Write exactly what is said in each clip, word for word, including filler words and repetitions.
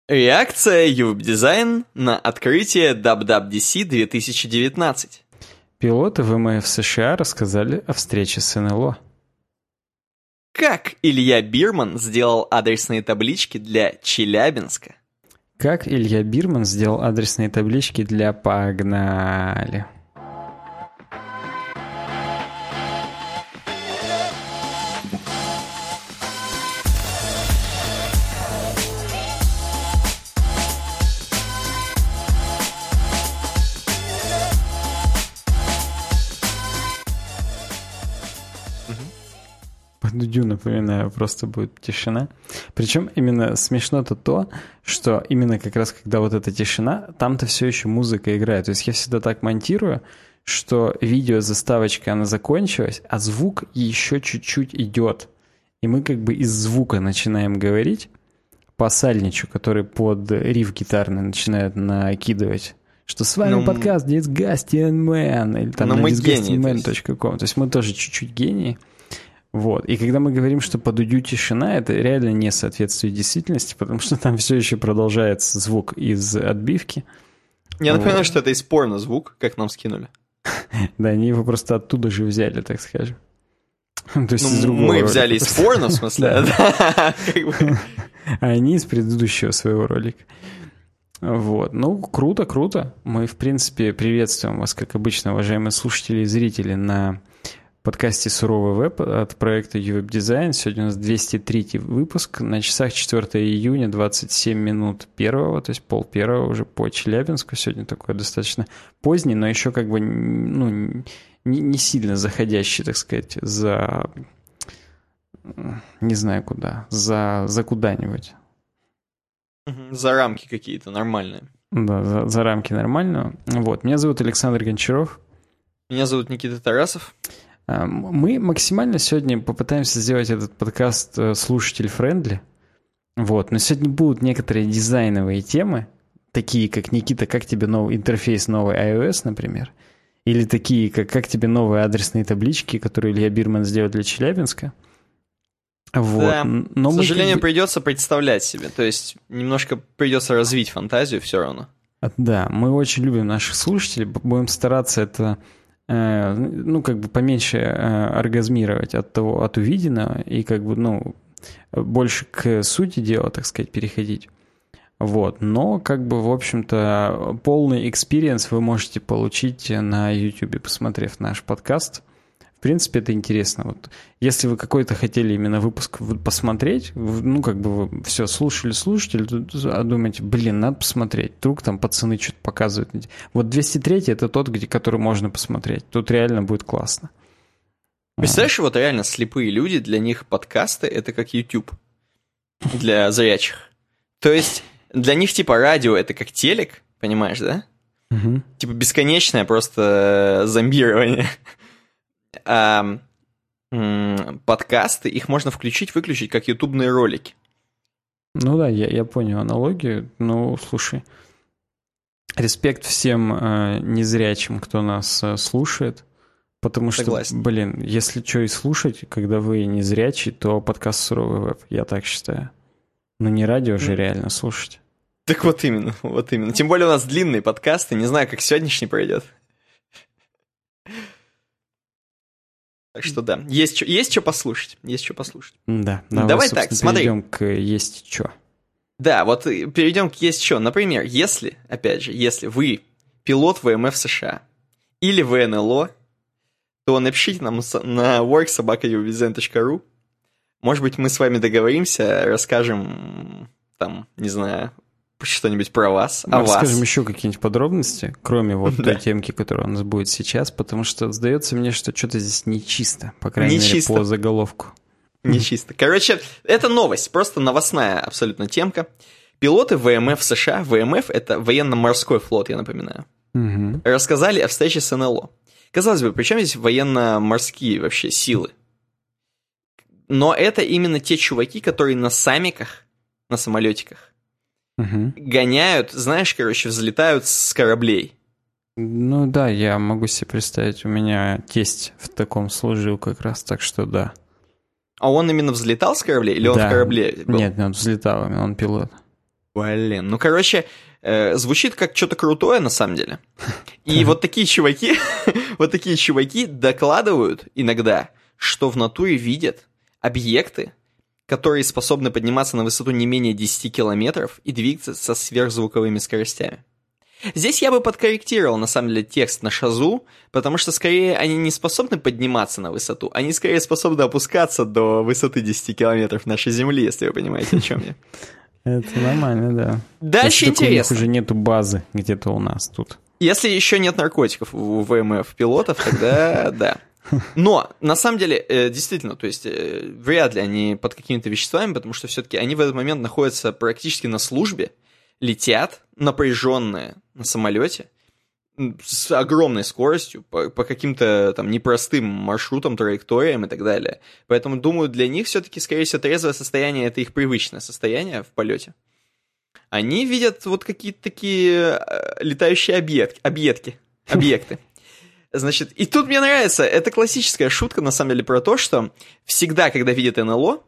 Реакция Ювеб-дизайн на открытие дабл ю дабл ю ди си две тысячи девятнадцать. Пилоты ВМФ США рассказали о встрече с эн эл о. Как Илья Бирман сделал адресные таблички для Челябинска? Как Илья Бирман сделал адресные таблички для «Погнали». По Дудю, напоминаю, просто будет тишина. Причем именно смешно-то то, что именно как раз когда вот эта тишина, там-то все еще музыка играет. То есть я всегда так монтирую, что видео заставочка, она закончилась, а звук еще чуть-чуть идет. И мы как бы из звука начинаем говорить по сальничу, который под риф гитарный начинает накидывать. Что с вами ну, подкаст Disgusting Man или там на disgusting man точка com. То есть мы тоже чуть-чуть гении. Вот. И когда мы говорим, что по Дудю тишина, это реально не соответствует действительности, потому что там все еще продолжается звук из отбивки. Я напоминаю, вот. Что это из порно звук, как нам скинули. Да, они его просто оттуда же взяли, так скажем. То есть ну, мы взяли из порно, в смысле? А они из предыдущего своего ролика. Вот. Ну, круто, круто. Мы, в принципе, приветствуем вас, как обычно, уважаемые слушатели и зрители, на подкасте «Суровый веб» от проекта Ювеб-дизайн. Сегодня у нас двести третий выпуск. На часах четвёртого июня, двадцать семь минут первого, то есть пол первого уже по Челябинску. Сегодня такой достаточно поздний, но еще как бы ну, не, не сильно заходящий, так сказать, за... не знаю куда. За, за куда-нибудь. За рамки какие-то нормальные. Да, за, за рамки нормального. Вот. Меня зовут Александр Гончаров. Меня зовут Никита Тарасов. Мы максимально сегодня попытаемся сделать этот подкаст слушатель-френдли. Вот. Но сегодня будут некоторые дизайновые темы, такие как, Никита, как тебе новый интерфейс новый iOS, например, или такие как, как тебе новые адресные таблички, которые Илья Бирман сделал для Челябинска. Вот. Да, но к сожалению, мы... придется представлять себе. То есть немножко придется развить фантазию все равно. Да, мы очень любим наших слушателей, будем стараться это... ну, как бы поменьше оргазмировать от того, от увиденного и как бы, ну, больше к сути дела, так сказать, переходить. Вот. Но, как бы, в общем-то, полный экспириенс вы можете получить на YouTube, посмотрев наш подкаст. В принципе, это интересно. Вот. Если вы какой-то хотели именно выпуск посмотреть, ну, как бы вы все слушали, слушали, а думаете, блин, надо посмотреть. Вдруг там пацаны что-то показывают. Вот двести третий это тот, где, который можно посмотреть. Тут реально будет классно. Представляешь, а. вот реально слепые люди, для них подкасты — это как YouTube для зрячих. То есть для них типа радио — это как телек, понимаешь, да? Угу. Типа бесконечное просто зомбирование. А м- подкасты, их можно включить-выключить, как ютубные ролики. Ну да, я, я понял аналогию. Ну, слушай, респект всем э, незрячим, кто нас э, слушает, потому Согласен. Что, блин, если что и слушать, когда вы незрячий, то подкаст «Суровый веб», я так считаю. Ну не радио же mm. реально слушать. Так вот именно, вот именно. Тем более у нас длинные подкасты, не знаю, как сегодняшний пройдет. Так что да, есть, есть что послушать, есть что послушать. Да, давай, давай так, смотри. Перейдем к есть что. Да, вот перейдем к есть что. Например, если, опять же, если вы пилот ВМФ США или вэ эн эл о, то напишите нам на work собака ю ви дизайн точка ру. Может быть, мы с вами договоримся, расскажем, там, не знаю, что-нибудь про вас, Мы о вас. Расскажем еще какие-нибудь подробности, кроме вот да. той темки, которая у нас будет сейчас, потому что сдается мне, что что-то здесь нечисто, по крайней нечисто. мере, по заголовку. Нечисто. Короче, это новость, просто новостная абсолютно темка. Пилоты ВМФ США, ВМФ — это военно-морской флот, я напоминаю, угу. рассказали о встрече с эн эл о. Казалось бы, при чем здесь военно-морские вообще силы? Но это именно те чуваки, которые на саммиках, на самолетиках, угу. гоняют, знаешь, короче, взлетают с кораблей. Ну да, я могу себе представить, у меня тесть в таком служил как раз, так что да. А он именно взлетал с кораблей или он да. в корабле был? Нет, он взлетал, он пилот. Блин, ну, короче, э, звучит как что-то крутое, на самом деле. И вот такие чуваки, вот такие чуваки докладывают иногда, что в натуре видят объекты, которые способны подниматься на высоту не менее десять километров и двигаться со сверхзвуковыми скоростями. Здесь я бы подкорректировал, на самом деле, текст на шазу, потому что, скорее, они не способны подниматься на высоту, они, скорее, способны опускаться до высоты десять километров нашей Земли, если вы понимаете, о чем я. Это нормально, да. Дальше интересно. У них уже нету базы где-то у нас тут. Если еще нет наркотиков у ВМФ пилотов, тогда да. Но, на самом деле, действительно, то есть, вряд ли они под какими-то веществами, потому что все-таки они в этот момент находятся практически на службе, летят напряженные на самолете с огромной скоростью по, по каким-то там непростым маршрутам, траекториям и так далее. Поэтому, думаю, для них все-таки, скорее всего, трезвое состояние — это их привычное состояние в полете. Они видят вот какие-то такие летающие объект, объектки, объекты. Значит, и тут мне нравится, это классическая шутка, на самом деле, про то, что всегда, когда видят эн эл о,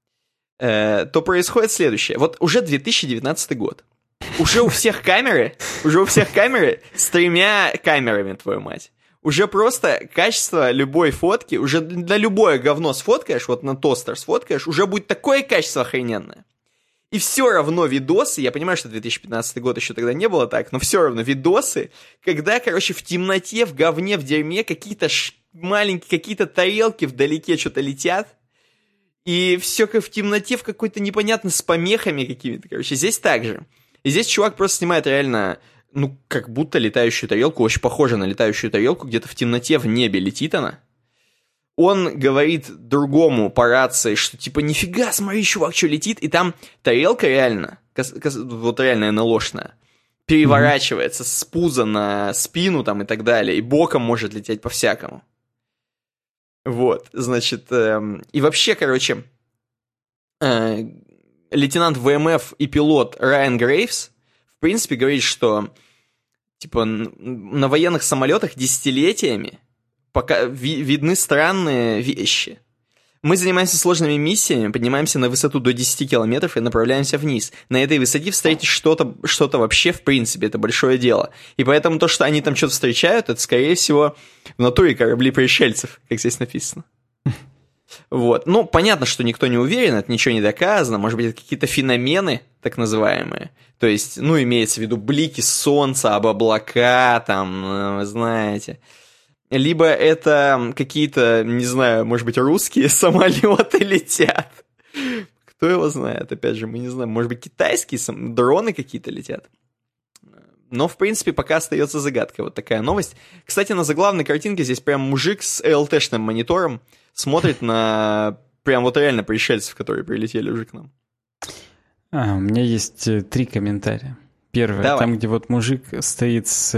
э, то происходит следующее. Вот уже две тысячи девятнадцатый год. Уже у всех камеры, уже у всех камеры с тремя камерами, твою мать. Уже просто качество любой фотки, уже на любое говно сфоткаешь, вот на тостер сфоткаешь, уже будет такое качество охрененное. И все равно видосы, я понимаю, что две тысячи пятнадцатый год еще тогда не было так, но все равно видосы, когда, короче, в темноте, в говне, в дерьме какие-то ш... маленькие, какие-то тарелки вдалеке что-то летят, и все как в темноте, в какой-то непонятно с помехами какими-то, короче, здесь так же. И здесь чувак просто снимает реально, ну, как будто летающую тарелку, очень похоже на летающую тарелку, где-то в темноте, в небе летит она. Он говорит другому по рации, что типа нифига, смотри, чувак, что летит, и там тарелка реально, вот реально эн эл о-шная, переворачивается mm-hmm. с пуза на спину там и так далее, и боком может лететь по-всякому. Вот, значит, эм, и вообще, короче, э, лейтенант ВМФ и пилот Райан Грейвс, в принципе, говорит, что типа на военных самолетах десятилетиями пока ви- видны странные вещи. Мы занимаемся сложными миссиями, поднимаемся на высоту до десять километров и направляемся вниз. На этой высоте встретить что-то, что-то вообще, в принципе, это большое дело. И поэтому то, что они там что-то встречают, это, скорее всего, в натуре корабли пришельцев, как здесь написано. Вот. Ну, понятно, что никто не уверен, это ничего не доказано. Может быть, это какие-то феномены, так называемые. То есть, ну, имеется в виду блики солнца об облака, там, вы знаете... Либо это какие-то, не знаю, может быть, русские самолеты летят. Кто его знает, опять же, мы не знаем. Может быть, китайские сам... дроны какие-то летят. Но, в принципе, пока остается загадкой. Вот такая новость. Кстати, на заглавной картинке здесь прям мужик с эл ти-шным монитором смотрит на прям вот реально пришельцев, которые прилетели уже к нам. А, у меня есть три комментария. Первое, Давай. Там, где вот мужик стоит с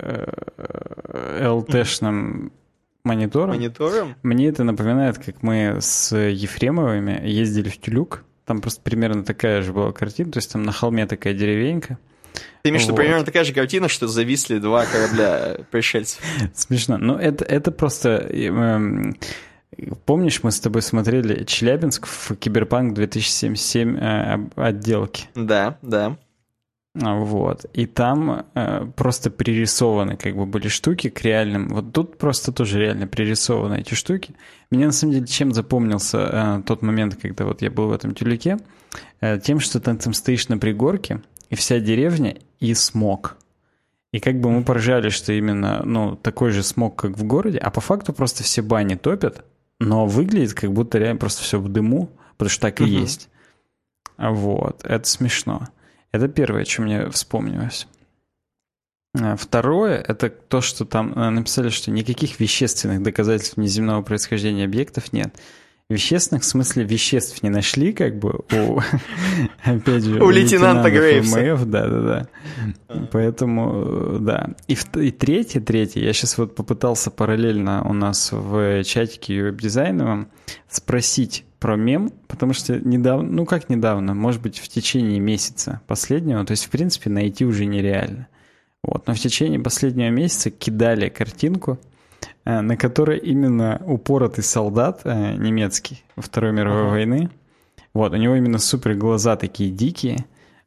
эл ти-шным монитором, монитором, мне это напоминает, как мы с Ефремовыми ездили в Тюлюк. Там просто примерно такая же была картина, то есть там на холме такая деревенька. Ты имеешь в виду, вот. Примерно такая же картина, что зависли два корабля пришельцев. Смешно. Но это, это просто... Эм, помнишь, мы с тобой смотрели Челябинск в Киберпанк две тысячи семьдесят семь э, отделке? Да, да. Вот. И там э, просто пририсованы как бы были штуки к реальным. Вот тут просто тоже реально пририсованы эти штуки. Мне на самом деле чем запомнился э, тот момент, когда вот я был в этом тюльке, э, тем, что ты там стоишь на пригорке, и вся деревня, и смог. И как бы мы поржали, что именно ну, такой же смог, как в городе, а по факту просто все бани топят, но выглядит как будто реально просто все в дыму, потому что так и uh-huh. есть. Вот. Это смешно. Это первое, что мне вспомнилось. Второе, это то, что там написали, что никаких вещественных доказательств внеземного происхождения объектов нет. Вещественных, в смысле, веществ не нашли, как бы, у, опять же, у лейтенанта Грейвса. Да-да-да. Поэтому, да. И, и третье, третье, я сейчас вот попытался параллельно у нас в чатике веб-дизайновом спросить про мем, потому что недавно, ну как недавно, может быть, в течение месяца последнего, то есть, в принципе, найти уже нереально. Вот. Но в течение последнего месяца кидали картинку, на которой именно упоротый солдат э, немецкий во Второй мировой uh-huh. войны. Вот, у него именно супер глаза такие дикие.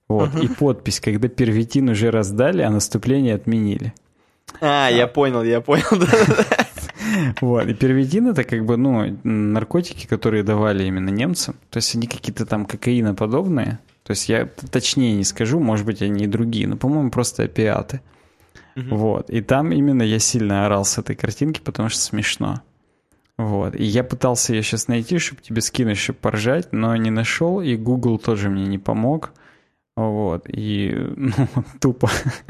Вот, Uh-huh. и подпись, когда первитин уже раздали, а наступление отменили. А, я понял, я понял. Вот, и первитин это как бы, ну, наркотики, которые давали именно немцам. То есть они какие-то там кокаиноподобные. То есть я точнее не скажу, может быть, они и другие, но, по-моему, просто опиаты. Uh-huh. Вот, и там именно я сильно орал с этой картинки, потому что смешно. Вот, и я пытался ее сейчас найти, чтобы тебе скинуть, чтобы поржать, но не нашел, и Google тоже мне не помог. Вот, и, ну, тупо.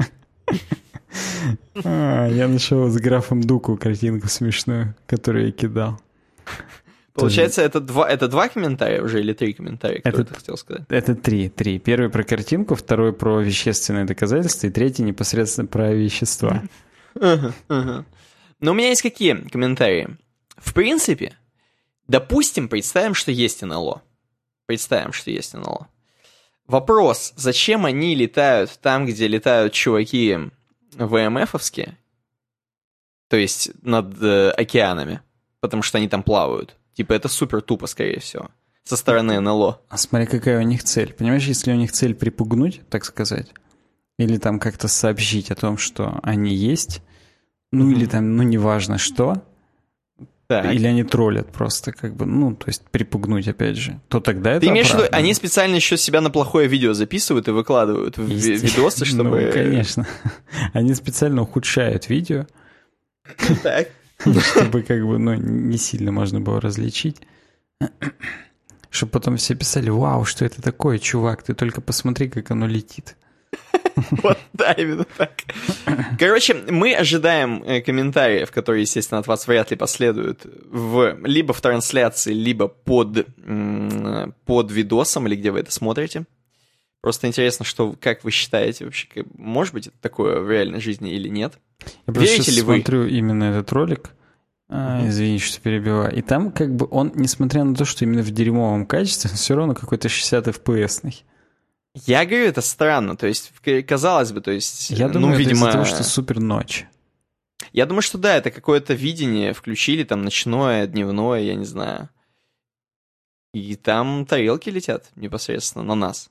А, я нашел с графом Дуку картинку смешную, которую я кидал. Получается, это два, это два комментария уже или три комментария, которые это, ты хотел сказать? Это три, три. Первый про картинку, второй про вещественные доказательства, и третий непосредственно про вещества. Uh-huh, uh-huh. Но у меня есть какие комментарии? В принципе, допустим, представим, что есть эн эл о. Представим, что есть эн эл о. Вопрос, зачем они летают там, где летают чуваки вэ эм эфовские, то есть над э, океанами, потому что они там плавают. Типа это супер тупо, скорее всего, со стороны эн эл о. А смотри, какая у них цель. Понимаешь, если у них цель припугнуть, так сказать, или там как-то сообщить о том, что они есть, ну mm-hmm. или там, ну неважно что, так. Или они троллят просто, как бы, ну, то есть припугнуть, опять же, то тогда это Ты имеешь в виду, оправдано. они специально еще себя на плохое видео записывают и выкладывают в видосы, чтобы... Ну, конечно. Они специально ухудшают видео, так. чтобы, как бы, ну, не сильно можно было различить. Чтобы потом все писали: вау, что это такое, чувак, ты только посмотри, как оно летит. Вот, да, именно так. Короче, мы ожидаем комментариев, которые, естественно, от вас вряд ли последуют в, либо в трансляции, либо под, под видосом, или где вы это смотрите. Просто интересно, что, как вы считаете вообще, может быть это такое в реальной жизни или нет? Я просто сейчас смотрю именно этот ролик, а, извини, что перебиваю, и там как бы он, несмотря на то, что именно в дерьмовом качестве, все равно какой-то шестьдесят эф пи эс-ный. Я говорю, это странно, то есть, казалось бы, то есть... Я думаю, ну, это видимо... из-за того, что супер ночь. Я думаю, что да, это какое-то видение включили, там, ночное, дневное, я не знаю. И там тарелки летят непосредственно на нас.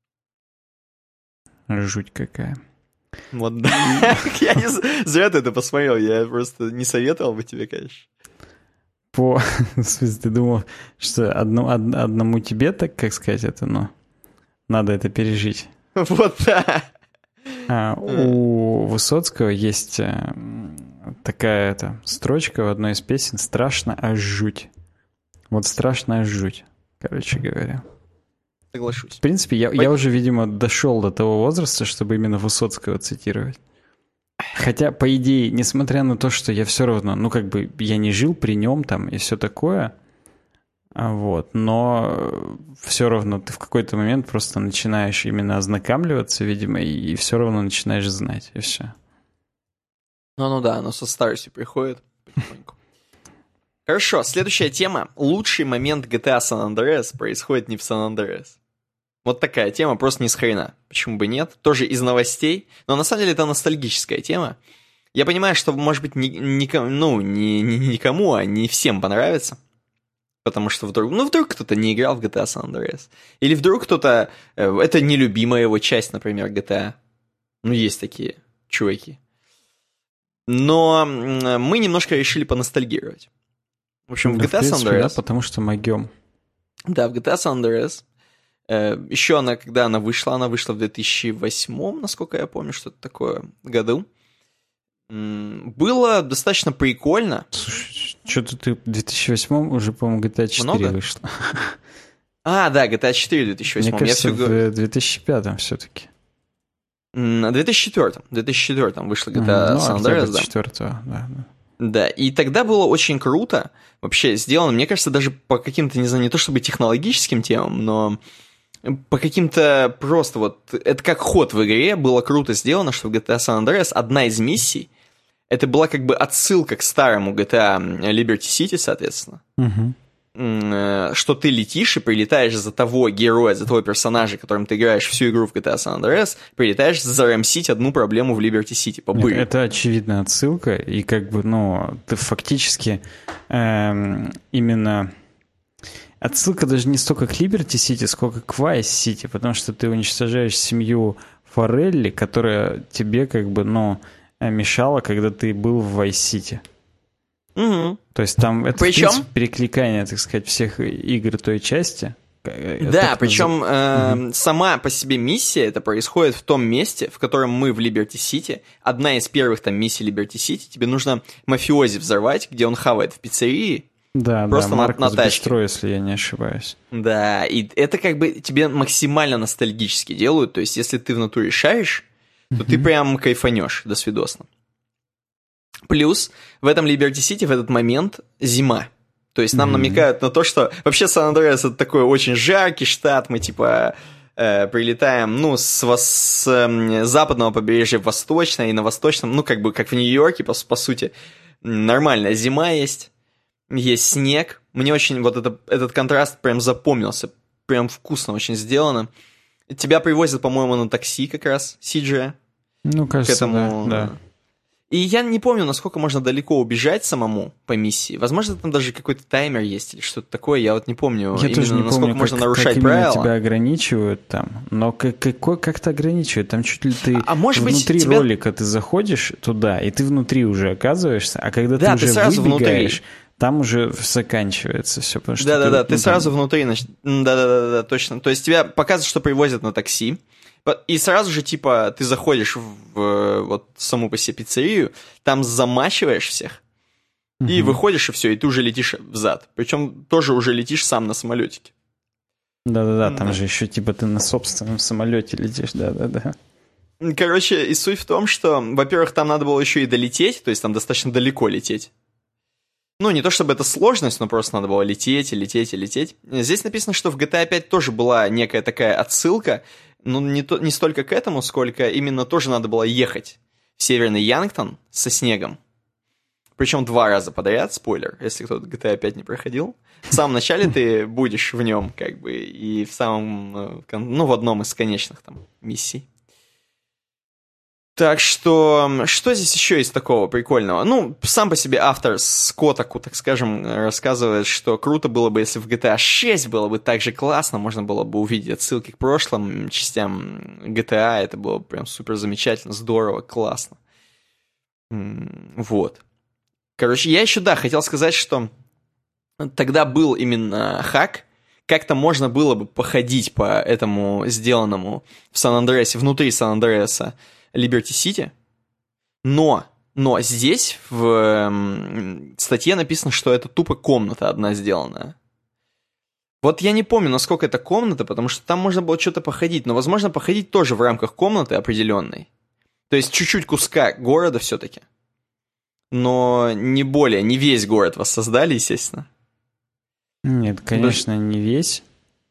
Жуть какая. Вот да. Я не зря ты это посмотрел, я просто не советовал бы тебе, конечно. По... В смысле, ты думал, что одну, од, одному тебе, так как сказать, это, ну... Надо это пережить. Вот да. А, у Высоцкого есть такая это, строчка в одной из песен: «Страшно аж жуть». Вот страшно аж жуть, короче говоря. Соглашусь. В принципе, я, я уже, видимо, дошел до того возраста, чтобы именно Высоцкого цитировать. Хотя, по идее, несмотря на то, что я все равно, ну, как бы, я не жил при нем там и все такое... Вот, но все равно ты в какой-то момент просто начинаешь именно ознакомливаться, видимо, и все равно начинаешь знать, и все. Ну, ну да, оно со старостью приходит потихоньку. Хорошо, следующая тема. Лучший момент джи ти эй San Andreas происходит не в San Andreas. Вот такая тема, просто ни с хрена. Почему бы нет? Тоже из новостей, но на самом деле это ностальгическая тема. Я понимаю, что, может быть, ни, ни, ну, ни, ни, никому, а не всем понравится. Потому что вдруг, ну вдруг кто-то не играл в джи ти эй San Andreas. Или вдруг кто-то, это нелюбимая его часть, например, джи ти эй. Ну, есть такие чуваки. Но мы немножко решили поностальгировать. В общем, в джи ти эй San Andreas... Да, потому что могем. Да, в джи ти эй San Andreas. Еще она, когда она вышла, она вышла в две тысячи восьмом, насколько я помню, что-то такое, году. Было достаточно прикольно. Слушай, что-то ты в две тысячи восьмом уже, по-моему, джи ти эй четыре Много? Вышла. А, да, джи ти эй четыре в две тысячи восьмом. Мне кажется, я все... в две тысячи пятом все-таки. В две тысячи четвёртом. В две тысячи четвёртом вышла джи ти эй mm, San Andreas, да. две тысячи четвёртого, да, да. Да, и тогда было очень круто вообще сделано, мне кажется, даже по каким-то, не знаю, не то чтобы технологическим темам, но по каким-то просто вот... Это как ход в игре, было круто сделано, что в джи ти эй San Andreas одна из миссий это была как бы отсылка к старому джи ти эй Liberty City, соответственно. Угу. Что ты летишь и прилетаешь за того героя, за того персонажа, которым ты играешь всю игру в джи ти эй San Andreas, прилетаешь зарамсить одну проблему в Liberty City. Побыть. Это очевидная отсылка, и как бы, ну, ты фактически эм, именно... отсылка даже не столько к Liberty City, сколько к Vice City, потому что ты уничтожаешь семью Форелли, которая тебе как бы, ну, мешала, когда ты был в Vice City. Угу. То есть там это, причем... в принципе, перекликание, так сказать, всех игр той части. Да, причем э, угу. сама по себе миссия, это происходит в том месте, в котором мы в Liberty City. Одна из первых там миссий Liberty City, тебе нужно мафиози взорвать, где он хавает в пиццерии. Да, просто да, на, Маркус на тачке. Бистро, если я не ошибаюсь. Да, и это как бы тебе максимально ностальгически делают, то есть если ты в натуре шаришь, то угу. ты прям кайфанешь до свидосна. Плюс в этом Liberty City в этот момент зима. То есть нам mm-hmm. намекают на то, что вообще Сан-Андреас это такой очень жаркий штат, мы типа э, прилетаем, ну, с, вос, с э, западного побережья в восточное, и на восточном, ну, как бы, как в Нью-Йорке, по, по сути, нормальная зима есть, есть снег. Мне очень вот это, этот контраст прям запомнился, прям вкусно очень сделано. Тебя привозят, по-моему, на такси как раз, си джи. Ну, кажется, к этому, да, да. И я не помню, насколько можно далеко убежать самому по миссии. Возможно, там даже какой-то таймер есть или что-то такое, я вот не помню. Я именно тоже не насколько помню, можно как, нарушать как правила. тебя ограничивают там. Но как, какой, как-то ограничивают. Там чуть ли ты а, может внутри быть, тебя... ролика ты заходишь туда, и ты внутри уже оказываешься, а когда да, ты ты уже сразу выбегаешь, внутри. Там уже заканчивается все. Да-да-да, ты, ты ну, сразу там... внутри. Да-да-да, точно. То есть тебя показывают, что привозят на такси. И сразу же, типа, ты заходишь в, в вот саму по себе пиццерию, там замачиваешь всех, угу. и выходишь, и все, и ты уже летишь взад. Причем тоже уже летишь сам на самолетике. Да-да-да, там да. же еще, типа, ты на собственном самолете летишь, да-да-да. Короче, и суть в том, что, во-первых, там надо было еще и долететь, то есть там достаточно далеко лететь. Ну, не то чтобы это сложность, но просто надо было лететь и лететь и лететь. Здесь написано, что в джи ти эй пять тоже была некая такая отсылка, но не, то, не столько к этому, сколько именно тоже надо было ехать в Северный Янгтон со снегом. Причем два раза подряд, спойлер, если кто-то джи ти эй пять не проходил. В самом начале ты будешь в нем, как бы, и в самом, ну, в одном из конечных там миссий. Так что, что здесь еще есть такого прикольного? Ну, сам по себе автор с Котаку, так скажем, рассказывает, что круто было бы, если в джи ти эй шесть было бы так же классно, можно было бы увидеть отсылки к прошлым частям джи ти эй, это было бы прям супер замечательно, здорово, классно. Вот. Короче, я еще, да, хотел сказать, что тогда был именно хак, как-то можно было бы походить по этому сделанному в Сан-Андреасе, внутри Сан-Андреаса, Liberty City, но, но здесь в э, статье написано, что это тупо комната одна сделанная. Вот я не помню, насколько это комната, потому что там можно было что-то походить, но, возможно, походить тоже в рамках комнаты определенной. То есть чуть-чуть куска города все-таки. Но не более, не весь город воссоздали, естественно. Нет, конечно, Даже... не весь.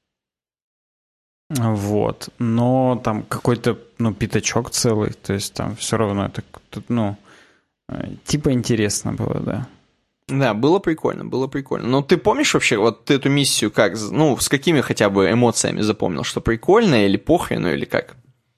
Вот, но там какой-то, ну, пятачок целый, то есть там все равно это, ну, типа интересно было, да. Да, было прикольно, было прикольно. Но ты помнишь вообще вот ты эту миссию как, ну, с какими хотя бы эмоциями запомнил, что прикольно или похрену, или как?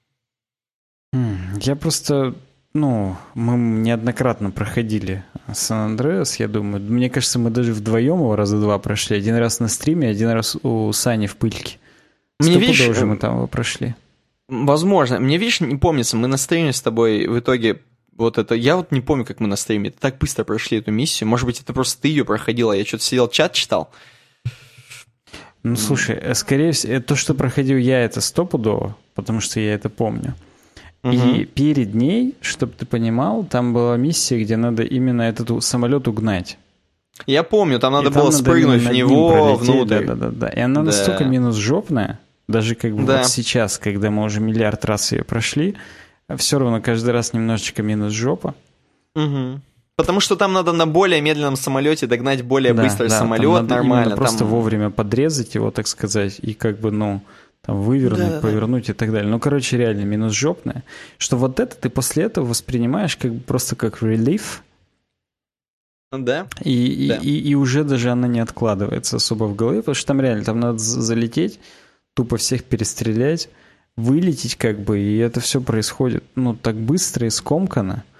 Я просто, ну, мы неоднократно проходили Сан-Андреас, я думаю, мне кажется, мы даже вдвоем его раза два прошли, один раз на стриме, один раз у Сани в пыльке. Мне, видишь, уже мы там его прошли. Возможно. Мне, видишь, не помнится, мы на стриме с тобой в итоге вот это... Я вот не помню, как мы на стриме так быстро прошли эту миссию. Может быть, это просто ты ее проходила, я что-то сидел, чат читал. Ну, слушай, скорее всего, то, что проходил я, это стопудово, потому что я это помню. Угу. И перед ней, чтобы ты понимал, там была миссия, где надо именно этот самолет угнать. Я помню, там надо и было там спрыгнуть надо в него внутрь. Да, да, да, да. И она да. настолько минус жопная, даже как бы да. вот сейчас, когда мы уже миллиард раз ее прошли, все равно каждый раз немножечко минус жопа. Угу. Потому что там надо на более медленном самолете догнать более да, быстрый да, самолет, там надо нормально. Там... просто вовремя подрезать его, так сказать, и как бы, ну, там вывернуть, да, повернуть да. и так далее. Ну, короче, реально минус жопная. Что вот это ты после этого воспринимаешь как бы просто как релиф. Да. И, да. И, и, и уже даже она не откладывается особо в голове, потому что там реально, там надо залететь, тупо всех перестрелять, вылететь как бы, и это все происходит, ну, так быстро и скомканно,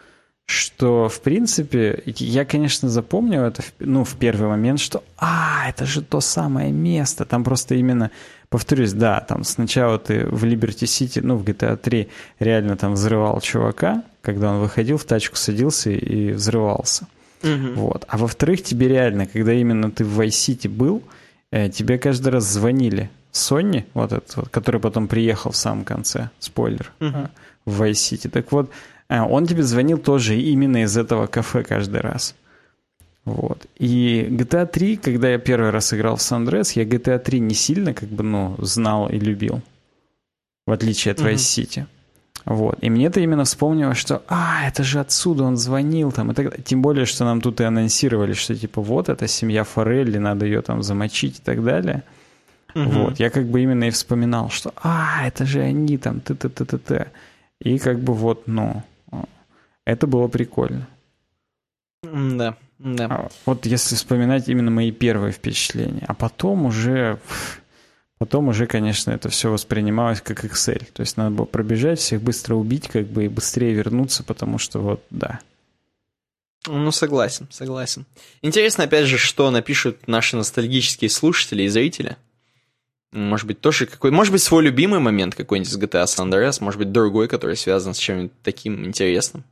что, в принципе, я, конечно, запомнил это, ну, в первый момент, что, а, это же то самое место. Там просто именно, повторюсь, да, там сначала ты в Liberty City, ну, в джи ти эй три реально там взрывал чувака, когда он выходил в тачку, садился и взрывался. Mm-hmm. Вот. А во-вторых, тебе реально, когда именно ты в Vice City был, тебе каждый раз звонили. Сонни, вот этот вот, который потом приехал в самом конце, спойлер, mm-hmm. в Vice City. Так вот, он тебе звонил тоже именно из этого кафе каждый раз. Вот. И джи ти эй три, когда я первый раз играл в San Andreas, я джи ти эй три не сильно как бы, ну, знал и любил, в отличие от Vice City. Mm-hmm. Вот. И мне это именно вспомнилось, что а, это же отсюда он звонил там. И так... Тем более, что нам тут и анонсировали, что типа вот, это семья Форелли, надо ее там замочить и так далее. Mm-hmm. Вот. Я как бы именно и вспоминал, что а, это же они там, т-т-т-т-т. И как бы вот, ну, это было прикольно. Да, да. Вот если вспоминать именно мои первые впечатления. А потом уже... Потом уже, конечно, это все воспринималось как Excel. То есть надо было пробежать, всех быстро убить, как бы, и быстрее вернуться, потому что вот, да. Ну, согласен, согласен. Интересно, опять же, что напишут наши ностальгические слушатели и зрители. Может быть, тоже какой... Может быть, свой любимый момент какой-нибудь из джи ти эй San Andreas, может быть, другой, который связан с чем-нибудь таким интересным.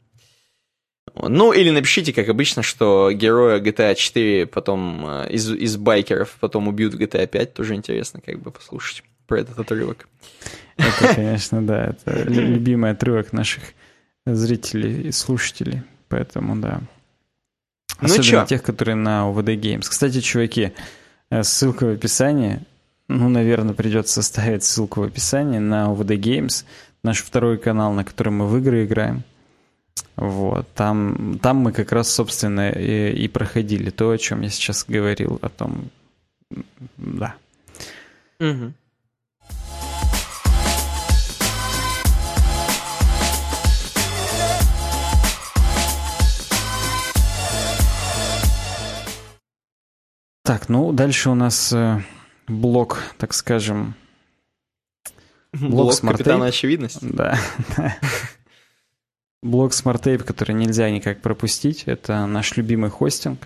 Ну, или напишите, как обычно, что героя джи ти эй четыре потом из, из байкеров потом убьют в джи ти эй пять. Тоже интересно, как бы, послушать про этот отрывок. Это, конечно, да, это любимый отрывок наших зрителей и слушателей. Поэтому, да. Особенно ну, тех, которые на о ви ди Games. Кстати, чуваки, ссылка в описании. Ну, наверное, придется ставить ссылку в описании на о ви ди Games, наш второй канал, на котором мы в игры играем. Вот, там, там мы как раз, собственно, и, и проходили то, о чем я сейчас говорил, о том, да. Угу. Так, ну, дальше у нас э, блок, так скажем, блок, блок Капитана Очевидность. Да, да. Блок SmartTape, который нельзя никак пропустить, это наш любимый хостинг.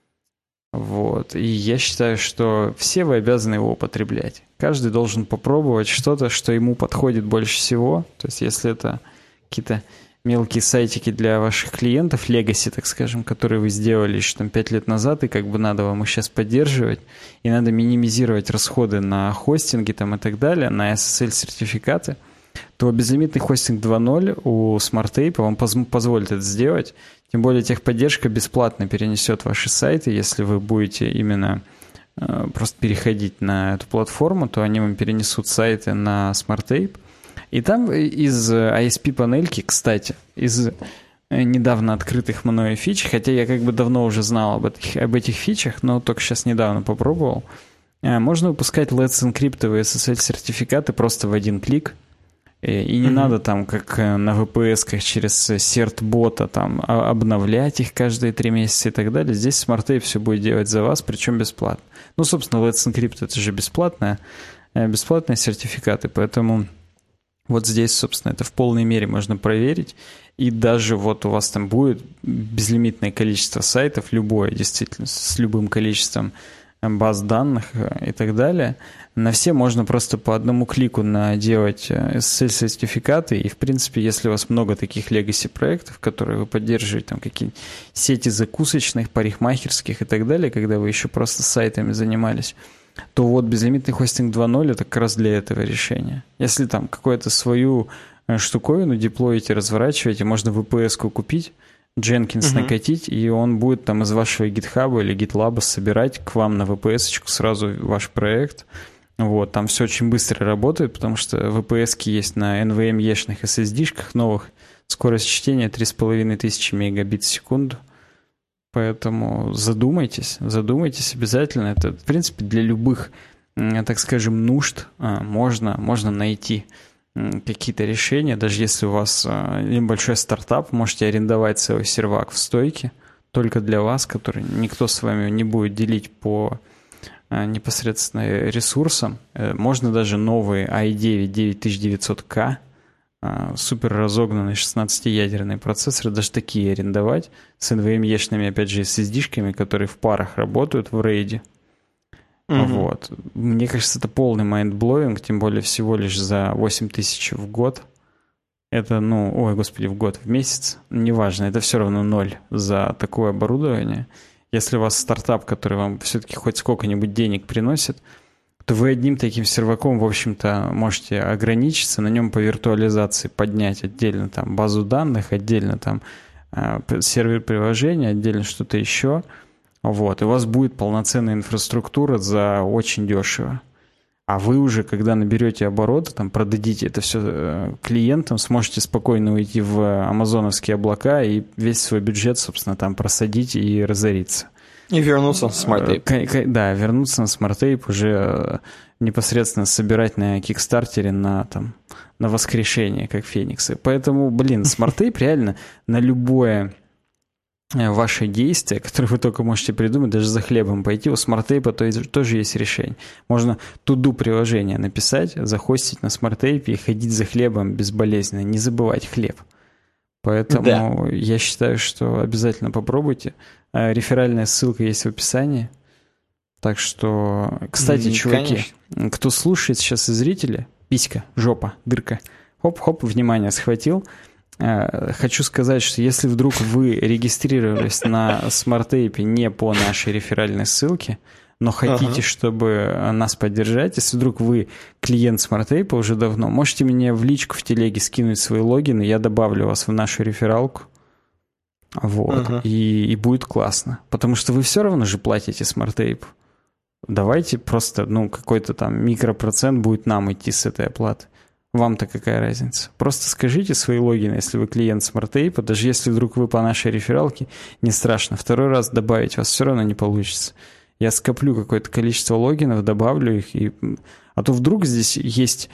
Вот. И я считаю, что все вы обязаны его употреблять. Каждый должен попробовать что-то, что ему подходит больше всего. То есть если это какие-то мелкие сайтики для ваших клиентов, legacy, так скажем, которые вы сделали еще там пять лет назад, и как бы надо вам их сейчас поддерживать, и надо минимизировать расходы на хостинги там, и так далее, на эс эс эль-сертификаты, то безлимитный хостинг два ноль у SmartTape вам поз- позволит это сделать. Тем более техподдержка бесплатно перенесет ваши сайты. Если вы будете именно э, просто переходить на эту платформу, то они вам перенесут сайты на SmartTape. И там из ай эс пи-панельки, кстати, из недавно открытых мною фич, хотя я как бы давно уже знал об этих, об этих фичах, но только сейчас недавно попробовал, можно выпускать Let's Encrypt эс эс эль-сертификаты просто в один клик. И не mm-hmm. надо там, как на ви пи эс-ках через серт-бота там обновлять их каждые три месяца и так далее. Здесь SmartTape все будет делать за вас, причем бесплатно. Ну, собственно, Let's Encrypt — это же бесплатные, бесплатные сертификаты, поэтому вот здесь, собственно, это в полной мере можно проверить. И даже вот у вас там будет безлимитное количество сайтов, любое, действительно, с любым количеством баз данных и так далее. На все можно просто по одному клику наделать эс эс эль-сертификаты, и, в принципе, если у вас много таких legacy-проектов, которые вы поддерживаете, там какие-нибудь сети закусочных, парикмахерских и так далее, когда вы еще просто сайтами занимались, то вот безлимитный хостинг два ноль — это как раз для этого решения. Если там какую-то свою штуковину деплоите, разворачиваете, можно ви пи эс-ку купить, Jenkins uh-huh. накатить, и он будет там из вашего GitHub или GitLab собирать к вам на ви пи эс-очку сразу ваш проект. Вот, там все очень быстро работает, потому что ви пи эс-ки есть на эн ви эм и-шных эс эс ди-шках новых. Скорость чтения три с половиной тысячи мегабит в секунду. Поэтому задумайтесь, задумайтесь обязательно. Это, в принципе, для любых, так скажем, нужд можно, можно найти какие-то решения. Даже если у вас небольшой стартап, можете арендовать целый сервак в стойке только для вас, который никто с вами не будет делить по непосредственно ресурсам. Можно даже новый ай девять девять тысяч девятьсот кей супер разогнанный шестнадцатиядерный процессор, даже такие арендовать с эн ви эм и-шными, опять же, эс эс ди-шками, которые в парах работают в рейде. Mm-hmm. Вот. Мне кажется, это полный майндблоуинг, тем более всего лишь за восемь тысяч в год. Это, ну, ой, господи, в год, в месяц, неважно, это все равно ноль за такое оборудование. Если у вас стартап, который вам все-таки хоть сколько-нибудь денег приносит, то вы одним таким серваком, в общем-то, можете ограничиться, на нем по виртуализации поднять отдельно там базу данных, отдельно там сервер приложения, отдельно что-то еще. Вот, и у вас будет полноценная инфраструктура за очень дешево. А вы уже, когда наберете обороты, там, продадите это все клиентам, сможете спокойно уйти в амазоновские облака и весь свой бюджет, собственно, там просадить и разориться. И вернуться на SmartTape. Да, вернуться на SmartTape, уже непосредственно собирать на Кикстартере на, там, на воскрешение, как фениксы. Поэтому, блин, SmartTape реально на любое ваши действия, которые вы только можете придумать, даже за хлебом пойти, у SmartTape то тоже есть решение. Можно to-do приложение написать, захостить на SmartTape и ходить за хлебом безболезненно, не забывать хлеб. Поэтому да. Я считаю, что обязательно попробуйте. Реферальная ссылка есть в описании. Так что, кстати, mm, чуваки, конечно. Кто слушает сейчас из зрителей, писька, жопа, дырка, хоп-хоп, внимание, схватил. Хочу сказать, что если вдруг вы регистрировались на SmartTape не по нашей реферальной ссылке, но хотите, ага. чтобы нас поддержать, если вдруг вы клиент SmartTape уже давно, можете мне в личку в телеге скинуть свои логины, я добавлю вас в нашу рефералку. Вот. Ага. И, и будет классно. Потому что вы все равно же платите SmartTape. Давайте просто, ну, какой-то там микропроцент будет нам идти с этой оплаты. Вам-то какая разница? Просто скажите свои логины, если вы клиент SmartTape, даже если вдруг вы по нашей рефералке, не страшно. Второй раз добавить вас все равно не получится. Я скоплю какое-то количество логинов, добавлю их, и... а то вдруг здесь есть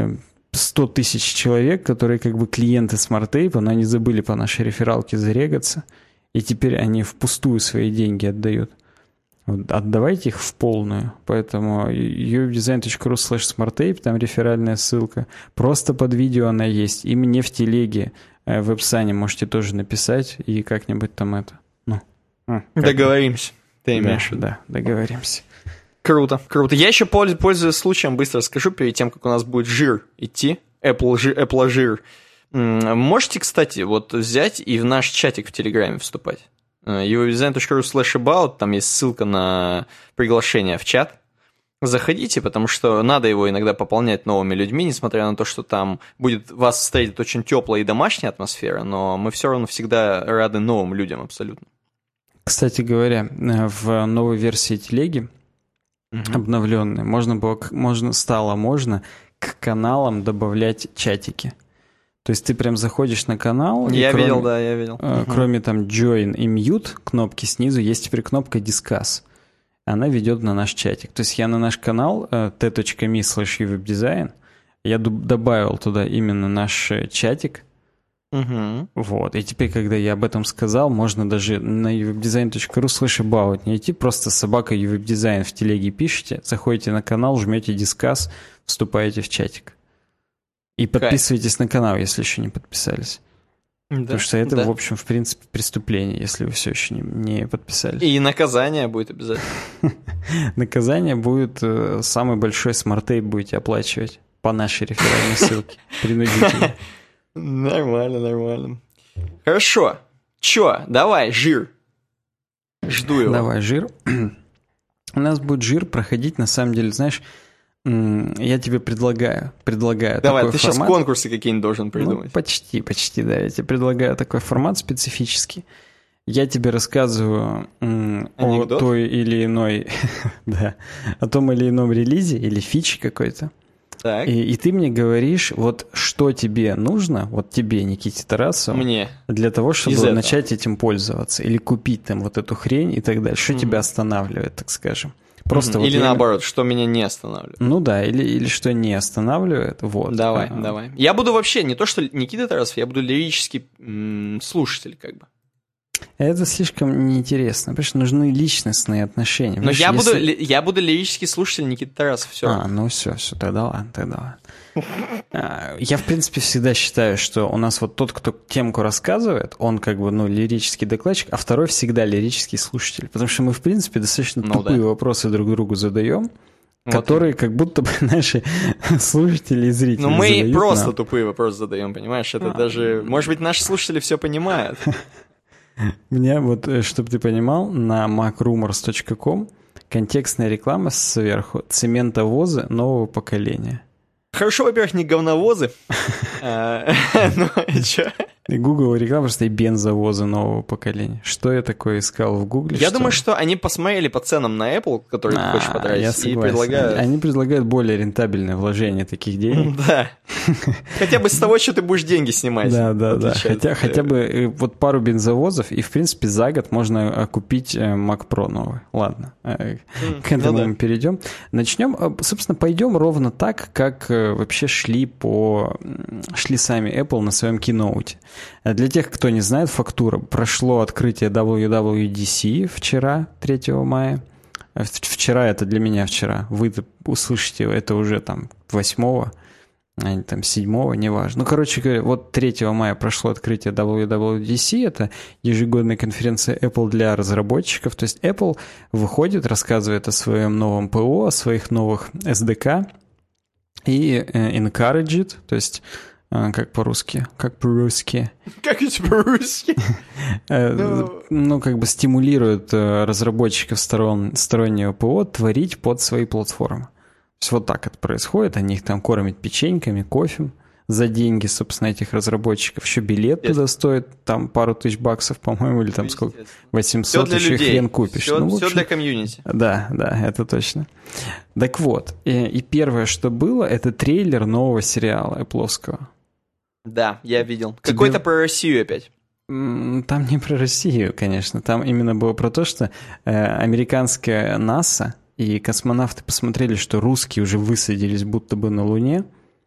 сто тысяч человек, которые как бы клиенты SmartTape, но они забыли по нашей рефералке зарегаться, и теперь они впустую свои деньги отдают. Отдавайте их в полную. Поэтому uwebdesign.ru слэш SmartTape, там реферальная ссылка. Просто под видео она есть. И мне в телеге, в описании можете тоже написать и как-нибудь там это. Ну, договоримся. Ты имеешь в виду? Да, договоримся. Круто, круто. Я еще, пользуясь случаем, быстро скажу, перед тем, как у нас будет жир идти, Apple жир, Apple жир. Можете, кстати, вот взять и в наш чатик в Телеграме вступать. uwebdesign.ru slash about, там есть ссылка на приглашение в чат. Заходите, потому что надо его иногда пополнять новыми людьми, несмотря на то, что там будет вас встретит очень теплая и домашняя атмосфера, но мы все равно всегда рады новым людям абсолютно. Кстати говоря, в новой версии телеги, uh-huh. обновленной, можно было, можно, стало можно к каналам добавлять чатики. То есть ты прям заходишь на канал. Я кроме, видел, да, я видел. Э, uh-huh. Кроме там Join и Mute кнопки снизу, есть теперь кнопка Discuss. Она ведет на наш чатик. То есть я на наш канал t.me slash uwebdesign я добавил туда именно наш чатик. Uh-huh. Вот. И теперь, когда я об этом сказал, можно даже на uwebdesign.ru slash about не идти, просто собака uwebdesign в телеге пишите, заходите на канал, жмете Discuss, вступаете в чатик. И подписывайтесь Кайф. на канал, если еще не подписались. Да, Потому что это, да. в общем, в принципе, преступление, если вы все еще не, не подписались. И наказание будет обязательно. Наказание будет, самый большой SmartTape будете оплачивать по нашей реферальной ссылке. Принудительно. Нормально, нормально. Хорошо. Чё, давай, жир. Жду его. Давай, жир. У нас будет жир проходить, на самом деле, знаешь... Я тебе предлагаю, предлагаю Давай, такой ты формат. Сейчас конкурсы какие-нибудь должен придумать. Ну, почти, почти, да. Я тебе предлагаю такой формат специфический. Я тебе рассказываю Анекдот? о той или иной, да, о том или ином релизе или фиче какой-то. Так. И, и ты мне говоришь, вот что тебе нужно, вот тебе, Никите Тарасову, мне для того, чтобы начать этим пользоваться или купить там вот эту хрень и так далее. Что mm-hmm. тебя останавливает, так скажем. Просто mm-hmm. вот или я... наоборот, что меня не останавливает. Ну да, или, или что не останавливает. Вот. Давай, а... давай. Я буду вообще не то, что Никита Тарасов, я буду лирический м- слушатель, как бы. Это слишком неинтересно, потому что нужны личностные отношения. Но я, если... буду, я буду лирический слушатель Никиты Тарасова, все. А, ну все, все, тогда ладно, тогда ладно. Я, в принципе, всегда считаю, что у нас вот тот, кто темку рассказывает, он как бы, ну, лирический докладчик, а второй всегда лирический слушатель. Потому что мы, в принципе, достаточно ну, тупые да. вопросы друг другу задаем, вот. Которые как будто бы наши слушатели и зрители Ну, мы задают просто нам. Тупые вопросы задаем, понимаешь? Это а, даже... Может быть, наши слушатели все понимают. Мне вот, чтобы ты понимал, на mac rumors точка com контекстная реклама сверху «Цементовозы нового поколения». Хорошо, во-первых, не говновозы. Ну, и чё? И Google реклама просто и бензовозы нового поколения. Что я такое искал в Гугле? Я что? думаю, что они посмотрели по ценам на Apple, которые а, ты хочешь потратить, и предлагают... Они предлагают более рентабельное вложение таких денег. Да. Хотя бы с того, что ты будешь деньги снимать. Да, да, да. Хотя, хотя бы вот пару бензовозов, и, в принципе, за год можно купить Mac Pro новый. Ладно, к этому ну, да. мы перейдем. Начнем, собственно, пойдем ровно так, как вообще шли по... шли сами Apple на своем Keynote. Для тех, кто не знает, фактура. Прошло открытие дабл ю дабл ю ди си вчера, третьего мая. Вчера это для меня вчера. Вы услышите это уже там восьмого, а не там седьмого, неважно. Ну, короче говоря, вот третьего мая прошло открытие дабл ю дабл ю ди си. Это ежегодная конференция Apple для разработчиков. То есть Apple выходит, рассказывает о своем новом ПО, о своих новых эс ди кей и encourage, то есть как по-русски? Как по-русски? Как это по-русски? Ну, как бы стимулирует разработчиков сторон, стороннего ПО творить под свои платформы. То есть вот так это происходит. Они их там кормят печеньками, кофе за деньги, собственно, этих разработчиков. Еще билет туда стоит там пару тысяч баксов, по-моему, или там сколько? восемьсот, еще людей. Хрен купишь. Все, ну, все общем, для комьюнити. Да, да, это точно. Так вот, и, и первое, что было, это трейлер нового сериала Эппловского. Да, я видел. Тебе... Какой-то про Россию опять. Там не про Россию, конечно. Там именно было про то, что э, американская НАСА и космонавты посмотрели, что русские уже высадились будто бы на Луне,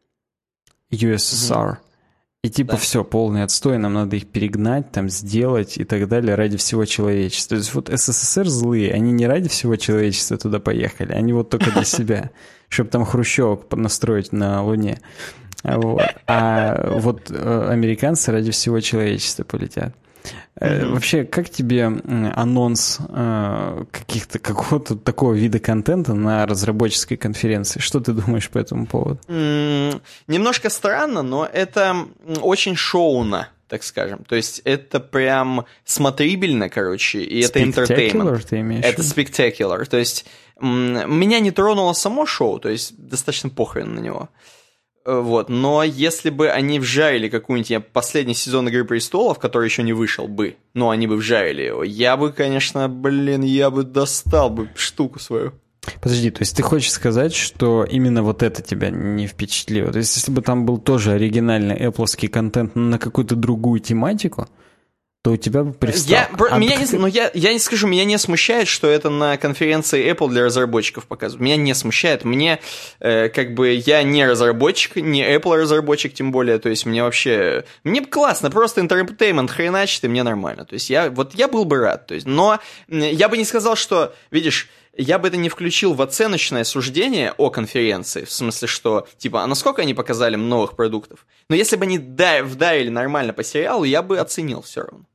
ю эс эс ар, угу. и типа да. все, полный отстой, нам надо их перегнать, там сделать и так далее ради всего человечества. То есть вот эс эс эс эр злые, они не ради всего человечества туда поехали, они вот только для себя, чтобы там хрущевок настроить на Луне. Вот. А вот э, американцы ради всего человечества полетят. Э, mm-hmm. Вообще, как тебе анонс э, каких-то какого-то такого вида контента на разработческой конференции? Что ты думаешь по этому поводу? Mm, немножко странно, но это очень шоуно, так скажем. То есть это прям смотрибельно, короче, и это entertainment. Ты имеешь это spectacular. То есть м- меня не тронуло само шоу, то есть достаточно похрен на него. Вот, но если бы они вжарили какую-нибудь последний сезон «Игры престолов», который еще не вышел бы, но они бы вжарили его, я бы, конечно, блин, я бы достал бы штуку свою. Подожди, то есть ты хочешь сказать, что именно вот это тебя не впечатлило? То есть если бы там был тоже оригинальный Apple-ский контент на какую-то другую тематику, то у тебя бы приставка. Я, а меня не, ну, я, я не скажу, меня не смущает, что это на конференции Apple для разработчиков показывают. Меня не смущает. Мне, э, как бы, я не разработчик, не Apple разработчик, тем более. То есть, мне вообще... Мне классно, просто entertainment хреначит, и мне нормально. То есть, я, вот я был бы рад. То есть, но я бы не сказал, что, видишь... Я бы это не включил в оценочное суждение о конференции, в смысле, что, типа, а насколько они показали новых продуктов? Но если бы они вдарили нормально по сериалу, я бы оценил все равно.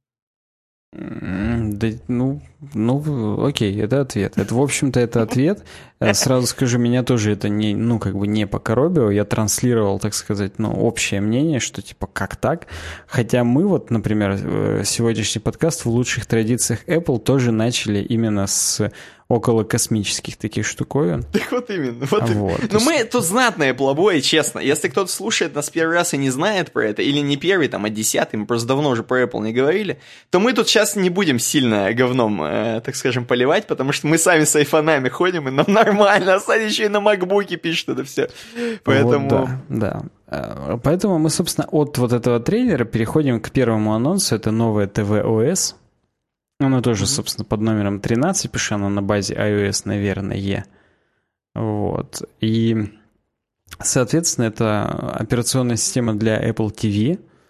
Да, ну, ну, окей, это ответ. Это, в общем-то, это ответ. Сразу скажу, меня тоже это не, ну, как бы не покоробило. Я транслировал, так сказать, ну, общее мнение, что, типа, как так? Хотя мы вот, например, сегодняшний подкаст в лучших традициях Apple тоже начали именно с около космических таких штуковин. Так вот именно. Вот вот, именно. Ну, мы тут знатные плобои, честно. Если кто-то слушает нас первый раз и не знает про это, или не первый, там, а десятый, мы просто давно уже про Apple не говорили, то мы тут сейчас не будем сильно говном, э, так скажем, поливать, потому что мы сами с айфонами ходим, и нам нормально, а Саня еще и на макбуке пишет это все. Поэтому... Вот, да, да. Поэтому мы, собственно, от вот этого трейлера переходим к первому анонсу. Это новое tvOS. Оно тоже, mm-hmm. собственно, под номером тринадцать, потому что оно на базе iOS, наверное. Вот. И, соответственно, это операционная система для Apple ти ви. Это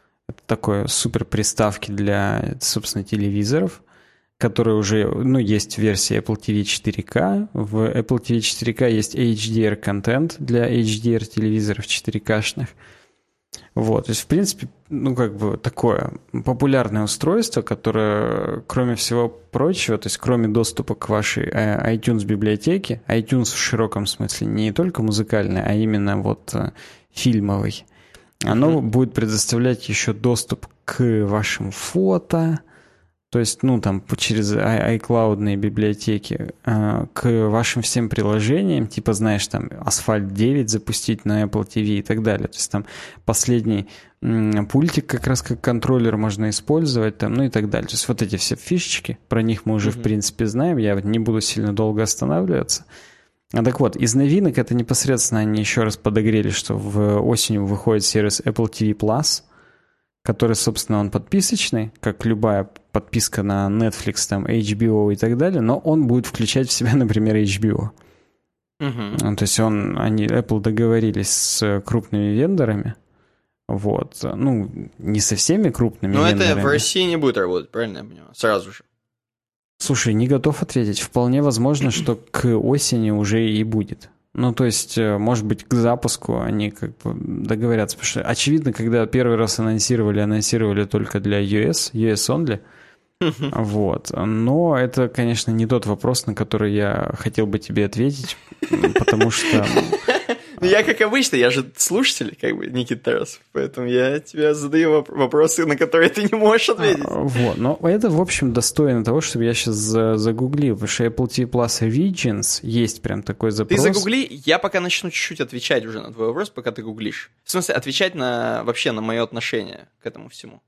такой супер приставки для, собственно, телевизоров, которые уже, ну, есть версия Apple ти ви четыре ка. В Apple ти ви четыре ка есть эйч ди ар-контент для эйч ди ар-телевизоров четыре ка-шных. Вот, то есть, в принципе, ну, как бы такое популярное устройство, которое, кроме всего прочего, то есть, кроме доступа к вашей iTunes-библиотеке, iTunes в широком смысле, не только музыкальный, а именно вот фильмовый, оно mm-hmm. будет предоставлять еще доступ к вашим фото, то есть, ну, там, через iCloud-ные библиотеки, к вашим всем приложениям, типа, знаешь, там, Асфальт девять запустить на Apple ти ви и так далее. То есть, там, последний пультик как раз как контроллер можно использовать, там, ну, и так далее. То есть, вот эти все фишечки, про них мы уже, mm-hmm. в принципе, знаем, я не буду сильно долго останавливаться. А так вот, из новинок это непосредственно они еще раз подогрели, что в осенью выходит сервис Apple ти ви Plus, который, собственно, он подписочный, как любая подписка на Netflix, там, эйч би о и так далее, но он будет включать в себя, например, эйч би о. Uh-huh. То есть он, они, Apple договорились с крупными вендорами, вот, ну, не со всеми крупными но вендорами. Но это в России не будет работать, правильно я понимаю? Сразу же. Слушай, не готов ответить. Вполне возможно, что к осени уже и будет. Ну, то есть, может быть, к запуску они как бы договорятся. Потому что, очевидно, когда первый раз анонсировали, анонсировали только для ю эс, ю эс only. Вот. Но это, конечно, не тот вопрос, на который я хотел бы тебе ответить, потому что... Ну, я, как обычно, я же слушатель, как бы, Никита Тарасов, поэтому я тебе задаю вопросы, на которые ты не можешь ответить. А, вот, но это, в общем, достойно того, чтобы я сейчас загуглил, потому что Apple ти ви Plus Regions есть прям такой запрос. Ты загугли, я пока начну чуть-чуть отвечать уже на твой вопрос, пока ты гуглишь. В смысле, отвечать на, вообще на мое отношение к этому всему.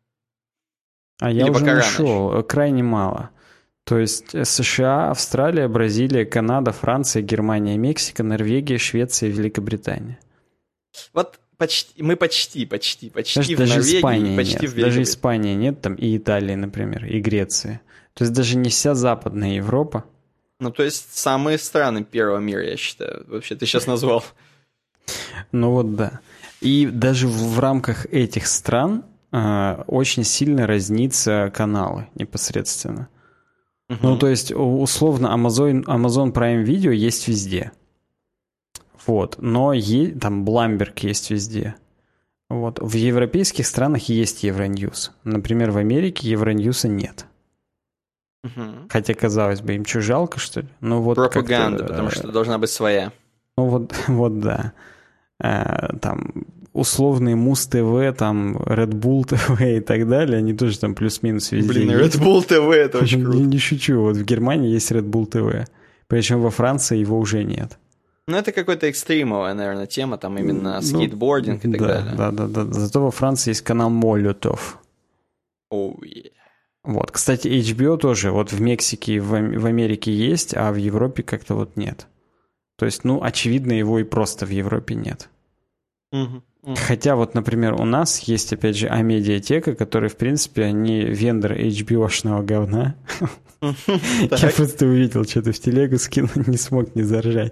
А Или я уже нашел, еще? Крайне мало. То есть США, Австралия, Бразилия, Канада, Франция, Германия, Мексика, Норвегия, Швеция, Великобритания. Вот почти, мы почти, почти, почти даже, в даже Норвегии, Испании почти нет. в Великобритании. Даже Испании нет, там и Италии, например, и Греции. То есть даже не вся Западная Европа. Ну, то есть самые страны первого мира, я считаю. Вообще, ты сейчас назвал. Ну вот да. И даже в, в рамках этих стран э, очень сильно разнится каналы непосредственно. Uh-huh. Ну, то есть, условно, Amazon, Amazon Prime Video есть везде. Вот. Но е- там Bloomberg есть везде. Вот. В европейских странах есть Евроньюз. Например, в Америке Евроньюза нет. Uh-huh. Хотя, казалось бы, им что, жалко, что ли? Ну, вот пропаганда, потому что должна быть своя. Ну, вот, вот да. А, там... условные Муз-ТВ, там, Red Bull ТВ и так далее, они тоже там плюс-минус везде. Блин, Red Bull ТВ, это очень круто. Не, не шучу, вот в Германии есть Red Bull ТВ, причем во Франции его уже нет. Ну, это какая-то экстримовая, наверное, тема, там именно скейтбординг ну, и так да, далее. Да, да, да. Зато во Франции есть канал Молотов. Оу, oh, yeah. Вот, кстати, эйч би о тоже вот в Мексике и в, в Америке есть, а в Европе как-то вот нет. То есть, ну, очевидно, его и просто в Европе нет. Угу. Хотя вот, например, у нас есть, опять же, А-медиатека, которые, в принципе, они вендор эйч би о-шного говна. Я просто увидел, что-то в телегу скинул, не смог не заржать.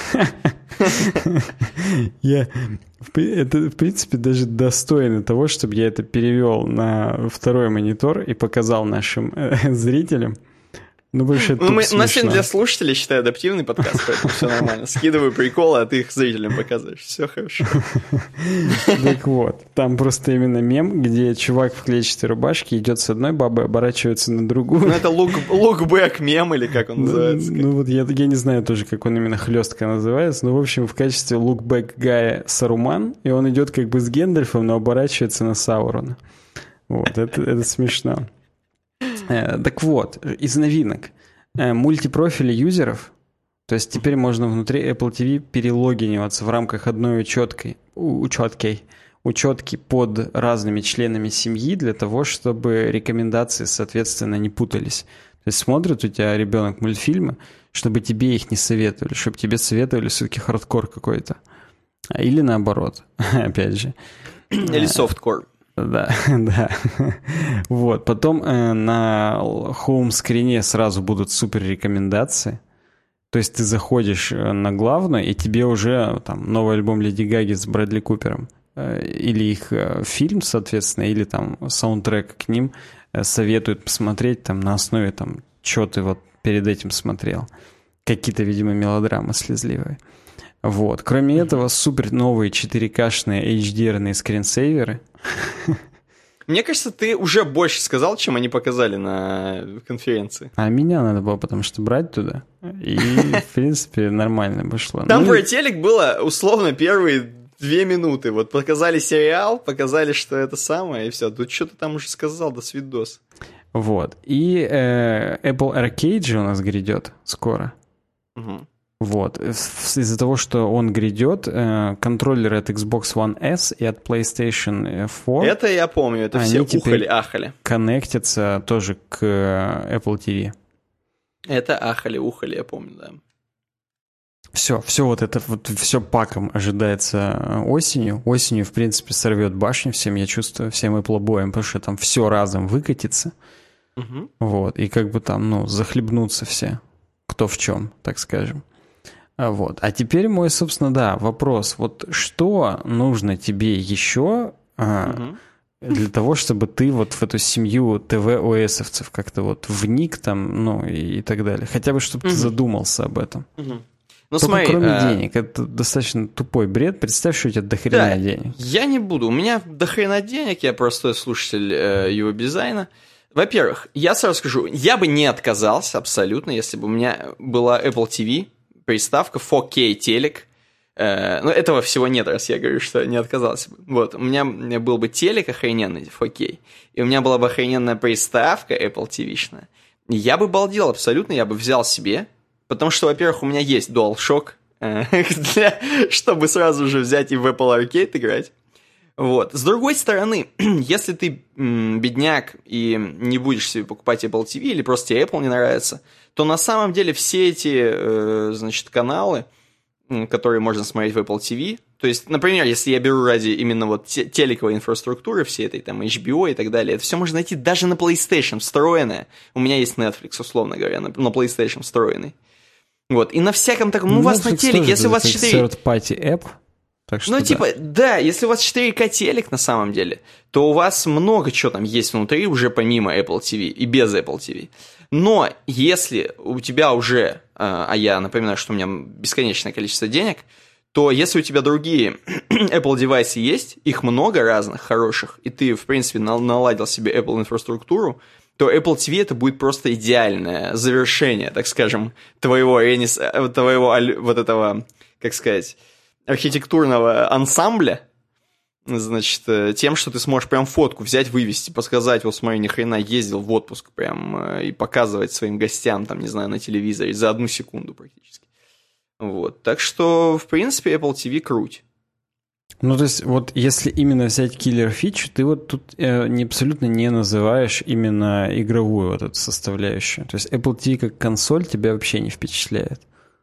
Я, это, в принципе, даже достойно того, чтобы я это перевел на второй монитор и показал нашим зрителям. Ну, больше ну, мы, у нас сегодня для слушателей, считай, адаптивный подкаст, поэтому все нормально. Скидываю приколы, а ты их зрителям показываешь. Все хорошо. Так вот, там просто именно мем, где чувак в клетчатой рубашке идет с одной бабой, оборачивается на другую. Ну, это лукбэк мем, или как он называется? Ну, вот я не знаю тоже, как он именно хлестко называется, но, в общем, в качестве лукбэк гая Саруман, и он идет как бы с Гендальфом, но оборачивается на Саурона. Вот, это, это смешно. Так вот, из новинок. Мультипрофили юзеров, то есть теперь можно внутри Apple ти ви перелогиниваться в рамках одной учеткой, учетки, учетки под разными членами семьи для того, чтобы рекомендации, соответственно, не путались. То есть смотрит у тебя ребенок мультфильмы, чтобы тебе их не советовали, чтобы тебе советовали все-таки хардкор какой-то. Или наоборот, опять же. Или софткор. Да, да. Вот. Потом э, на хоум-скрине сразу будут супер рекомендации. То есть ты заходишь на главную, и тебе уже там новый альбом Леди Гаги с Брэдли Купером или их фильм, соответственно, или там саундтрек к ним советуют посмотреть там на основе там, что ты вот перед этим смотрел. Какие-то, видимо, мелодрамы слезливые. Вот. Кроме mm-hmm. этого, супер новые четыре ка-шные эйч ди ар-ные скринсейверы. Мне кажется, ты уже больше сказал, чем они показали на конференции. А меня надо было потому что брать туда. И, в принципе, нормально вышло. Там ну, про телек было, условно, первые две минуты. Вот показали сериал, показали, что это самое, и все. Тут что-то там уже сказал, до свидос. Вот. И э, Apple Arcade же у нас грядет скоро. Угу. Вот. Из-за того, что он грядет, э, контроллеры от Xbox One S и от PlayStation четыре... Это я помню, это все ухали-ахали. Коннектятся тоже к Apple ти ви. Это ахали-ухали, я помню, да. Все, все вот это вот все паком ожидается осенью. Осенью, в принципе, сорвет башню всем, я чувствую, всем Apple-боем, потому что там все разом выкатится. Угу. Вот, и как бы там, ну, захлебнутся все, кто в чем, так скажем. Вот. А теперь мой, собственно, да, вопрос. Вот что нужно тебе еще а, угу. для того, чтобы ты вот в эту семью ТВ-ОСовцев как-то вот вник там, ну, и, и так далее. Хотя бы, чтобы угу. ты задумался об этом. Угу. Ну, только смотри, кроме а... денег. Это достаточно тупой бред. Представь, что у тебя дохрена да, денег. Я не буду. У меня дохрена денег. Я простой слушатель э, его дизайна. Во-первых, я сразу скажу, я бы не отказался абсолютно, если бы у меня была Apple ти ви, приставка, фор кей телек. Э, ну, этого всего нет, раз я говорю, что не отказался бы. Вот, у меня, у меня был бы телек охрененный, фор кей, и у меня была бы охрененная приставка Apple ти ви-шная. Я бы балдел абсолютно, я бы взял себе. Потому что, во-первых, у меня есть DualShock, э, для, чтобы сразу же взять и в Apple Arcade играть. Вот. С другой стороны, если ты м, бедняк и не будешь себе покупать Apple ти ви или просто тебе Apple не нравится, то на самом деле все эти э, значит, каналы, которые можно смотреть в Apple ти ви, то есть, например, если я беру ради именно вот телековой инфраструктуры, всей этой там эйч би о и так далее, это все можно найти даже на PlayStation встроенное. У меня есть Netflix, условно говоря, на, на PlayStation встроенный. Вот, и на всяком таком, ну, у вас на телеке, если у вас четыре... Third-party app, так что ну, да. типа, да, если у вас четыре ка телек на самом деле, то у вас много чего там есть внутри уже помимо Apple ти ви и без Apple ти ви. Но если у тебя уже, а я напоминаю, что у меня бесконечное количество денег, то если у тебя другие Apple девайсы есть, их много разных, хороших, и ты, в принципе, наладил себе Apple инфраструктуру, то Apple ти ви это будет просто идеальное завершение, так скажем, твоего, твоего вот этого, как сказать, архитектурного ансамбля, значит, тем, что ты сможешь прям фотку взять, вывести, показать, вот смотри, ни хрена ездил в отпуск прям и показывать своим гостям, там, не знаю, на телевизоре за одну секунду практически. Вот, так что, в принципе, Apple ти ви круть. Ну, то есть, вот если именно взять киллер-фичу, ты вот тут э, не, абсолютно не называешь именно игровую вот эту составляющую. То есть Apple ти ви как консоль тебя вообще не впечатляет.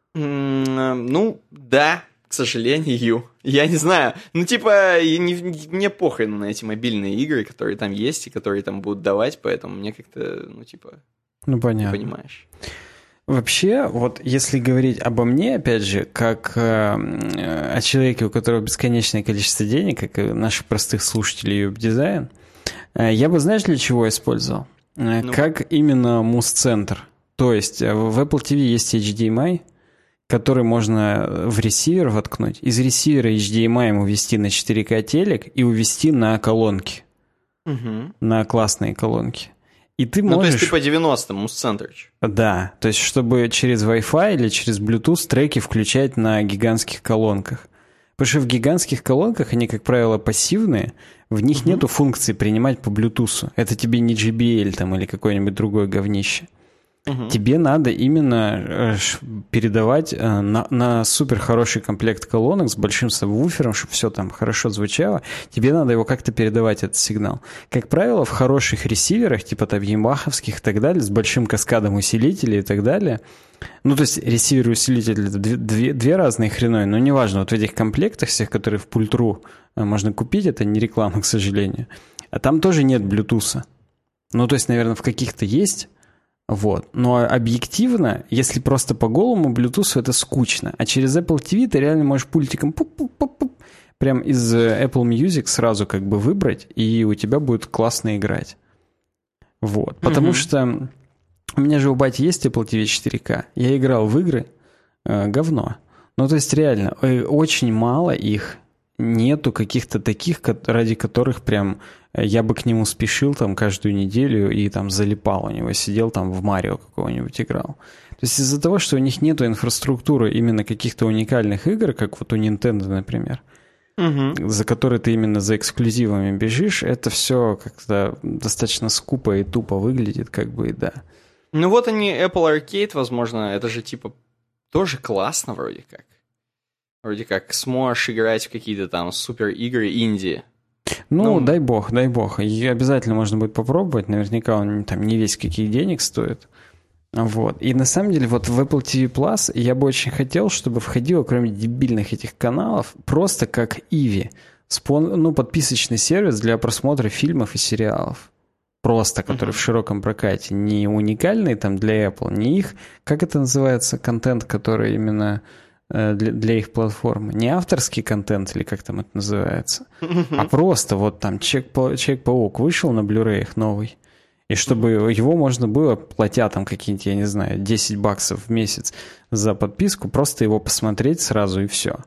Mm, ну, да, к сожалению. Я не знаю. Ну, типа, не, мне похрен на эти мобильные игры, которые там есть и которые там будут давать, поэтому мне как-то, ну, типа, ну, понятно. Не понимаешь. Вообще, вот если говорить обо мне, опять же, как э, о человеке, у которого бесконечное количество денег, как и наших простых слушателей веб-дизайн, э, я бы, знаешь, для чего использовал? Э, ну. Как именно муз-центр. То есть в Apple ти ви есть эйч ди эм ай, который можно в ресивер воткнуть, из ресивера эйч ди эм ай ему ввести на четыре ка телек и увести на колонки, угу. на классные колонки. И ты можешь... Ну, то есть ты по девяностым, муз-центрыч. Да, то есть чтобы через Wi-Fi или через Bluetooth треки включать на гигантских колонках. Потому что в гигантских колонках они, как правило, пассивные, в них uh-huh. нету функции принимать по Bluetooth. Это тебе не джей би эл там, или какое-нибудь другое говнище. Uh-huh. Тебе надо именно передавать на, на супер хороший комплект колонок с большим сабвуфером, чтобы все там хорошо звучало. Тебе надо его как-то передавать, этот сигнал. Как правило, в хороших ресиверах, типа там ямаховских и так далее, с большим каскадом усилителей и так далее. Ну, то есть ресивер и усилитель — это две, две, две разные хреновины, но неважно. Вот в этих комплектах всех, которые в Пультру можно купить, это не реклама, к сожалению. А там тоже нет Bluetooth. Ну, то есть, наверное, в каких-то есть. Вот. Но объективно, если просто по голому Bluetooth, это скучно. А через Apple ти ви ты реально можешь пультиком пуп-пуп-пуп-пуп прям из Apple Music сразу как бы выбрать, и у тебя будет классно играть. Вот. Потому mm-hmm. что у меня же у бати есть Apple ти ви четыре ка. Я играл в игры, э, говно. Ну, то есть реально, очень мало их, нету каких-то таких, ради которых прям я бы к нему спешил там каждую неделю и там залипал у него, сидел там в Марио какого-нибудь играл. То есть из-за того, что у них нету инфраструктуры именно каких-то уникальных игр, как вот у Nintendo, например, угу. за которые ты именно за эксклюзивами бежишь, это все как-то достаточно скупо и тупо выглядит, как бы, и да. Ну вот они, Apple Arcade, возможно, это же типа тоже классно вроде как. Вроде как сможешь играть в какие-то там супер игры инди. Ну, ну, дай бог, дай бог. И обязательно можно будет попробовать. Наверняка он там не весь каких денег стоит. Вот. И на самом деле вот в Apple ти ви Plus я бы очень хотел, чтобы входило, кроме дебильных этих каналов, просто как Иви. Спон... Ну, подписочный сервис для просмотра фильмов и сериалов. Просто, который uh-huh. в широком прокате. Не уникальный там для Apple, не их... Как это называется? Контент, который именно э, для, для их платформы. Не авторский контент, или как там это называется, uh-huh. а просто вот там Человек-паук вышел на Blu-ray новый. И чтобы его можно было, платя там какие-нибудь, я не знаю, десять баксов в месяц за подписку, просто его посмотреть сразу и все.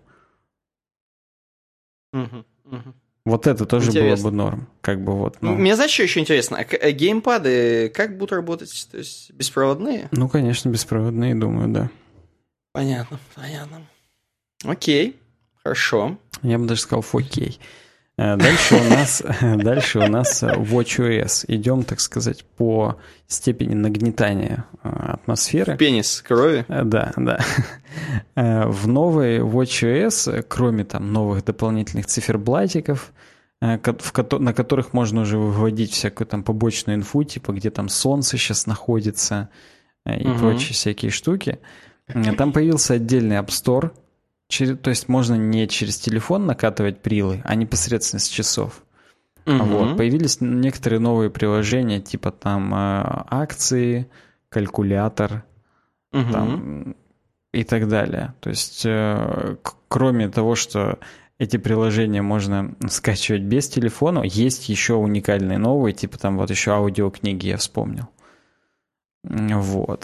Uh-huh. Uh-huh. Вот это тоже интересно. Было бы норм. Как бы вот, ну. Мне, знаешь, что еще интересно? А геймпады как будут работать? То есть беспроводные? Ну, конечно, беспроводные, думаю, да. Понятно, понятно. Окей, хорошо. Я бы даже сказал фор кей. Дальше у нас, дальше у нас watchOS. Идем, так сказать, по степени нагнетания атмосферы. Пенис крови? Да, да. В новой watchOS, кроме там новых дополнительных циферблатиков, на которых можно уже выводить всякую там побочную инфу, типа где там солнце сейчас находится и угу. прочие всякие штуки, там появился отдельный App Store. Через, то есть можно не через телефон накатывать прилы, а непосредственно с часов. Uh-huh. Вот. Появились некоторые новые приложения, типа там э, акции, калькулятор uh-huh. там, и так далее. То есть э, к- кроме того, что эти приложения можно скачивать без телефона, есть еще уникальные новые, типа там вот еще аудиокниги я вспомнил. Вот.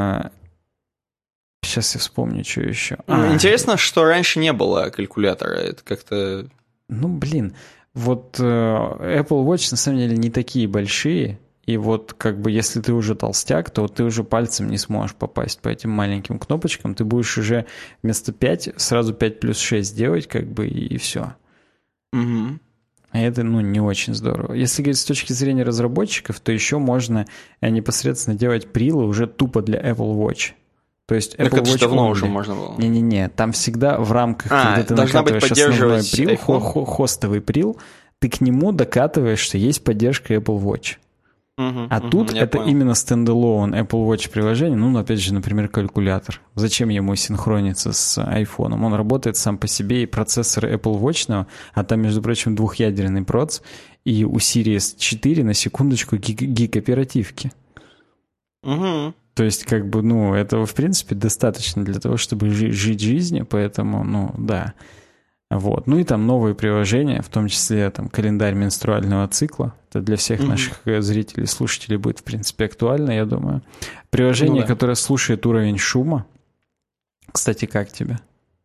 Сейчас я вспомню, что еще. А, Интересно, что раньше не было калькулятора. Это как-то... Ну, блин. Вот э, Apple Watch на самом деле не такие большие. И вот как бы если ты уже толстяк, то ты уже пальцем не сможешь попасть по этим маленьким кнопочкам. Ты будешь уже вместо пять сразу пять плюс шесть делать, как бы, и, и все. Угу. А это, ну, не очень здорово. Если говорить с точки зрения разработчиков, то еще можно непосредственно делать прилы уже тупо для Apple Watch. То есть Apple так Watch это давно only. Уже можно было. Не-не-не, там всегда в рамках, а, когда ты накатываешь основной прил, хо- хо- хостовый прил, ты к нему докатываешь, что есть поддержка Apple Watch. Uh-huh, а uh-huh, тут это понял. именно стендалон Apple Watch приложение, ну, опять же, например, калькулятор. Зачем ему синхрониться с айфоном? Он работает сам по себе, и процессор Apple Watch, а там, между прочим, двухъядерный проц, и у Series четыре, на секундочку, гиг- гиг оперативки. Угу. То есть, как бы, ну, этого, в принципе, достаточно для того, чтобы жи- жить жизнью, поэтому, ну, да. Вот. Ну и там новые приложения, в том числе там календарь менструального цикла. Это для всех mm-hmm. наших зрителей, слушателей будет, в принципе, актуально, я думаю. Приложение, ну, да. которое слушает уровень шума. Кстати, как тебе?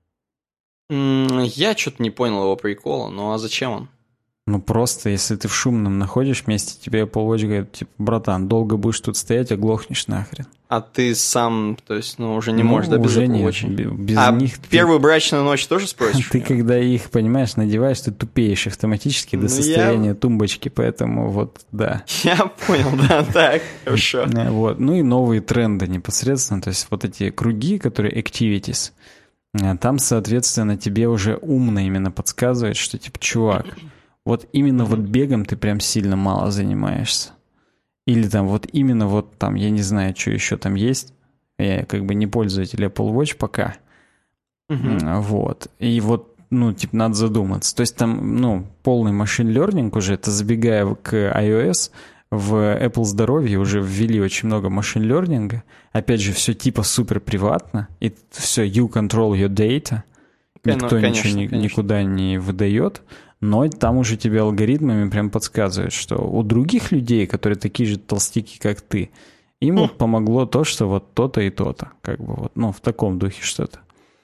Mm, я что-то не понял его прикола, ну а зачем он? Ну просто, если ты в шумном находишь месте, тебе Apple Watch говорит, типа, братан, долго будешь тут стоять, оглохнешь нахрен. А ты сам, то есть, ну, уже не ну, можешь, да, без Apple Watch? Без а них первую ты... брачную ночь тоже спросишь? Ты когда их, понимаешь, надеваешь, ты тупеешь автоматически ну, до состояния я... тумбочки, поэтому вот, да. Я понял, да, так, хорошо. Вот. Ну и новые тренды непосредственно, то есть вот эти круги, которые activities, там, соответственно, тебе уже умно именно подсказывает, что, типа, чувак, вот именно вот бегом ты прям сильно мало занимаешься. Или там вот именно вот там, я не знаю, что еще там есть. Я как бы не пользователь Apple Watch пока. Uh-huh. Вот. И вот, ну, типа, надо задуматься. То есть там, ну, полный машин learning уже, это забегая к iOS, в Apple здоровье уже ввели очень много машин learning. Опять же, все типа супер приватно. И все, you control your data. никто ну, конечно, ничего ни, конечно. никуда не выдает, но там уже тебе алгоритмами прям подсказывают, что у других людей, которые такие же толстяки, как ты, им вот помогло то, что вот то-то и то-то. Как бы вот, ну, в таком духе что-то.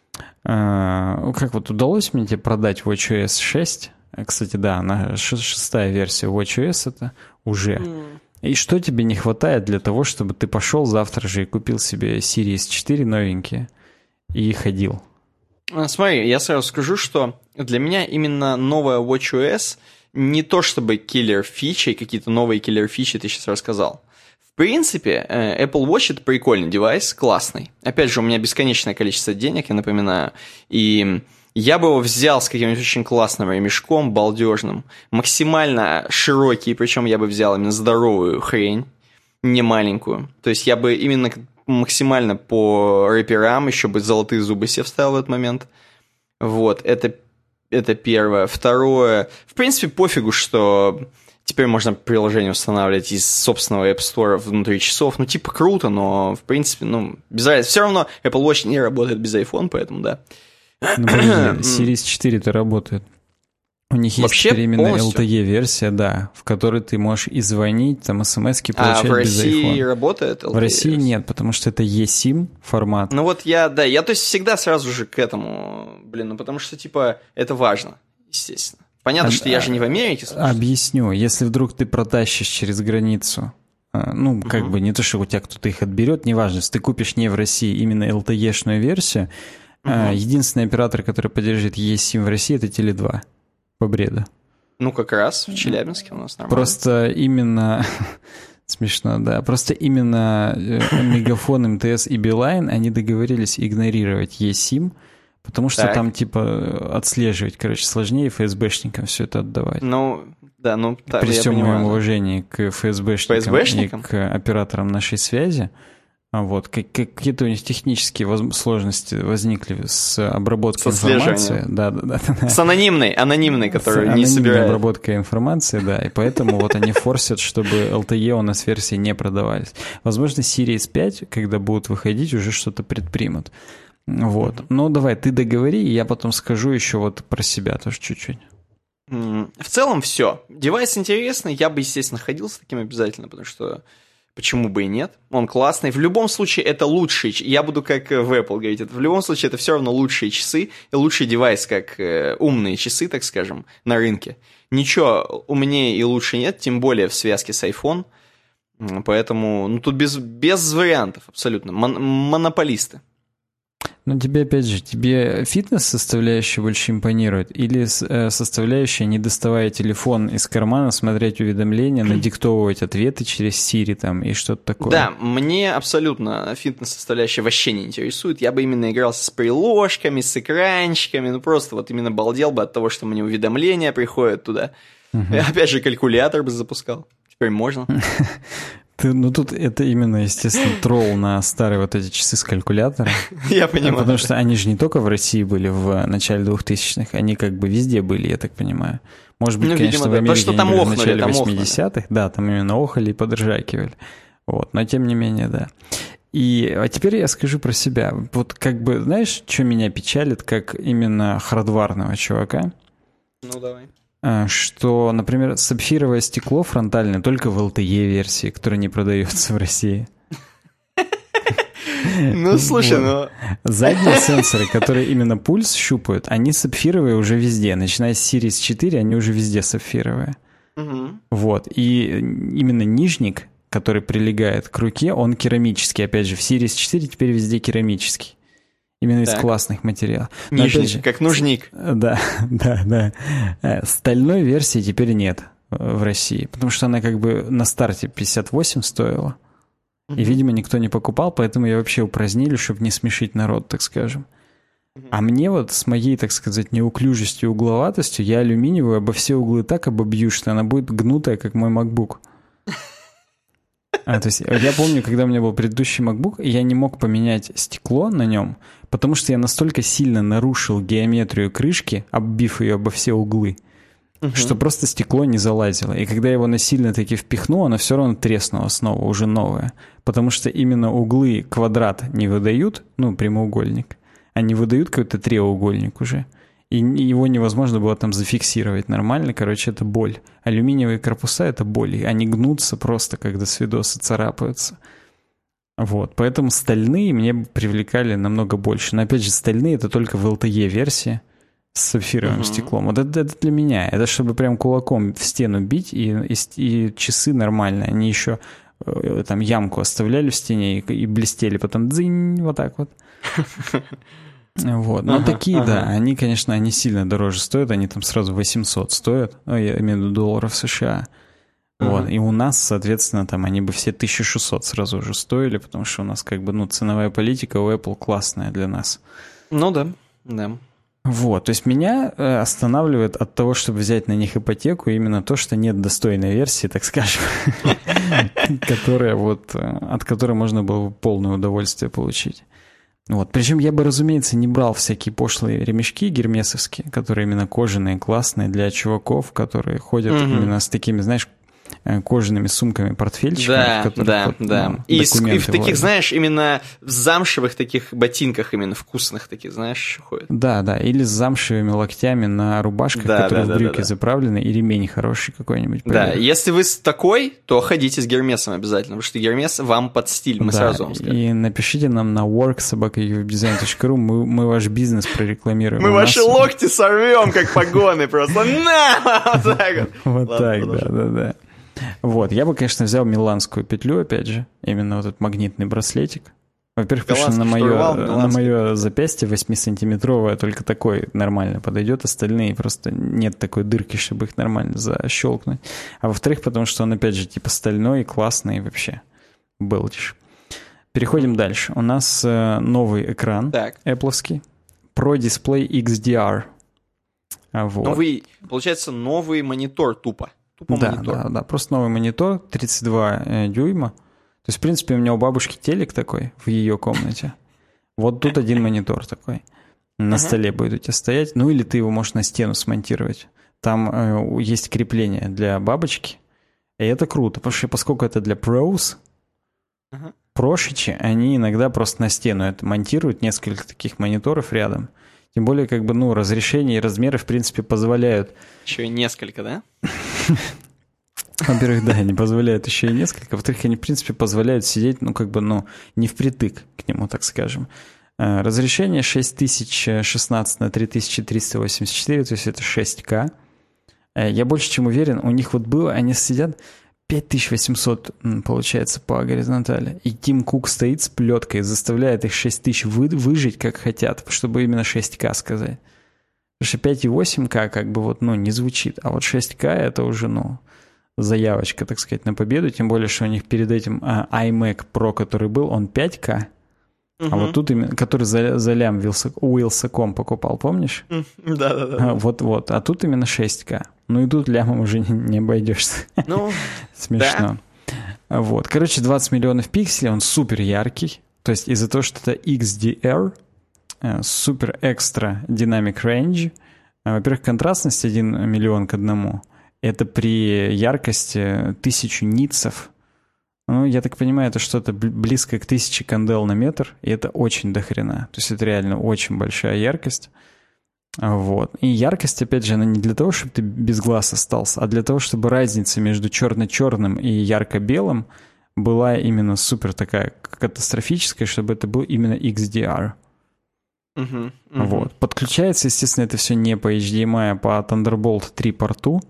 А, как вот удалось мне тебе продать watchOS шесть? Кстати, да, она шестая версия watchOS это уже. Mm. И что тебе не хватает для того, чтобы ты пошел завтра же и купил себе Series четыре новенькие и ходил? Смотри, я сразу скажу, что для меня именно новая watchOS не то чтобы киллер-фичи, какие-то новые киллер-фичи ты сейчас рассказал. В принципе, Apple Watch — это прикольный девайс, классный. Опять же, у меня бесконечное количество денег, я напоминаю, и я бы его взял с каким-нибудь очень классным ремешком, балдежным, максимально широкий, причем я бы взял именно здоровую хрень, не маленькую. То есть я бы именно максимально по рэперам, еще бы золотые зубы себе вставил в этот момент. Вот, это, это первое. Второе, в принципе, пофигу, что теперь можно приложение устанавливать из собственного App Store внутри часов. Ну, типа, круто, но, в принципе, ну, без разницы. Все равно Apple Watch не работает без iPhone, поэтому, да. Ну, подожди, Series четыре-то работает. У них есть вообще теперь именно полностью? эл ти и-версия, да, в которой ты можешь и звонить, там, смс-ки получать без iPhone. А в России работает эл ти и? В России нет, потому что это eSIM формат. Ну вот я, да, я то есть всегда сразу же к этому, блин, ну потому что, типа, это важно, естественно. Понятно, а, что я же не в Америке, слушай. Объясню, если вдруг ты протащишь через границу, ну, как uh-huh. бы не то, что у тебя кто-то их отберет, неважно, если ты купишь не в России именно эл ти и-шную версию, uh-huh. единственный оператор, который поддержит eSIM в России, это Теле два. По бреду. Ну, как раз в Челябинске у нас нормально. Просто именно... Смешно, да. Просто именно Мегафон, эм тэ эс и Билайн, они договорились игнорировать eSIM, потому что так. там, типа, отслеживать, короче, сложнее эф эс бэшникам все это отдавать. Ну, да, ну... Так, При всем моем уважении к эф эс бэшникам, эф эс бэшникам? И к операторам нашей связи, вот, какие-то у них технические воз... сложности возникли с обработкой с информации. Да, да, да. С анонимной, анонимной, которую с не собирают. Обработкой информации, да, и поэтому вот они форсят, чтобы эл ти и у нас версии не продавались. Возможно, Series пять, когда будут выходить, уже что-то предпримут. Вот. Mm-hmm. Ну, давай, ты договори, и я потом скажу еще вот про себя тоже чуть-чуть. Mm-hmm. В целом все. Девайс интересный, я бы, естественно, ходил с таким обязательно, потому что почему бы и нет? Он классный. В любом случае, это лучшие... Я буду как в Apple говорить. Это, в любом случае, это все равно лучшие часы и лучший девайс, как э, умные часы, так скажем, на рынке. Ничего умнее и лучше нет, тем более в связке с iPhone. Поэтому, ну, тут без, без вариантов абсолютно. Мон- монополисты. Ну, тебе, опять же, тебе фитнес-составляющая больше импонирует или составляющая, не доставая телефон из кармана, смотреть уведомления, надиктовывать ответы через Siri там и что-то такое? Да, мне абсолютно фитнес-составляющая вообще не интересует. Я бы именно игрался с приложками, с экранчиками, ну, просто вот именно балдел бы от того, что мне уведомления приходят туда. Угу. Опять же, калькулятор бы запускал. Теперь можно. Ты, ну, тут это именно, естественно, тролл на старые вот эти часы с калькулятором. Я понимаю. Потому что они же не только в России были в начале двухтысячных, они как бы везде были, я так понимаю. Может быть, ну, конечно, видимо, в Америке да. они были в начале восьмидесятых. Да, там именно охали и подржакивали. Вот, но тем не менее, да. И, а теперь я скажу про себя. Вот как бы, знаешь, что меня печалит, как именно хардварного чувака? Ну, давай. Что, например, сапфировое стекло фронтальное только в эл ти и-версии, которая не продается в России. Ну, слушай, ну... Задние сенсоры, которые именно пульс щупают, они сапфировые уже везде. Начиная с Series четыре, они уже везде сапфировые. Вот. И именно нижник, который прилегает к руке, он керамический. Опять же, в Series четыре теперь везде керамический. Именно так. Из классных материалов. Но нижник, же, как нужник. Да, да, да. Стальной версии теперь нет в России, потому что она как бы на старте пятьдесят восемь стоила. Uh-huh. И, видимо, никто не покупал, поэтому ее вообще упразднили, чтобы не смешить народ, так скажем. Uh-huh. А мне вот с моей, так сказать, неуклюжестью и угловатостью я алюминиевую обо все углы так обобью, что она будет гнутая, как мой MacBook. А, то есть я помню, когда у меня был предыдущий MacBook, я не мог поменять стекло на нем, потому что я настолько сильно нарушил геометрию крышки, оббив ее обо все углы, uh-huh. что просто стекло не залазило. И когда я его насильно-таки впихнул, оно все равно треснуло снова, уже новое. Потому что именно углы квадрат не выдают, ну, прямоугольник, они выдают какой-то треугольник уже, и его невозможно было там зафиксировать нормально, короче, это боль. Алюминиевые корпуса — это боль, и они гнутся просто, когда свидосы царапаются. Вот, поэтому стальные мне привлекали намного больше. Но опять же, стальные — это только в эл ти и-версии с сапфировым uh-huh. стеклом. Вот это, это для меня. Это чтобы прям кулаком в стену бить, и, и, и часы нормальные. Они еще э, там ямку оставляли в стене и, и блестели, потом дзынь, вот так вот. Вот. Но ага, такие, ага. да, они, конечно, они сильно дороже стоят, они там сразу восемьсот стоят, ну, я имею в виду долларов США. Ага. Вот. И у нас, соответственно, там они бы все тысяча шестьсот сразу уже стоили, потому что у нас как бы, ну, ценовая политика у Apple классная для нас. Ну да, да. Вот, то есть меня останавливает от того, чтобы взять на них ипотеку, именно то, что нет достойной версии, так скажем, которая вот, от которой можно было бы полное удовольствие получить. Вот. Причем я бы, разумеется, не брал всякие пошлые ремешки гермесовские, которые именно кожаные, классные для чуваков, которые ходят угу. именно с такими, знаешь, кожаными сумками, портфельчиками, да, в которых да, вот, да. Ну, и, с, и в таких, влазят. Знаешь, именно в замшевых таких ботинках, именно вкусных таких, знаешь, еще ходят. Да, да, или с замшевыми локтями на рубашках, да, которые да, в брюки да, да, заправлены, и ремень хороший какой-нибудь. Да, поверх. Если вы такой, то ходите с Гермесом обязательно, потому что Гермес вам под стиль, мы да, сразу вам скажем. И напишите нам на work собака ю веб дизайн точка ру, мы, мы ваш бизнес прорекламируем. Мы ваши локти сорвем, как погоны просто. На! Вот так вот. Вот так, да, да, да. Вот, я бы, конечно, взял миланскую петлю, опять же, именно вот этот магнитный браслетик. Во-первых, потому что на мое, на мое запястье восьмисантиметровое только такой нормально подойдет, остальные просто нет такой дырки, чтобы их нормально защелкнуть. А во-вторых, потому что он, опять же, типа стальной, классный и вообще белдиш. Переходим дальше. У нас новый экран Apple'овский, Pro Display икс ди ар. Вот. Новый, получается, новый монитор тупо. Да, монитор. да, да, просто новый монитор, тридцать два э, дюйма. То есть, в принципе, у меня у бабушки телек такой в ее комнате. Вот тут один монитор такой. На столе будет у тебя стоять. Ну, или ты его можешь на стену смонтировать. Там э, есть крепление для бабочки. И это круто, потому что поскольку это для pros, прошичи, они иногда просто на стену это монтируют, несколько таких мониторов рядом. Тем более, как бы, ну, разрешение и размеры, в принципе, позволяют... Еще и несколько, да? Во-первых, да, они позволяют еще и несколько. Во-вторых, они, в принципе, позволяют сидеть, ну, как бы, ну, не впритык к нему, так скажем. Разрешение шесть тысяч шестнадцать на три тысячи триста восемьдесят четыре, то есть это шесть ка. Я больше чем уверен, у них вот было, они сидят... пять тысяч восемьсот, получается, по горизонтали. И Тим Кук стоит с плеткой, заставляет их шесть тысяч вы, выжить, как хотят, чтобы именно шесть ка сказать. Потому что пять и восемь ка как бы вот, ну, не звучит. А вот шесть ка это уже, ну, заявочка, так сказать, на победу. Тем более, что у них перед этим а, iMac Pro, который был, он пять ка. Uh-huh. А вот тут именно, который за, за лям у Wилсаком покупал, помнишь? Да-да-да. Вот-вот. А тут именно шесть ка. Ну и тут лямом уже не, не обойдешься. Ну, смешно. Да. Вот. Короче, двадцать миллионов пикселей, он супер яркий. То есть из-за того, что это икс ди ар, супер экстра динамик range. Во-первых, контрастность один миллион к одному. Это при яркости тысячу нитсов. Ну, я так понимаю, это что-то близко к тысяче кандел на метр, и это очень дохрена. То есть это реально очень большая яркость. Вот. И яркость, опять же, она не для того, чтобы ты без глаз остался, а для того, чтобы разница между черно-черным и ярко-белым была именно супер такая катастрофическая, чтобы это был именно икс ди ар. Uh-huh, uh-huh. Вот. Подключается, естественно, это все не по эйч ди эм ай, а по Thunderbolt три порту.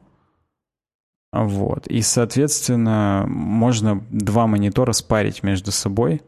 Вот. И, соответственно, можно два монитора спарить между собой.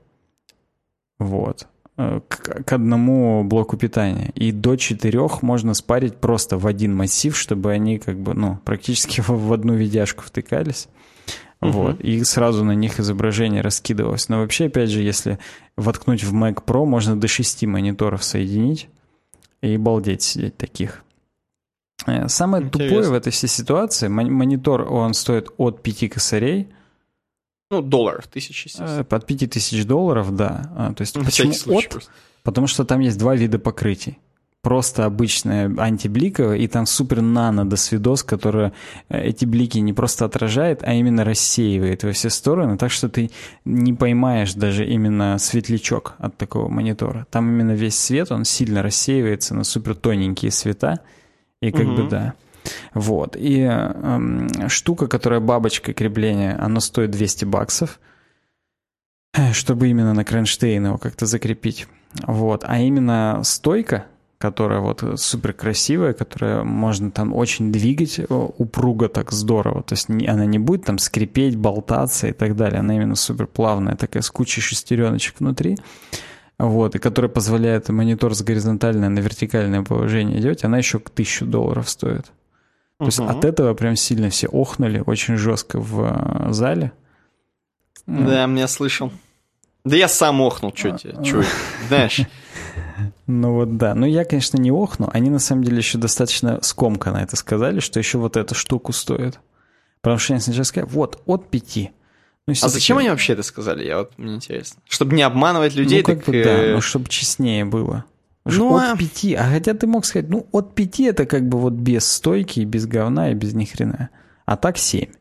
Вот. К, к одному блоку питания. И до четырех можно спарить просто в один массив, чтобы они как бы, ну, практически в, в одну видяшку втыкались. Uh-huh. Вот. И сразу на них изображение раскидывалось. Но вообще, опять же, если воткнуть в Mac Pro, можно до шести мониторов соединить и балдеть сидеть таких. Самое Интересно. Тупое в этой всей ситуации, монитор, он стоит от пяти косарей. Ну, долларов, тысячи, естественно. Под пять тысяч долларов, да. То есть, ну, почему от? Просто. Потому что там есть два вида покрытий. просто обычная антибликовая, и там супер нано досвидос, которая эти блики не просто отражает, а именно рассеивает во все стороны, так что ты не поймаешь даже именно светлячок от такого монитора. Там именно весь свет, он сильно рассеивается на супер тоненькие света, и как Угу. бы да. Вот. И эм, штука, которая бабочка крепления, она стоит двести баксов, чтобы именно на кронштейн его как-то закрепить. Вот. А именно стойка, которая вот супер красивая, которая можно там очень двигать упруго так здорово. То есть она не будет там скрипеть, болтаться и так далее. Она именно супер плавная, такая с кучей шестереночек внутри. Вот, и которая позволяет монитор с горизонтальное на вертикальное положение делать. Она еще тысячу долларов стоит. То угу. есть от этого прям сильно все охнули очень жестко в зале. Да, я слышал. Да я сам охнул, что тебе, чё, знаешь. Ну вот да. Ну я, конечно, не охну. Они на самом деле еще достаточно скомканно это сказали, что еще вот эту штуку стоит. Потому что они сначала сказали, вот, от пяти. Ну, а зачем такие... они вообще это сказали? Я вот, мне интересно. Чтобы не обманывать людей, ну, как так... бы, э... да, ну, чтобы честнее было. Ну, от а... пяти. А хотя ты мог сказать, ну, от пяти это как бы вот без стойки, без говна и без ни хрена. А так семь.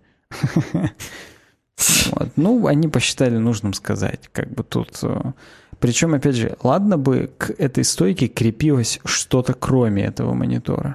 Вот. Ну, они посчитали нужным сказать, как бы тут... Причем, опять же, ладно бы к этой стойке крепилось что-то кроме этого монитора.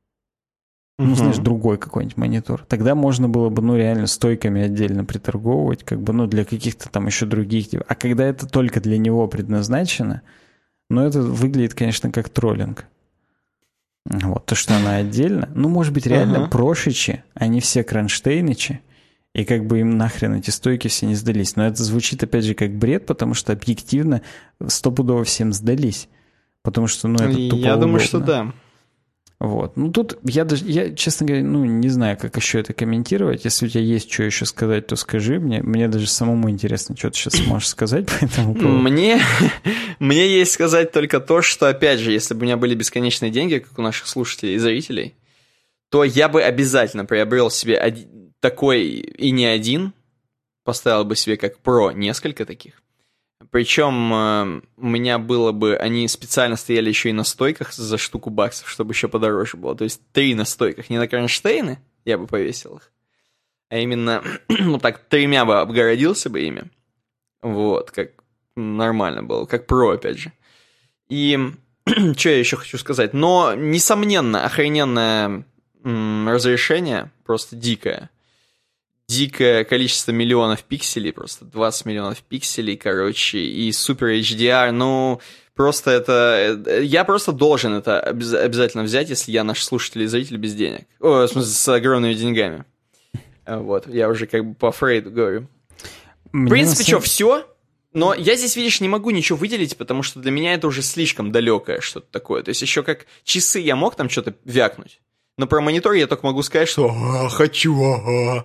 Ну, знаешь, другой какой-нибудь монитор. Тогда можно было бы, ну, реально стойками отдельно приторговывать, как бы, ну, для каких-то там еще других... А когда это только для него предназначено, ну, это выглядит, конечно, как троллинг. Вот, то, что она отдельно. Ну, может быть, реально uh-huh. прошичи, они все кронштейнычи, и как бы им нахрен эти стойки все не сдались. Но это звучит, опять же, как бред, потому что объективно стопудово всем сдались. Потому что, ну, это тупо Я удобно. думаю, что да. Вот. Ну, тут я даже, я, честно говоря, ну, не знаю, как еще это комментировать. Если у тебя есть что еще сказать, то скажи мне. Мне даже самому интересно, что ты сейчас сможешь сказать по этому поводу. Мне, мне есть сказать только то, что, опять же, если бы у меня были бесконечные деньги, как у наших слушателей и зрителей, то я бы обязательно приобрел себе один, такой и не один, поставил бы себе как про несколько таких. Причем э, у меня было бы, они специально стояли еще и на стойках за штуку баксов, чтобы еще подороже было. То есть три на стойках, не на кронштейны, я бы повесил их, а именно, ну так, тремя бы обгородился бы ими. Вот, как нормально было, как про, опять же. И что я еще хочу сказать? Но, несомненно, охрененное м, разрешение, просто дикое. Дикое количество миллионов пикселей, просто двадцать миллионов пикселей, короче, и супер эйч ди ар, ну, просто это... Я просто должен это обязательно взять, если я наш слушатель и зритель без денег. О, в смысле, с огромными деньгами. Вот, я уже как бы по Фрейду говорю. Мне в принципе, что, все? Но я здесь, видишь, не могу ничего выделить, потому что для меня это уже слишком далекое что-то такое. То есть еще как часы я мог там что-то вякнуть, но про монитор я только могу сказать, что «А, хочу, ага».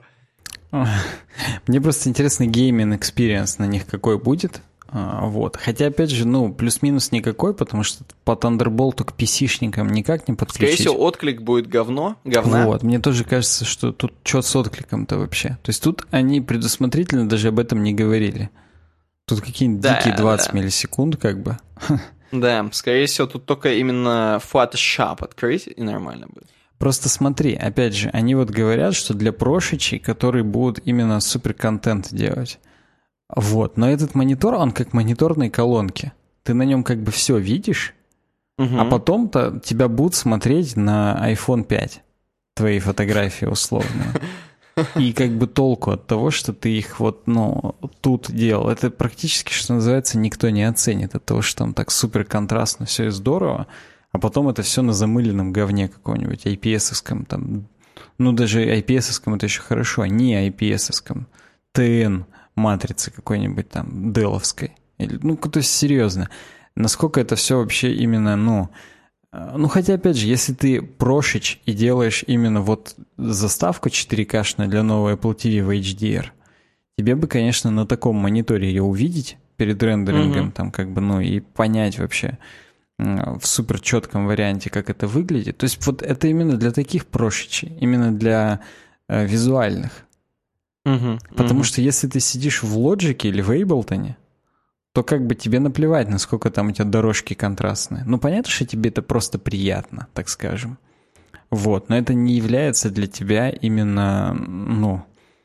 Мне просто интересно, гейминг экспириенс на них какой будет. А, вот. Хотя, опять же, ну, плюс-минус никакой, потому что по Thunderbolt к пи си-шникам никак не подключить. Скорее всего, отклик будет говно, говна. Вот. Мне тоже кажется, что тут что с откликом-то вообще. То есть тут они предусмотрительно даже об этом не говорили. Тут какие-нибудь да, дикие двадцать да. миллисекунд как бы. Да, скорее всего, тут только именно Photoshop открыть, и нормально будет. Просто смотри, опять же, они вот говорят, что для прошичей, которые будут именно суперконтент делать. Вот, но этот монитор, он как мониторные колонки. Ты на нем как бы все видишь, угу. а потом-то тебя будут смотреть на айфон пять, твои фотографии условные. И как бы толку от того, что ты их вот, ну, тут делал. Это практически, что называется, никто не оценит от того, что там так суперконтрастно все и здорово. А потом это все на замыленном говне каком-нибудь, ай пи эс-овском там. Ну, даже ай пи эс-овском это еще хорошо, не ай пи эс-овском. ти эн матрицы какой-нибудь там, деловской. Или, ну, то есть серьезно. Насколько это все вообще именно, ну... Ну, хотя, опять же, если ты прошич и делаешь именно вот заставку четыре ка-шную для новой Apple ти ви в эйч ди ар, тебе бы, конечно, на таком мониторе ее увидеть перед рендерингом, mm-hmm. там как бы, ну, и понять вообще... в супер четком варианте, как это выглядит. То есть вот это именно для таких прошичей, именно для э, визуальных. Uh-huh, Потому uh-huh. что если ты сидишь в Logic или в Ableton, то как бы тебе наплевать, насколько там у тебя дорожки контрастные. Ну, понятно, что тебе это просто приятно, так скажем. Вот, но это не является для тебя именно, ну...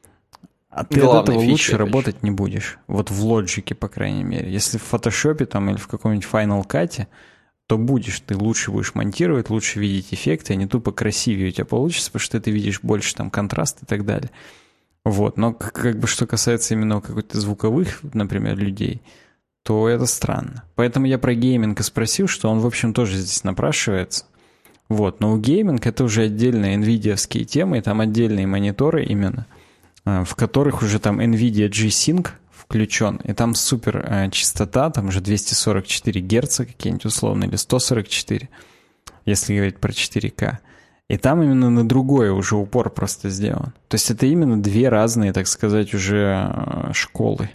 А ты Главной от этого фичей, лучше это работать еще. не будешь. Вот в Logic, по крайней мере. Если в Photoshop там или в каком-нибудь Final Cut, то будешь, ты лучше будешь монтировать, лучше видеть эффекты, они тупо красивее у тебя получится, потому что ты видишь больше там контраст и так далее. Вот, но как бы что касается именно каких-то звуковых, например, людей, то это странно. Поэтому я про гейминг и спросил, что он, в общем, тоже здесь напрашивается. Вот, но у гейминг это уже отдельные NVIDIA-вские темы, и там отдельные мониторы именно, в которых уже там NVIDIA G-Sync включен, и там супер э, частота, там уже двести сорок четыре герца какие-нибудь условно, или сто сорок четыре, если говорить про четыре ка. И там именно на другое уже упор просто сделан. То есть это именно две разные, так сказать, уже э, школы.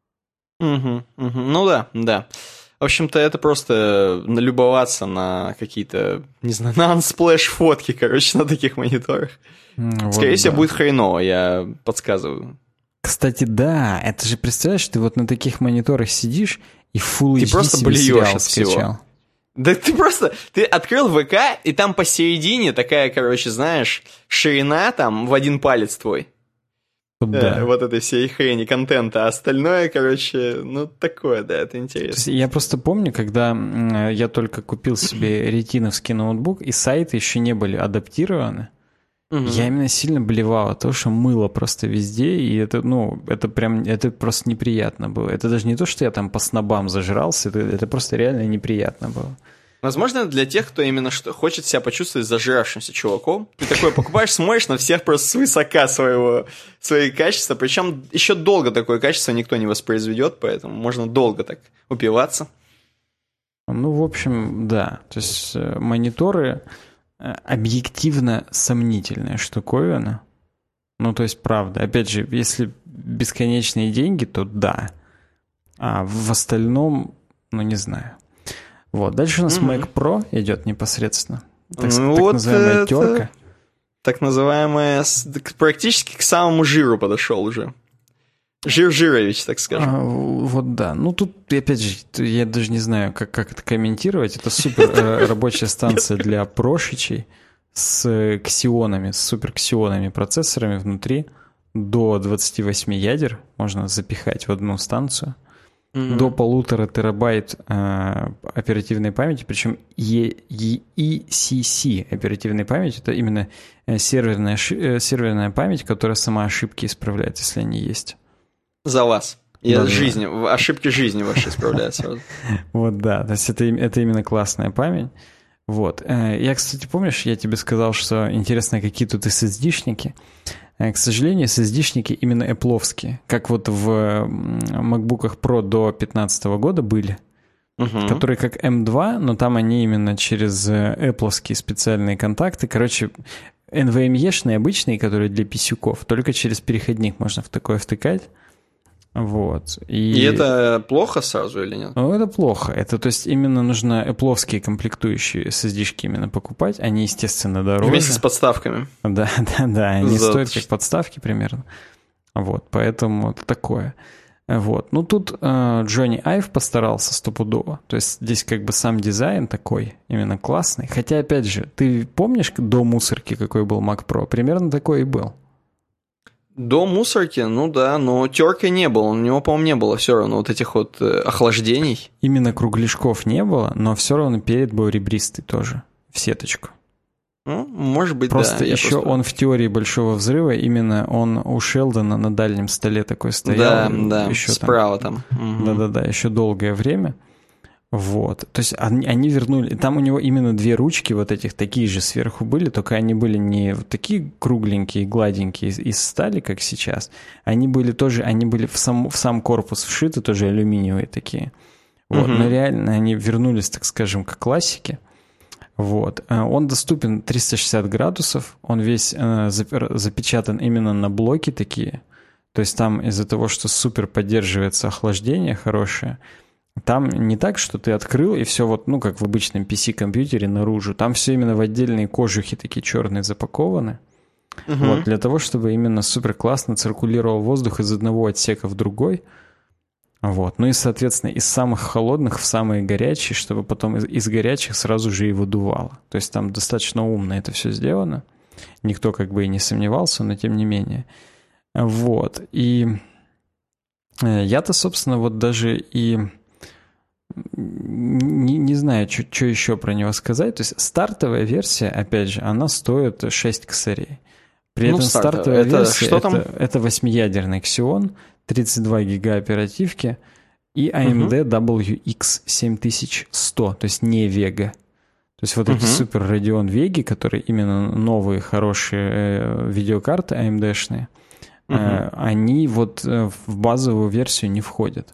Угу, угу. Ну да, да. В общем-то, это просто налюбоваться на какие-то, не знаю, на unsplash фотки, короче, на таких мониторах. Вот, Скорее всего, да. будет хреново, я подсказываю. Кстати, да, это же, представляешь, ты вот на таких мониторах сидишь и Full Ты эйч ди просто себе блюешь сериал от всего. скачал. Да ты просто, ты открыл ВК, и там посередине такая, короче, знаешь, ширина там в один палец твой. Да. Э, вот этой всей хрени контента, а остальное, короче, ну такое, да, это То интересно. есть я просто помню, когда м, я только купил себе ретиновский ноутбук, и сайты еще не были адаптированы, Мгм. я именно сильно блевал от того, что мыло просто везде, и это, ну, это прям, это просто неприятно было. Это даже не то, что я там по снобам зажрался, это, это просто реально неприятно было. Возможно, для тех, кто именно что хочет себя почувствовать зажравшимся чуваком, ты такой покупаешь, смотришь на всех просто свысока своего, свои качества, причем еще долго такое качество никто не воспроизведет, поэтому можно долго так упиваться. Ну, в общем, да. То есть э, мониторы э, объективно сомнительная штуковина. Ну, то есть, правда. Опять же, если бесконечные деньги, то да. А в остальном, ну, не знаю. Вот. Дальше у нас Мгм. Mac Pro идет непосредственно. Так, Ну, так вот называемая это- терка. Так называемая, с- к- практически к самому жиру подошел уже. Жир Жирович, так скажем. А, вот да. Ну, тут, опять же, я даже не знаю, как, как это комментировать. Это супер э, рабочая станция для прошичей с ксионами, с суперксионами процессорами внутри. До двадцати восьми ядер можно запихать в одну станцию. Мгм. До полутора терабайт э, оперативной памяти, причем E- E- и си си оперативной памяти, это именно э, серверная, ши- э, серверная память, которая сама ошибки исправляет, если они есть. За вас. Я Да-да-да. жизни, в- ошибки жизни ваши исправляю сразу. Вот, да, то есть это, им- это именно классная память. Вот. Э, Я, кстати, помнишь, я тебе сказал, что интересно, какие тут эс эс ди-шники. Э, К сожалению, эс эс ди-шники именно Apple-овские, как вот в м, MacBook'ах Pro до пятнадцатого года были, Мгм. которые как эм два, но там они именно через э, Apple-овские специальные контакты. Короче, эн ви эм и-шные обычные, которые для писюков, только через переходник можно в такое втыкать. Вот. И это плохо сразу или нет? Ну, это плохо. Это, то есть, именно нужно Apple-овские комплектующие эс эс ди-шки именно покупать. Они, естественно, дороже. Вместе с подставками. Да, да, да. Они За- стоят как подставки примерно. Вот, поэтому это такое. Вот. Ну, тут э, Джонни Айв постарался стопудово. То есть, здесь как бы сам дизайн такой, именно классный. Хотя, опять же, ты помнишь до мусорки, какой был Mac Pro? Примерно такой и был. До мусорки, ну да, но теркой не было. У него, по-моему, не было все равно вот этих вот э, охлаждений. Именно кругляшков не было, но все равно перед был ребристый тоже, в сеточку. Ну, может быть, Просто да. я еще просто- он в теории Большого Взрыва, именно он у Шелдона на дальнем столе такой стоял. Да, да, еще там. справа там. Мгм. Да-да-да, еще долгое время. Вот. То есть они, они вернули... Там у него именно две ручки вот этих такие же сверху были, только они были не вот такие кругленькие, гладенькие из, из стали, как сейчас. Они были тоже... Они были в сам, в сам корпус вшиты, тоже алюминиевые такие. Вот. Мгм. Но реально они вернулись, так скажем, к классике. Вот. Э, Он доступен триста шестьдесят градусов, он весь э, запер- запечатан именно на блоки такие. То есть там из-за того, что супер поддерживается охлаждение хорошее, там не так, что ты открыл и все вот, ну, как в обычном пи си-компьютере наружу. Там все именно в отдельные кожухи такие черные запакованы. Мгм. Вот, для того, чтобы именно супер классно циркулировал воздух из одного отсека в другой. Вот. Ну и, соответственно, из самых холодных в самые горячие, чтобы потом из, из горячих сразу же его дувало. То есть там достаточно умно это все сделано. Никто как бы и не сомневался, но тем не менее. Вот. И я-то, собственно, вот даже и не, не знаю, что еще про него сказать. То есть стартовая версия, опять же, она стоит шесть косарей. При ну, этом стартовая это версия что там? это, это восьмиядерный Xeon, тридцать два гига оперативки и эй эм ди угу. дабл ю икс семь тысяч сто, то есть не Vega. То есть вот угу. эти супер Radeon Vega, которые именно новые хорошие э, видеокарты эй эм ди-шные, угу. э, они вот э, в базовую версию не входят.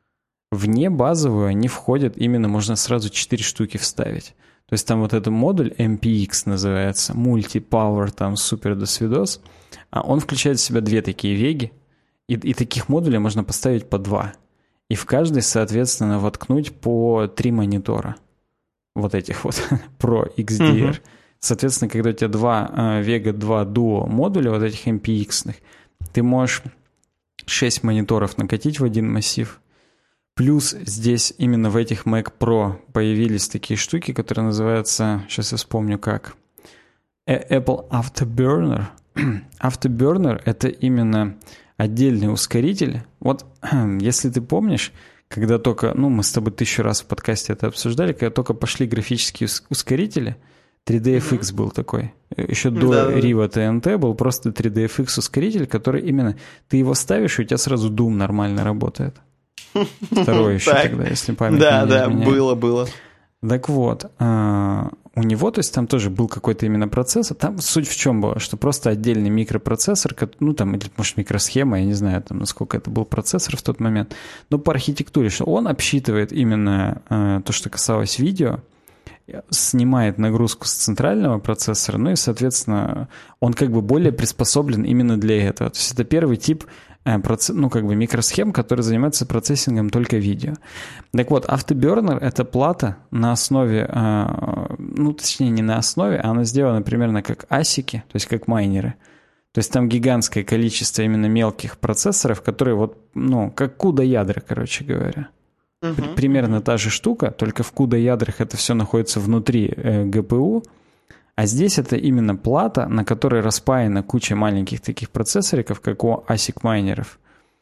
Вне базовую они входят, именно можно сразу четыре штуки вставить. То есть там вот этот модуль эм пи икс называется, Multi-Power, там супер до свидос, а он включает в себя две такие Веги, и, и таких модулей можно поставить по два. И в каждый, соответственно, воткнуть по три монитора. Вот этих вот Pro икс ди ар. Mm-hmm. Соответственно, когда у тебя два uh, Vega два Duo модуля, вот этих эм пи икс-ных, ты можешь шесть мониторов накатить в один массив. Плюс здесь именно в этих Mac Pro появились такие штуки, которые называются, сейчас я вспомню как, Apple Afterburner. Afterburner — это именно отдельный ускоритель. Вот если ты помнишь, когда только, ну мы с тобой тысячу раз в подкасте это обсуждали, когда только пошли графические ускорители, три ди эф икс mm-hmm. был такой. Еще до да, Riva ти эн ти был просто три ди эф икс ускоритель, который именно, ты его ставишь, и у тебя сразу Doom нормально работает. Второй еще тогда, если память да, не да, изменяет. было, было. Так вот, у него, то есть там тоже был какой-то именно процессор. Там суть в чем была, что просто отдельный микропроцессор, ну там, или может микросхема, я не знаю, там, насколько это был процессор в тот момент, но по архитектуре, что он обсчитывает именно то, что касалось видео, снимает нагрузку с центрального процессора, ну и, соответственно, он как бы более приспособлен именно для этого. То есть это первый тип ну, как бы микросхем, который занимается процессингом только видео. Так вот, Afterburner — это плата на основе, ну, точнее, не на основе, а она сделана примерно как асики, то есть как майнеры. То есть там гигантское количество именно мелких процессоров, которые вот, ну, как CUDA-ядра, короче говоря. Uh-huh. Примерно та же штука, только в CUDA-ядрах это все находится внутри э, джи пи ю, а здесь это именно плата, на которой распаяна куча маленьких таких процессориков, как у асик-майнеров.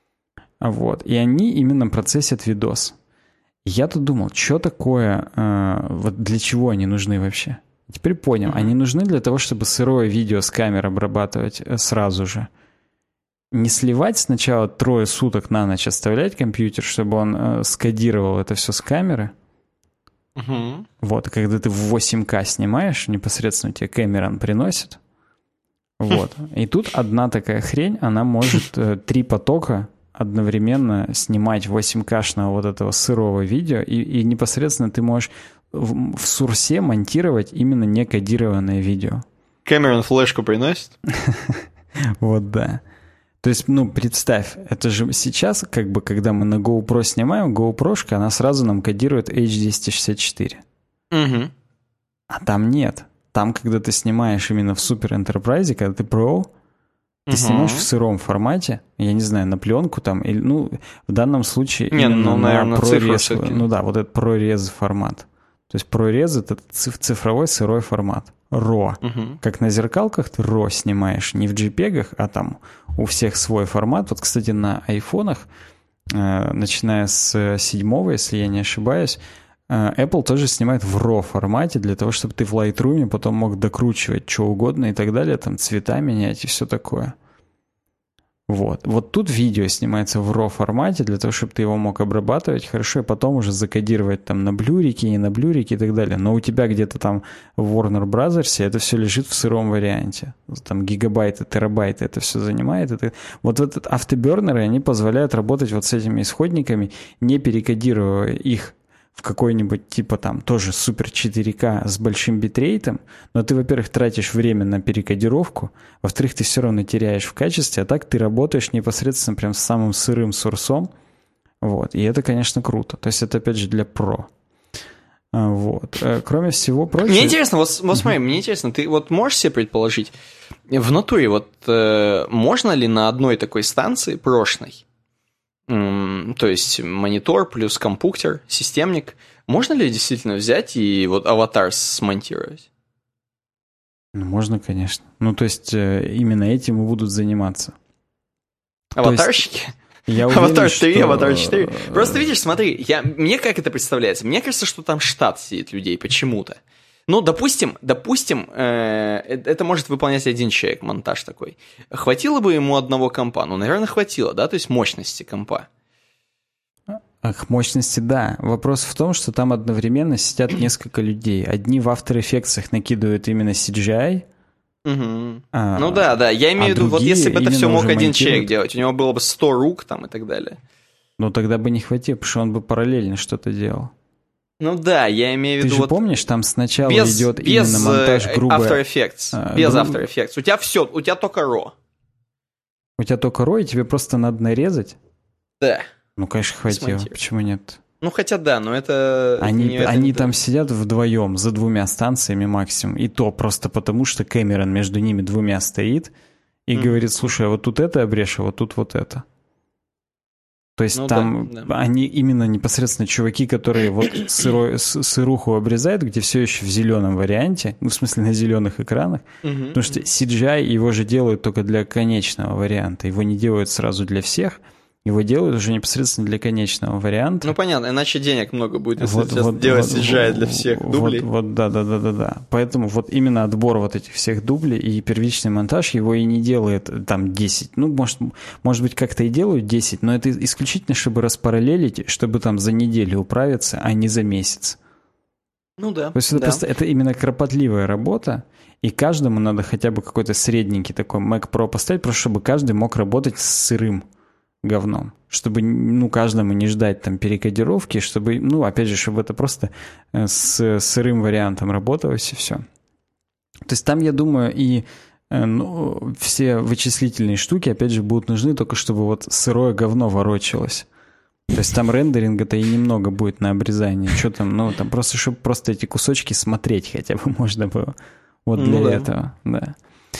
Вот. И они именно процессят видос. Я тут думал, что такое, э, вот для чего они нужны вообще? Теперь понял, mm-hmm. они нужны для того, чтобы сырое видео с камер обрабатывать сразу же. Не сливать сначала трое суток на ночь, оставлять компьютер, чтобы он э, скодировал это все с камеры. Uh-huh. Вот, когда ты в восемь ка снимаешь, непосредственно тебе Cameron приносит. Вот. И тут одна такая хрень, она может э, три потока одновременно снимать восемь ка-шного вот этого сырого видео, и, и непосредственно ты можешь в, в сурсе монтировать именно некодированное видео. Cameron флешку приносит? Вот да. То есть, ну, представь, это же сейчас, как бы, когда мы на GoPro снимаем, GoPro-шка, она сразу нам кодирует эйч двести шестьдесят четыре. Угу. А там нет. Там, когда ты снимаешь именно в Super Enterprise, когда ты Pro, ты угу. снимаешь в сыром формате, я не знаю, на пленку там, или, ну, в данном случае не, именно ну, наверное, на ProRes, ну да, вот этот ProRes формат. То есть ProRes — это цифровой сырой формат. ро. Uh-huh. Как на зеркалках ты ро снимаешь не в джей-пегах, а там у всех свой формат. Вот, кстати, на айфонах, э, начиная с седьмого, если я не ошибаюсь, э, Apple тоже снимает в ро формате для того, чтобы ты в Lightroom потом мог докручивать что угодно и так далее, там цвета менять и все такое. Вот. Вот тут видео снимается в ро формате для того, чтобы ты его мог обрабатывать хорошо и потом уже закодировать там на блюрике, не на блюрике и так далее. Но у тебя где-то там в Warner Bros. Это все лежит в сыром варианте. Там гигабайты, терабайты это все занимает. Это... Вот этот автобернеры, они позволяют работать вот с этими исходниками, не перекодируя их в какой-нибудь типа там тоже супер четыре ка с большим битрейтом, но ты, во-первых, тратишь время на перекодировку, во-вторых, ты все равно теряешь в качестве, а так ты работаешь непосредственно прям с самым сырым сурсом, вот, и это, конечно, круто. То есть это, опять же, для про. Вот. Кроме всего прочего... Мне интересно, вот, вот смотри, мне интересно, ты вот можешь себе предположить, в натуре вот э, можно ли на одной такой станции прошной м, то есть монитор плюс компьютер, системник, можно ли действительно взять и вот аватар смонтировать? Ну, можно, конечно. Ну, то есть именно этим и будут заниматься. Аватарщики? Я уверен, Аватар три, что... Аватар четыре. Просто видишь, смотри, я, мне как это представляется? Мне кажется, что там штат сидит людей почему-то. Ну, допустим, допустим, э, это может выполнять один человек, монтаж такой. Хватило бы ему одного компа? Ну, наверное, хватило, да? То есть мощности компа. Ах, мощности, да. Вопрос в том, что там одновременно сидят несколько людей. Одни в After Effects накидывают именно си джи ай. Угу. А, ну да, да, я имею а в виду, вот если бы это все мог один монтируют... человек делать, у него было бы сто рук там и так далее. Ну тогда бы не хватило, потому что он бы параллельно что-то делал. Ну да, я имею в виду... Ты же вот помнишь, там сначала без, идет без именно монтаж грубо... After Effects, а, без грубо... After Effects. У тебя все, у тебя только RAW. У тебя только RAW, и тебе просто надо нарезать? Да. Ну, конечно, хватило. Почему нет? Ну, хотя да, но это... Они, не, это они не там то. сидят вдвоем, за двумя станциями максимум. И то просто потому, что Кэмерон между ними двумя стоит и mm. говорит, слушай, а вот тут это обрежь, а вот тут вот это. То есть ну, там да, да. они именно непосредственно чуваки, которые вот сырой, сыруху обрезают, где все еще в зеленом варианте, ну, в смысле, на зеленых экранах, mm-hmm, потому что си джи ай его же делают только для конечного варианта, его не делают сразу для всех. Его делают уже непосредственно для конечного варианта. Ну, понятно, иначе денег много будет, если вот, вот, делать вот, си джи ай для всех вот, дублей. Вот, вот, да, да, да, да, да. Поэтому вот именно отбор вот этих всех дублей и первичный монтаж его и не делает там десять. Ну, может, может быть, как-то и делают десять, но это исключительно, чтобы распараллелить, чтобы там за неделю управиться, а не за месяц. Ну да. То есть это да. просто это именно кропотливая работа, и каждому надо хотя бы какой-то средненький такой Mac Pro поставить, просто чтобы каждый мог работать с сырым говном, чтобы, ну, каждому не ждать там перекодировки, чтобы, ну, опять же, чтобы это просто с сырым вариантом работалось и все. То есть там, я думаю, и ну, все вычислительные штуки, опять же, будут нужны только чтобы вот сырое говно ворочалось. То есть там рендеринга-то и немного будет на обрезание. Что там, ну, там просто, чтобы просто эти кусочки смотреть хотя бы можно было. Вот для ну, да. этого, да.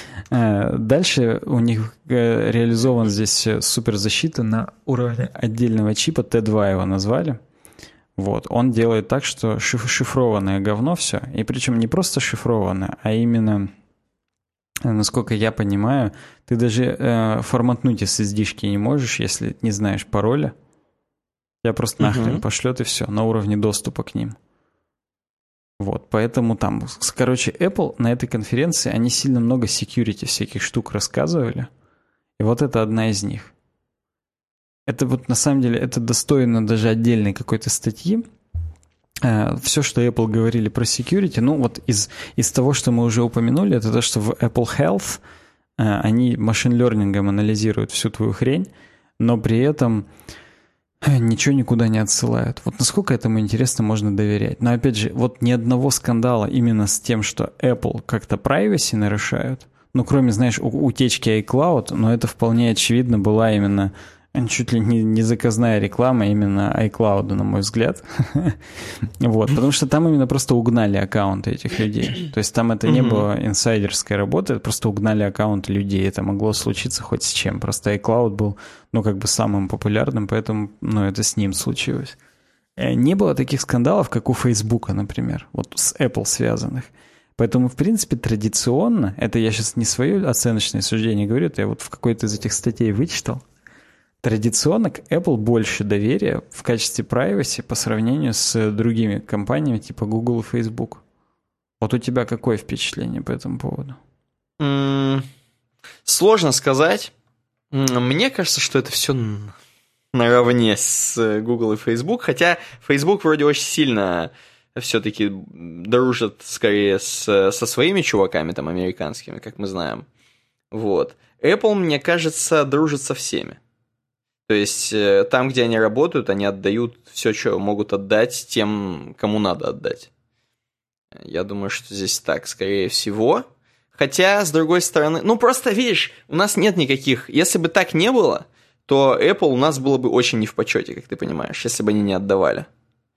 Дальше у них реализован здесь суперзащита на уровне отдельного чипа, ти два его назвали. Вот. Он делает так, что шиф- шифрованное говно все, и причем не просто шифрованное, а именно, насколько я понимаю, ты даже э, форматнуть эс эс ди-шки не можешь, если не знаешь пароля. Я просто uh-huh. нахрен пошлет и все, на уровне доступа к ним. Вот, поэтому там, короче, Apple на этой конференции, они сильно много security всяких штук рассказывали, и вот это одна из них. Это вот на самом деле, это достойно даже отдельной какой-то статьи. Все, что Apple говорили про security, ну вот из, из того, что мы уже упомянули, это то, что в Apple Health они машин-лернингом анализируют всю твою хрень, но при этом... ничего никуда не отсылают. Вот насколько этому интересно можно доверять. Но опять же, вот ни одного скандала именно с тем, что Apple как-то privacy нарушают, ну, кроме, знаешь, утечки iCloud, но это вполне очевидно была именно чуть ли не, не заказная реклама именно iCloud, на мой взгляд. Вот, потому что там именно просто угнали аккаунты этих людей. То есть там это не было инсайдерской работы, это просто угнали аккаунты людей. Это могло случиться хоть с чем. Просто iCloud был, ну, как бы самым популярным, поэтому, ну, это с ним случилось. Не было таких скандалов, как у Facebook, например, вот с Apple связанных. Поэтому, в принципе, традиционно, это я сейчас не свое оценочное суждение говорю, это я вот в какой-то из этих статей вычитал, традиционно к Apple больше доверия в качестве privacy по сравнению с другими компаниями типа Google и Facebook. Вот у тебя какое впечатление по этому поводу? Mm, сложно сказать. Мне кажется, что это все наравне с Google и Facebook, хотя Facebook вроде очень сильно все-таки дружит скорее с, со своими чуваками там американскими, как мы знаем. Вот. Apple, мне кажется, дружит со всеми. То есть там, где они работают, они отдают все, что могут отдать тем, кому надо отдать. Я думаю, что здесь так, скорее всего. Хотя, с другой стороны, ну просто, видишь, у нас нет никаких... Если бы так не было, то Apple у нас было бы очень не в почете, как ты понимаешь, если бы они не отдавали.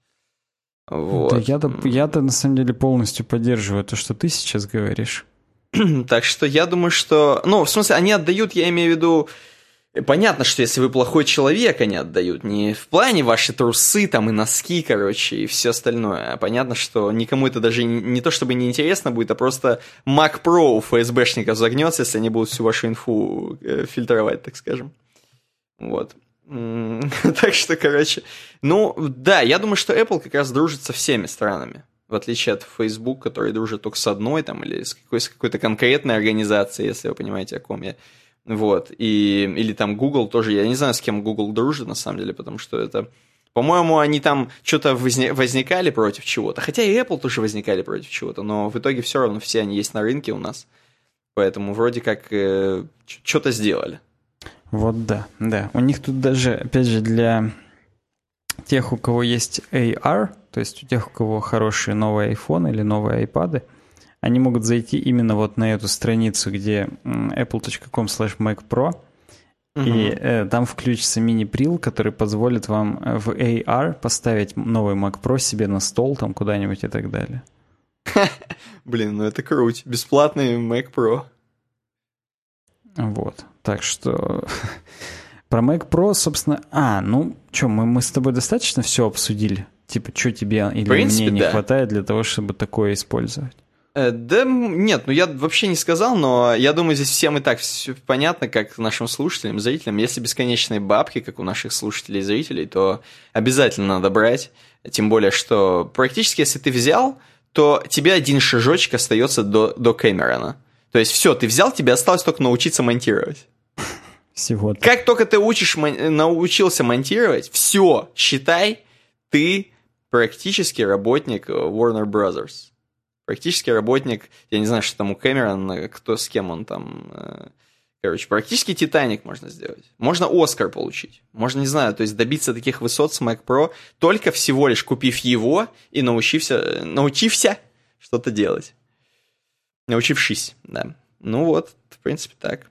Вот. Да, я-то, я-то на самом деле полностью поддерживаю то, что ты сейчас говоришь. Так что я думаю, что... Ну, в смысле, они отдают, я имею в виду... Понятно, что если вы плохой человек, они отдают. Не в плане ваши трусы там и носки, короче, и все остальное. А понятно, что никому это даже не, не то чтобы не интересно будет, а просто Mac Pro у эф эс бэшников загнется, если они будут всю вашу инфу э, фильтровать, так скажем. Вот. Так что, короче, ну, да, я думаю, что Apple как раз дружит со всеми странами. В отличие от Facebook, который дружит только с одной, там, или с, какой- с какой-то конкретной организацией, если вы понимаете, о ком я. Вот, и, или там Google тоже, я не знаю, с кем Google дружит, на самом деле, потому что это, по-моему, они там что-то возни- возникали против чего-то, хотя и Apple тоже возникали против чего-то, но в итоге все равно все они есть на рынке у нас, поэтому вроде как э, что-то сделали. Вот да, да. У них тут даже, опять же, для тех, у кого есть эй ар, то есть у тех, у кого хорошие новые iPhone или новые iPad, они могут зайти именно вот на эту страницу, где apple точка com слэш mac pro, uh-huh. и э, там включится мини-прил, который позволит вам в эй ар поставить новый Mac Pro себе на стол там куда-нибудь и так далее. Блин, ну это круто. Бесплатный Mac Pro. Вот. Так что про Mac Pro, собственно... А, ну, что, мы, мы с тобой достаточно все обсудили? Типа, что тебе или принципе, мне не да. хватает для того, чтобы такое использовать? Да нет, ну я вообще не сказал, но я думаю, здесь всем и так все понятно, как нашим слушателям, зрителям. Если бесконечные бабки, как у наших слушателей и зрителей, то обязательно надо брать. Тем более, что практически, если ты взял, то тебе один шажочек остается до, до Кэмерона. То есть все, ты взял, тебе осталось только научиться монтировать. Всего-то. Как только ты учишь, научился монтировать, все, считай, ты практически работник Warner Brothers. Практически работник, я не знаю, что там у Кэмерона, кто с кем он там... Короче, практически Титаник можно сделать. Можно Оскар получить. Можно, не знаю, то есть добиться таких высот с Mac Pro, только всего лишь купив его и научився, научився что-то делать. Научившись, да. Ну вот, в принципе, так.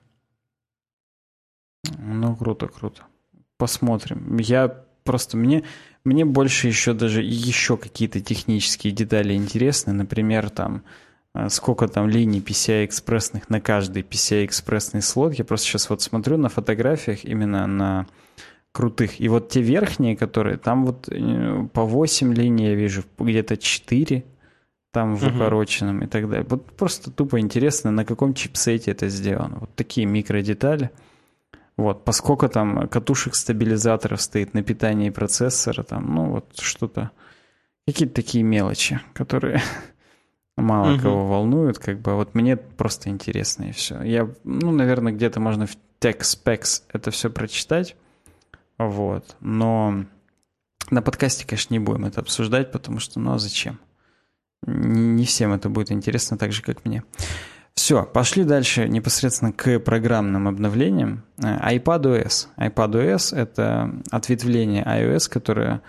Ну, круто, круто. Посмотрим. Я просто... Мне, мне больше еще даже еще какие-то технические детали интересны. Например, там... сколько там линий пи си ай-экспрессных на каждый пи си ай-экспрессный слот. Я просто сейчас вот смотрю на фотографиях именно на крутых. И вот те верхние, которые, там вот по восемь линий я вижу, где-то четыре там в укороченном и так далее. Вот просто тупо интересно, на каком чипсете это сделано. Вот такие микродетали. Вот, поскольку там катушек-стабилизаторов стоит на питании процессора, там, ну вот что-то, какие-то такие мелочи, которые... Мало uh-huh. кого волнует, как бы, вот мне просто интересно и все. Я, ну, наверное, где-то можно в Tech Specs это все прочитать, вот, но на подкасте, конечно, не будем это обсуждать, потому что, ну, а зачем? Не всем это будет интересно так же, как мне. Все, пошли дальше непосредственно к программным обновлениям. iPadOS. iPadOS — это ответвление iOS, которое...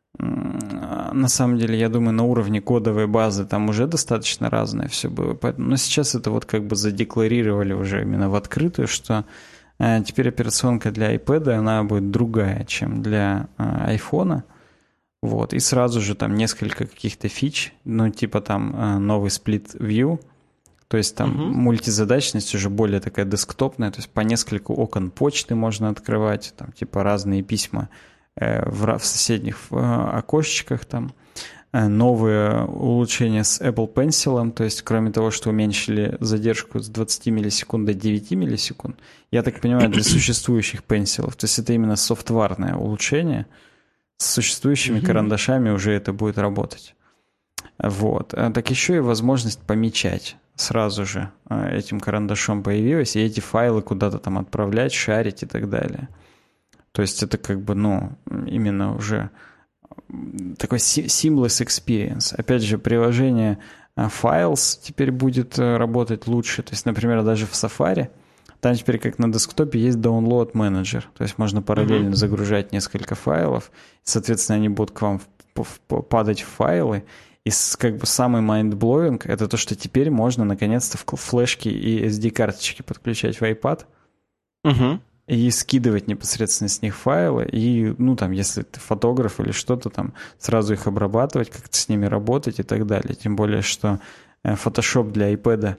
На самом деле, я думаю, на уровне кодовой базы там уже достаточно разное все было. Но сейчас это вот как бы задекларировали уже именно в открытую, что э, теперь операционка для iPad, она будет другая, чем для э, iPhone. Вот. И сразу же там несколько каких-то фич, ну типа там э, новый Split View, то есть там uh-huh. мультизадачность уже более такая десктопная, то есть по нескольку окон почты можно открывать, там типа разные письма в соседних окошечках там. Новые улучшения с Apple Pencil, то есть кроме того, что уменьшили задержку с двадцати миллисекунд до девяти миллисекунд, я так понимаю, для существующих пенсилов, то есть это именно софтварное улучшение, с существующими mm-hmm. карандашами уже это будет работать. Вот. Так еще и возможность помечать сразу же этим карандашом появилась, и эти файлы куда-то там отправлять, шарить и так далее. То есть это как бы, ну, именно уже такой seamless experience. Опять же, приложение Files теперь будет работать лучше. То есть, например, даже в Safari, там теперь как на десктопе есть Download Manager. То есть можно параллельно mm-hmm. загружать несколько файлов. Соответственно, они будут к вам падать в файлы. И как бы самый mind-blowing — это то, что теперь можно наконец-то флешки и эс ди-карточки подключать в iPad. Угу. И скидывать непосредственно с них файлы, и, ну, там, если ты фотограф или что-то там, сразу их обрабатывать, как-то с ними работать и так далее. Тем более, что Photoshop для iPad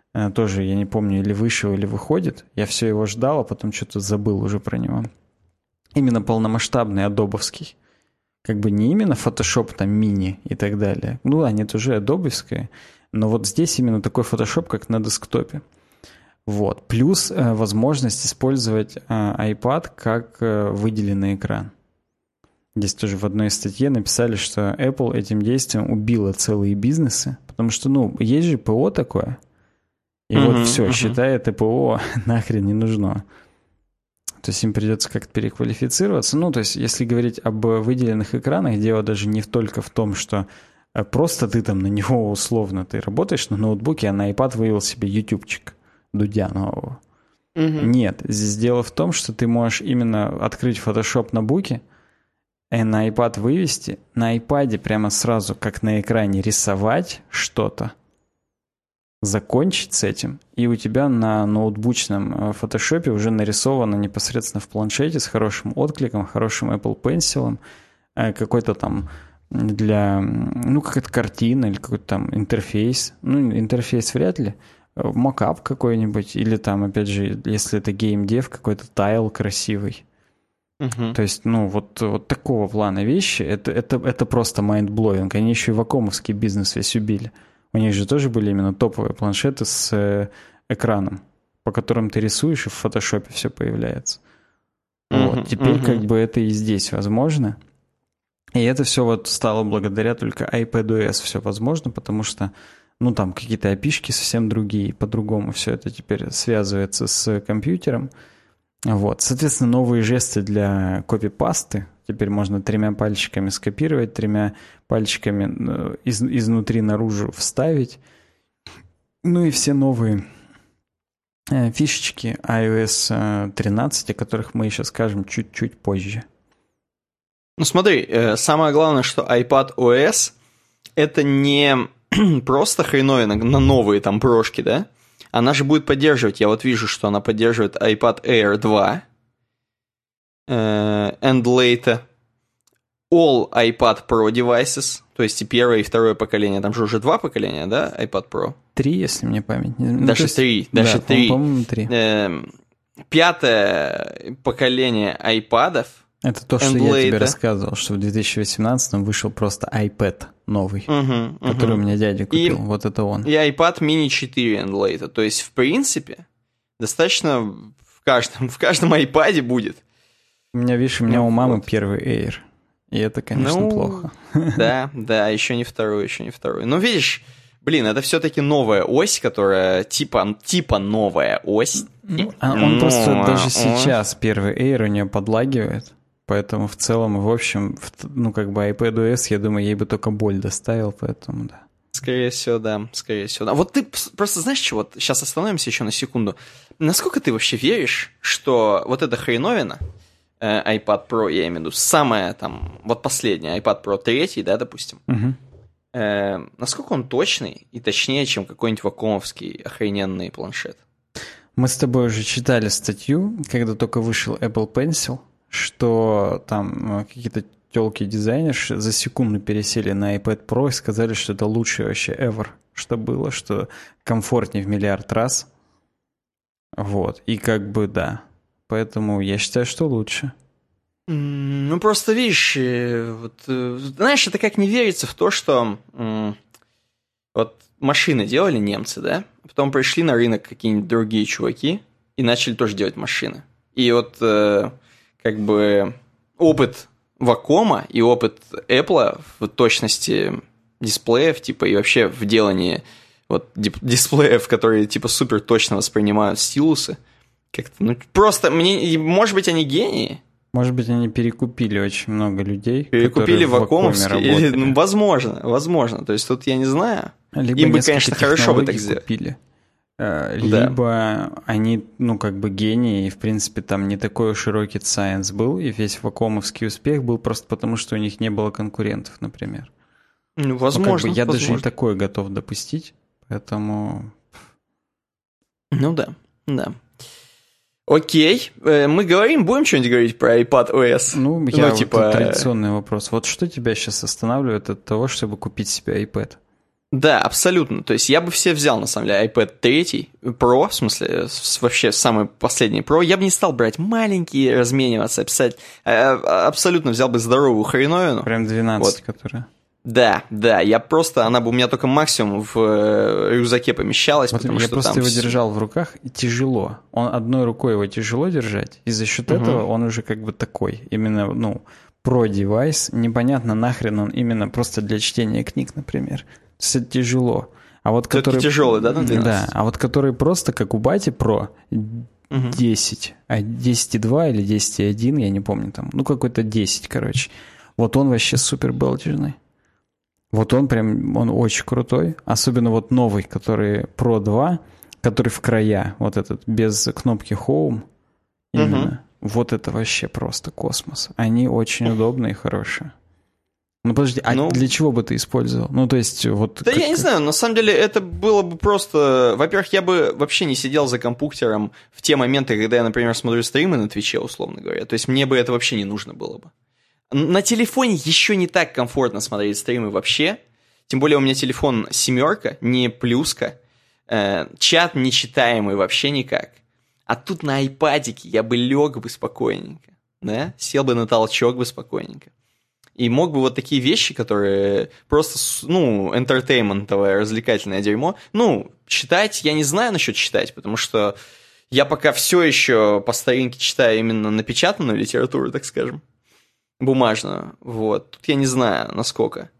Тоже, я не помню, или вышел, или выходит. Я все его ждал, а потом что-то забыл уже про него. Именно полномасштабный, адобовский. Как бы не именно Photoshop там мини и так далее. Ну, они тоже адобовские. Но вот здесь именно такой Photoshop, как на десктопе. Вот. Плюс э, возможность использовать э, iPad как э, выделенный экран. Здесь тоже в одной статье написали, что Apple этим действием убила целые бизнесы. Потому что, ну, есть же ПО такое. И mm-hmm, вот все, mm-hmm. считает ПО нахрен не нужно. То есть им придется как-то переквалифицироваться. Ну, то есть если говорить об выделенных экранах, дело даже не только в том, что просто ты там на него условно, ты работаешь на ноутбуке, а на iPad вывел себе ютубчик Дудя нового. Mm-hmm. Нет, здесь дело в том, что ты можешь именно открыть Photoshop на буке и на iPad вывести, на iPad прямо сразу, как на экране, рисовать что-то, закончить с этим, и у тебя на ноутбучном фотошопе уже нарисовано непосредственно в планшете с хорошим откликом, хорошим Apple Pencil, какой-то там для, ну, какая-то картина или какой-то там интерфейс. Ну, интерфейс вряд ли. Мокап какой-нибудь, или там, опять же, если это геймдев, какой-то тайл красивый. Uh-huh. То есть, ну, вот, вот такого плана вещи, это, это, это просто майндблоуинг. Они еще и вакомовский бизнес весь убили. У них же тоже были именно топовые планшеты с э, экраном, по которым ты рисуешь, и в фотошопе все появляется. Uh-huh, вот. Теперь uh-huh. как бы это и здесь возможно. И это все вот стало благодаря только iPadOS все возможно, потому что, ну, там какие-то эй пи ай-шки совсем другие, по-другому все это теперь связывается с компьютером. Вот. Соответственно, новые жесты для копипасты. Теперь можно тремя пальчиками скопировать, тремя пальчиками из, изнутри наружу вставить. Ну и все новые э, фишечки iOS тринадцать, о которых мы еще скажем чуть-чуть позже. Ну смотри, э, самое главное, что iPadOS это не просто хреновина на новые там прошки, да? Она же будет поддерживать, я вот вижу, что она поддерживает iPad Air два, uh, and later all iPad Pro devices, то есть и первое, и второе поколение, там же уже два поколения, да, iPad Pro? Три, если мне память не изменяет. Даже три, даже да, три. По-моему, три. Uh, пятое поколение iPad'ов. Это то, что я тебе рассказывал, что в две тысячи восемнадцатом вышел просто iPad новый, uh-huh, uh-huh. который у меня дядя купил. И, вот это он. И iPad mini четыре and later. То есть, в принципе, достаточно в каждом, в каждом iPad будет. У меня, видишь, у меня ну, у мамы вот. Первый Air. И это, конечно, ну, плохо. Да, да, еще не второй, еще не второй. Но видишь, блин, это все-таки новая ось, которая типа, типа новая ось. А он Но... просто даже сейчас первый Air у нее подлагивает. Поэтому в целом, в общем, ну, как бы iPadOS, я думаю, ей бы только боль доставил, поэтому да. Скорее всего, да, скорее всего, да. Вот ты просто знаешь, что, вот сейчас остановимся еще на секунду. Насколько ты вообще веришь, что вот эта хреновина, э, iPad Pro, я имею в виду, самая там, вот последняя, iPad Pro три, да, допустим, угу. э, насколько он точный и точнее, чем какой-нибудь вакомовский охрененный планшет? Мы с тобой уже читали статью, когда только вышел Apple Pencil, что там какие-то тёлки-дизайнерши за секунду пересели на iPad Pro и сказали, что это лучшее вообще ever, что было, что комфортнее в миллиард раз. Вот. И как бы да. Поэтому я считаю, что лучше. Ну, просто видишь, вот, знаешь, это как не верится в то, что вот машины делали немцы, да? Потом пришли на рынок какие-нибудь другие чуваки и начали тоже делать машины. И вот как бы опыт Вакома и опыт Apple в точности дисплеев, типа, и вообще в делании вот дисплеев, которые, типа, супер точно воспринимают стилусы, как-то, ну, просто, мне, может быть, они гении? Может быть, они перекупили очень много людей, перекупили вакомовские, или, ну, возможно, возможно, то есть тут я не знаю. Либо им бы, конечно, хорошо бы так сделать. Купили. Либо да. они, ну, как бы гении, и, в принципе, там не такой уж широкий science был, и весь вакомовский успех был просто потому, что у них не было конкурентов, например. Ну, возможно. Ну, как бы я возможно. даже и такое готов допустить, поэтому... Ну да, да. Окей, мы говорим, будем что-нибудь говорить про iPadOS? Ну, я ну, типа... вот традиционный вопрос. Вот что тебя сейчас останавливает от того, чтобы купить себе iPad? Да, абсолютно. То есть я бы все взял, на самом деле, iPad три Pro, в смысле, вообще самый последний Pro. Я бы не стал брать маленькие, размениваться, писать. Абсолютно взял бы здоровую хреновину. Прям двенадцать, вот. Которая... Да, да, я просто, она бы у меня только максимум в рюкзаке помещалась, вот потому я что просто там... его держал в руках, и тяжело. Он одной рукой его тяжело держать, и за счет угу. этого он уже как бы такой, именно, ну, Pro-девайс, непонятно нахрен он именно просто для чтения книг, например. То есть это тяжело. А вот который... тяжелый, да, на двенадцать? Да, а вот который просто, как у Бати Pro, десять, а десять и два или десять и один, я не помню там, ну какой-то десять, короче. Вот он вообще супер балдежный. Вот он прям, он очень крутой. Особенно вот новый, который Pro два, который в края, вот этот, без кнопки Home. Именно. Uh-huh. Вот это вообще просто космос. Они очень удобные и хорошие. Ну подожди, а ну, для чего бы ты использовал? Ну то есть вот... Да как, я не как... знаю, на самом деле это было бы просто... Во-первых, я бы вообще не сидел за компьютером в те моменты, когда я, например, смотрю стримы на Твиче, условно говоря. То есть мне бы это вообще не нужно было бы. На телефоне еще не так комфортно смотреть стримы вообще. Тем более у меня телефон семерка, не плюска. Э, чат нечитаемый вообще никак. А тут на айпадике я бы лег бы спокойненько. Да? Сел бы на толчок бы спокойненько. И мог бы вот такие вещи, которые просто, ну, энтертейментовое, развлекательное дерьмо. Ну, читать, я не знаю насчет читать, потому что я пока все еще по старинке читаю именно напечатанную литературу, так скажем. Бумажную, вот. Тут я не знаю, насколько.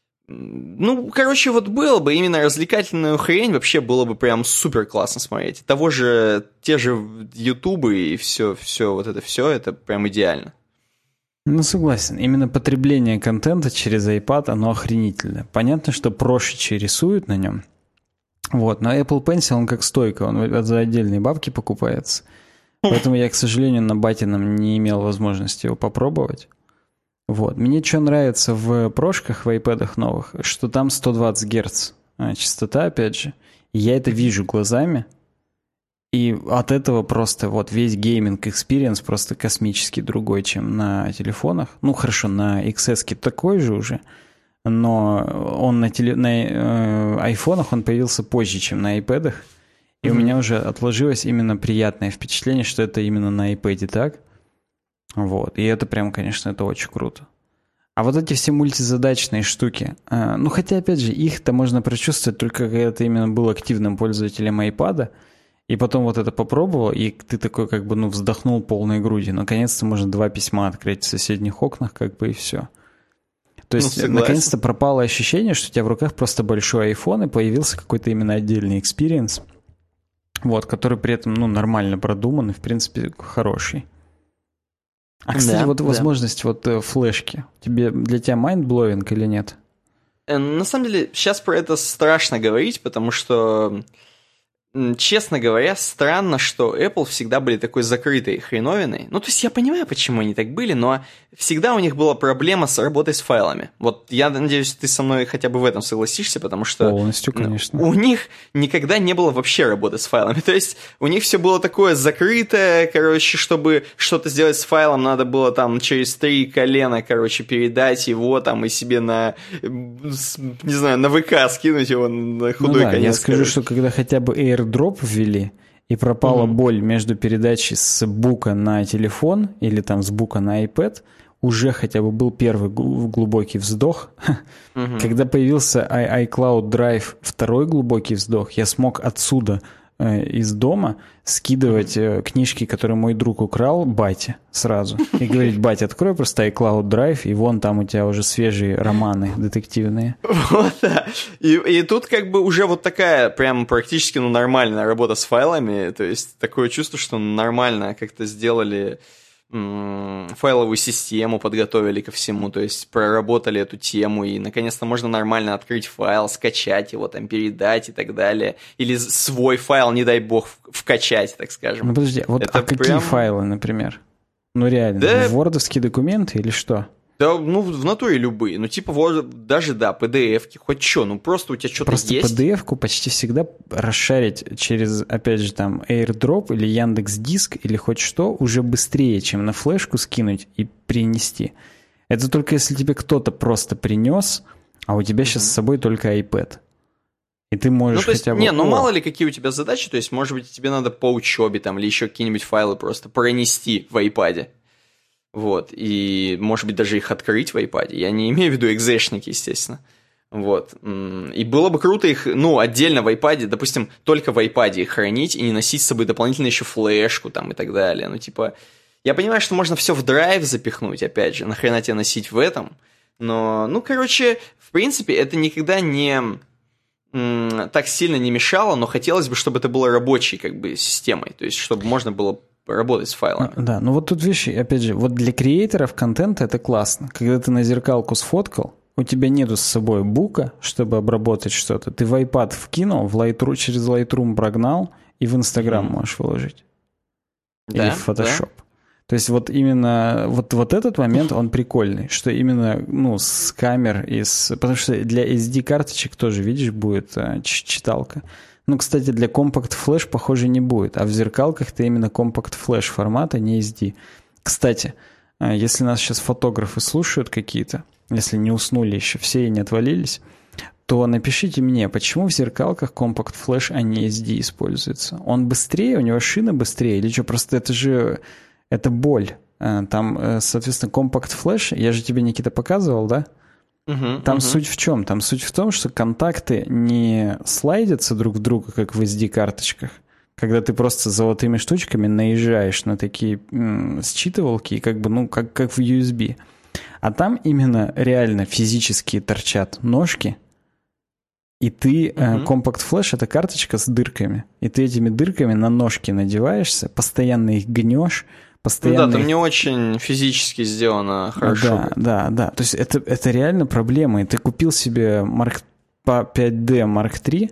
Ну, короче, вот было бы именно развлекательную хрень, вообще было бы прям супер классно смотреть. Того же, те же ютубы и все, все, вот это все, это прям идеально. Ну, согласен. Именно потребление контента через iPad, оно охренительное. Понятно, что проще рисуют на нем. Вот, но Apple Pencil, он как стойка, он за отдельные бабки покупается. Поэтому я, к сожалению, на Батином не имел возможности его попробовать. Вот. Мне что нравится в прошках, в айпэдах новых, что там сто двадцать герц частота, опять же. И я это вижу глазами. И от этого просто вот весь гейминг-экспириенс просто космически другой, чем на телефонах. Ну, хорошо, на икс эс-ке такой же уже, но он на, теле... на э, айфонах он появился позже, чем на айпэдах. И mm-hmm. у меня уже отложилось именно приятное впечатление, что это именно на iPad так. Вот. И это прям, конечно, это очень круто. А вот эти все мультизадачные штуки, э, ну хотя, опять же, их-то можно прочувствовать только когда ты именно был активным пользователем iPad, и потом вот это попробовал, и ты такой как бы, ну, вздохнул полной грудью. Наконец-то можно два письма открыть в соседних окнах, как бы, и все. То есть, ну, наконец-то пропало ощущение, что у тебя в руках просто большой iPhone, и появился какой-то именно отдельный экспириенс, вот, который при этом, ну, нормально продуман и, в принципе, хороший. А, кстати, да, вот да. возможность вот флешки, тебе, для тебя майндбловинг или нет? На самом деле, сейчас про это страшно говорить, потому что, честно говоря, странно, что Apple всегда были такой закрытой хреновиной. Ну, то есть я понимаю, почему они так были, но всегда у них была проблема с работой с файлами. Вот я надеюсь, ты со мной хотя бы в этом согласишься, потому что полностью, конечно. У них никогда не было вообще работы с файлами. То есть у них все было такое закрытое, короче, чтобы что-то сделать с файлом, надо было там через три колена, короче, передать его там и себе на, не знаю, на ВК скинуть его на худой ну да, конец. Я скажу, короче. Что когда хотя бы AirDrop ввели, и пропала mm-hmm. боль между передачей с бука на телефон или там с бука на iPad, уже хотя бы был первый глубокий вздох. Mm-hmm. Когда появился iCloud Drive, второй глубокий вздох, я смог отсюда э, из дома скидывать э, книжки, которые мой друг украл, бате сразу. И говорить: бать, открой просто iCloud Drive, и вон там у тебя уже свежие романы детективные. Вот, да. И, и тут как бы уже вот такая прям практически ну, нормальная работа с файлами. То есть такое чувство, что нормально как-то сделали м- файловую систему, подготовили ко всему. То есть проработали эту тему, и наконец-то можно нормально открыть файл, скачать его, там передать и так далее. Или свой файл, не дай бог, вкачать, так скажем. Ну подожди, вот это а какие прям... файлы, например? Ну реально, да... вордовские документы или что? Да, ну в натуре любые, ну типа вот даже, да, пи ди эф-ки, хоть что, ну просто у тебя что-то просто есть. Просто пи ди эф-ку почти всегда расшарить через, опять же, там, AirDrop или Яндекс.Диск или хоть что уже быстрее, чем на флешку скинуть и принести. Это только если тебе кто-то просто принес, а у тебя mm-hmm. сейчас с собой только iPad. И ты можешь ну, то есть, хотя бы... Не, ну О! мало ли какие у тебя задачи, то есть, может быть, тебе надо по учебе там, или еще какие-нибудь файлы просто пронести в iPad. Вот, и, может быть, даже их открыть в iPad. Я не имею в виду экзешники, естественно. Вот, и было бы круто их, ну, отдельно в iPad, допустим, только в iPad их хранить и не носить с собой дополнительно еще флешку там и так далее. Ну, типа, я понимаю, что можно все в драйв запихнуть, опять же, нахрена тебе носить в этом. Но, ну, короче, в принципе, это никогда не м, так сильно не мешало, но хотелось бы, чтобы это было рабочей, как бы, системой. То есть, чтобы можно было работать с файлами. Да, ну вот тут вещи, опять же, вот для креаторов контента это классно. Когда ты на зеркалку сфоткал, у тебя нету с собой бука, чтобы обработать что-то. Ты в iPad вкинул, в Lightroom, через Lightroom прогнал и в Instagram mm-hmm. можешь выложить. Да, или в Photoshop. Да. То есть вот именно вот, вот этот момент, он прикольный, что именно ну, с камер, и с, потому что для эс ди-карточек тоже, видишь, будет а, читалка. Ну, кстати, для Compact Flash, похоже, не будет, а в зеркалках-то именно Compact Flash формата, не эс ди. Кстати, если нас сейчас фотографы слушают какие-то, если не уснули еще все и не отвалились, то напишите мне, почему в зеркалках Compact Flash, а не эс ди используется. Он быстрее, у него шина быстрее, или что? Просто это же, это боль. Там, соответственно, Compact Flash, я же тебе, Никита, показывал, да? Uh-huh, Там uh-huh. суть в чем? Там суть в том, что контакты не слайдятся друг в друга, как в эс ди-карточках, когда ты просто золотыми штучками наезжаешь на такие м, считывалки, как бы, ну, как, как в ю эс би. А там именно реально физически торчат ножки, и ты, uh-huh. э, Compact Flash — это карточка с дырками, и ты этими дырками на ножки надеваешься, постоянно их гнешь, постоянно... Ну да, там их... не очень физически сделано хорошо. Да, да, да. То есть это, это реально проблема. И ты купил себе Mark пять ди Mark три,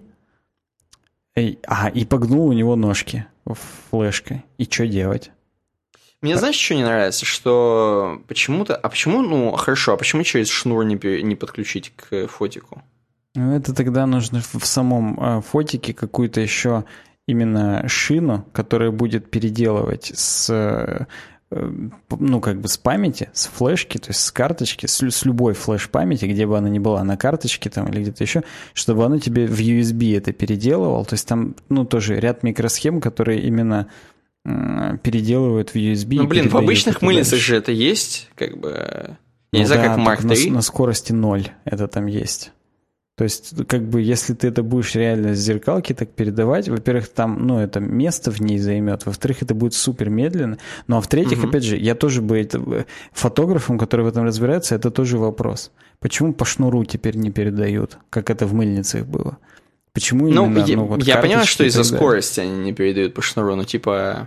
и, а, и погнул у него ножки флешкой. И что делать? Мне, знаешь, что не нравится? Что почему-то... А почему, ну, хорошо, а почему через шнур не, не подключить к фотику? Ну, это тогда нужно в самом э, фотике какую-то еще именно шину, которая будет переделывать с... Э, ну, как бы с памяти, с флешки, то есть с карточки, с, с любой флеш-памяти, где бы она ни была, на карточке там или где-то еще, чтобы она тебе в ю эс би это переделывал. То есть там, ну, тоже ряд микросхем, которые именно м- переделывают в ю эс би. Ну, блин, в обычных мыльницах же это есть, как бы... Я ну, не знаю, да, как в Mark три. На, на скорости ноль это там есть. То есть, как бы, если ты это будешь реально с зеркалки так передавать, во-первых, там, ну, это место в ней займет, во-вторых, это будет супер медленно, ну, а в-третьих, угу. опять же, я тоже бы, это, фотографам, которые в этом разбираются, это тоже вопрос. Почему по шнуру теперь не передают, как это в мыльницах было? Почему именно, ну, я, ну, вот я понимаю, что из-за далее. скорости они не передают по шнуру, но типа...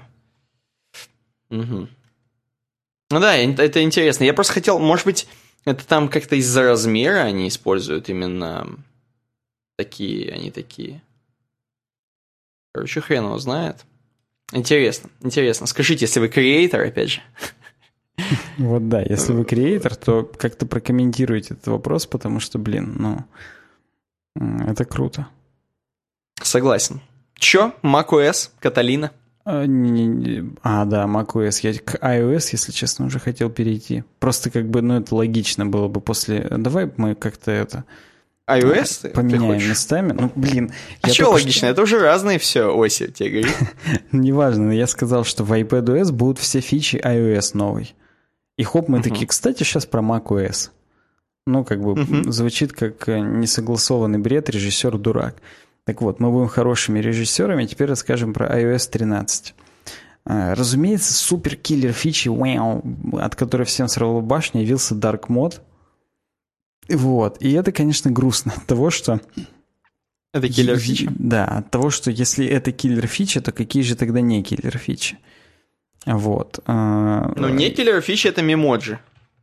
Угу. Ну да, это интересно. Я просто хотел, может быть... Это там как-то из-за размера они используют именно такие, они такие. Короче, хрен его знает. Интересно, интересно. Скажите, если вы креатор, опять же. Вот да, если вы креатор, то как-то прокомментируйте этот вопрос, потому что, блин, ну, это круто. Согласен. Чё? macOS, Каталина? А, да, macOS. Я к iOS, если честно, уже хотел перейти. Просто как бы, ну, это логично было бы после... Давай мы как-то это... iOS? Поменяем местами. Ну, блин. А что логично? Что... Это уже разные все оси, тебе говорю. Неважно, но я сказал, что в iPadOS будут все фичи iOS новый. И хоп, мы uh-huh. такие, кстати, сейчас про macOS. Ну, как бы uh-huh. звучит как несогласованный бред, режиссер дурак. Так вот, мы будем хорошими режиссерами, теперь расскажем про iOS тринадцать. Разумеется, супер-киллер фичи, вау, от которой всем сорвало башню, явился Dark Mode. Вот, и это, конечно, грустно от того, что... Это киллер фича? Да, от того, что если это киллер фича, то какие же тогда не киллер фичи? Вот. Ну, не киллер фича, это мемоджи.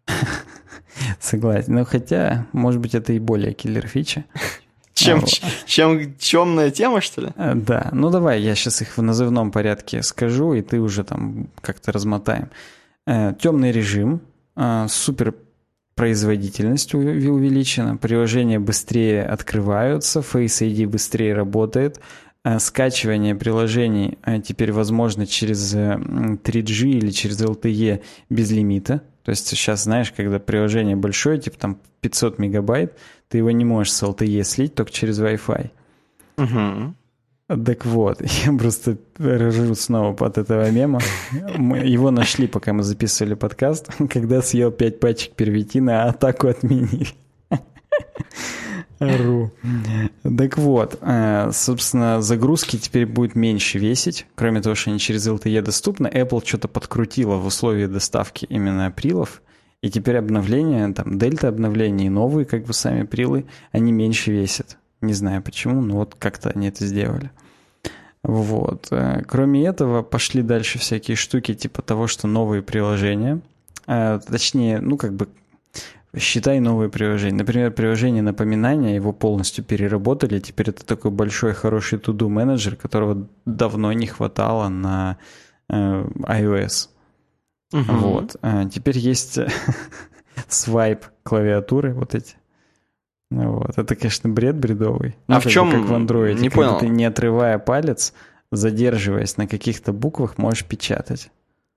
Согласен, но хотя, может быть, это и более киллер фича. Чем, чем темная тема, что ли? Да, ну давай, я сейчас их в назывном порядке скажу, и ты уже там как-то размотаем. Темный режим, супер производительность увеличена, приложения быстрее открываются, Face ай ди быстрее работает, скачивание приложений теперь возможно через три джи или через эл ти и без лимита. То есть сейчас, знаешь, когда приложение большое, типа там пятьсот мегабайт, ты его не можешь с эл ти и слить, только через Wi-Fi. Угу. Так вот, я просто ржу снова под этого мема. Мы его нашли, пока мы записывали подкаст, когда съел пять пачек первитина, а атаку отменили. Ру. Так вот, собственно, загрузки теперь будут меньше весить. Кроме того, что они через эл ти и доступны, Apple что-то подкрутила в условии доставки именно априлов. И теперь обновления, там, дельта обновления и новые, как бы сами прилы, они меньше весят. Не знаю почему, но вот как-то они это сделали. Вот. Кроме этого, пошли дальше всякие штуки типа того, что новые приложения, точнее, ну как бы считай новые приложения. Например, приложение напоминания, его полностью переработали. Теперь это такой большой хороший to-do менеджер, которого давно не хватало на iOS. Угу. Вот. Теперь есть свайп клавиатуры вот эти. Вот. Это, конечно, бред бредовый. А ну, в чем? Как в Android. Не когда понял. Ты, не отрывая палец, задерживаясь на каких-то буквах, можешь печатать.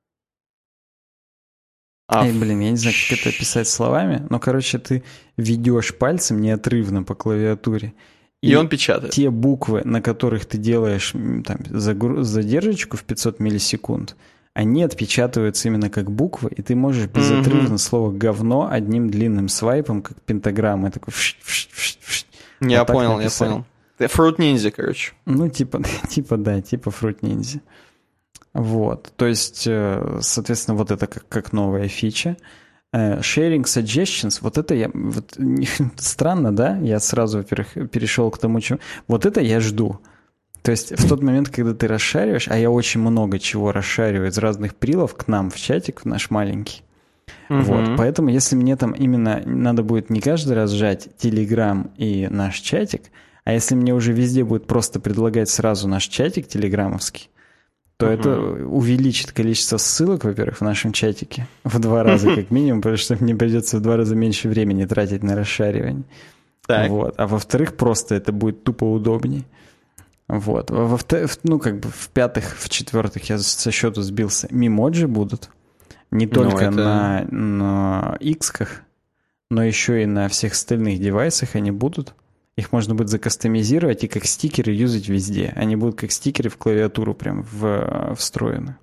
А Эй, блин, я не знаю, как это описать словами, но, короче, ты ведешь пальцем неотрывно по клавиатуре. И, и он печатает. Те буквы, на которых ты делаешь там, загруз, задержечку в пятьсот миллисекунд, они отпечатываются именно как буквы, и ты можешь безотрывно mm-hmm. слово «говно» одним длинным свайпом, как пентаграмма. Такой вш, вш, вш, вш. Я вот понял, я понял. Fruit Ninja, короче. Ну, типа, типа, да, типа Fruit Ninja. Вот. То есть, соответственно, вот это как, как новая фича. Sharing suggestions, вот это я... Вот, странно, да? Я сразу, во-первых, перешел к тому, что... Вот это я жду. То есть в тот момент, когда ты расшариваешь, а я очень много чего расшариваю из разных прилов к нам в чатик, в наш маленький. Uh-huh. Вот. Поэтому если мне там именно надо будет не каждый раз сжать Telegram и наш чатик, а если мне уже везде будет просто предлагать сразу наш чатик телеграммовский, то uh-huh. это увеличит количество ссылок, во-первых, в нашем чатике в два раза как минимум, потому что мне придется в два раза меньше времени тратить на расшаривание. Так. Вот. А во-вторых, просто это будет тупо удобней. Вот. Во, ну, как бы в-пятых, в-четвертых я со счету сбился. Мемоджи будут. Не только ну, это... на, на X-ках, но еще и на всех остальных девайсах они будут. Их можно будет закастомизировать и как стикеры юзать везде. Они будут как стикеры в клавиатуру прям в, встроены.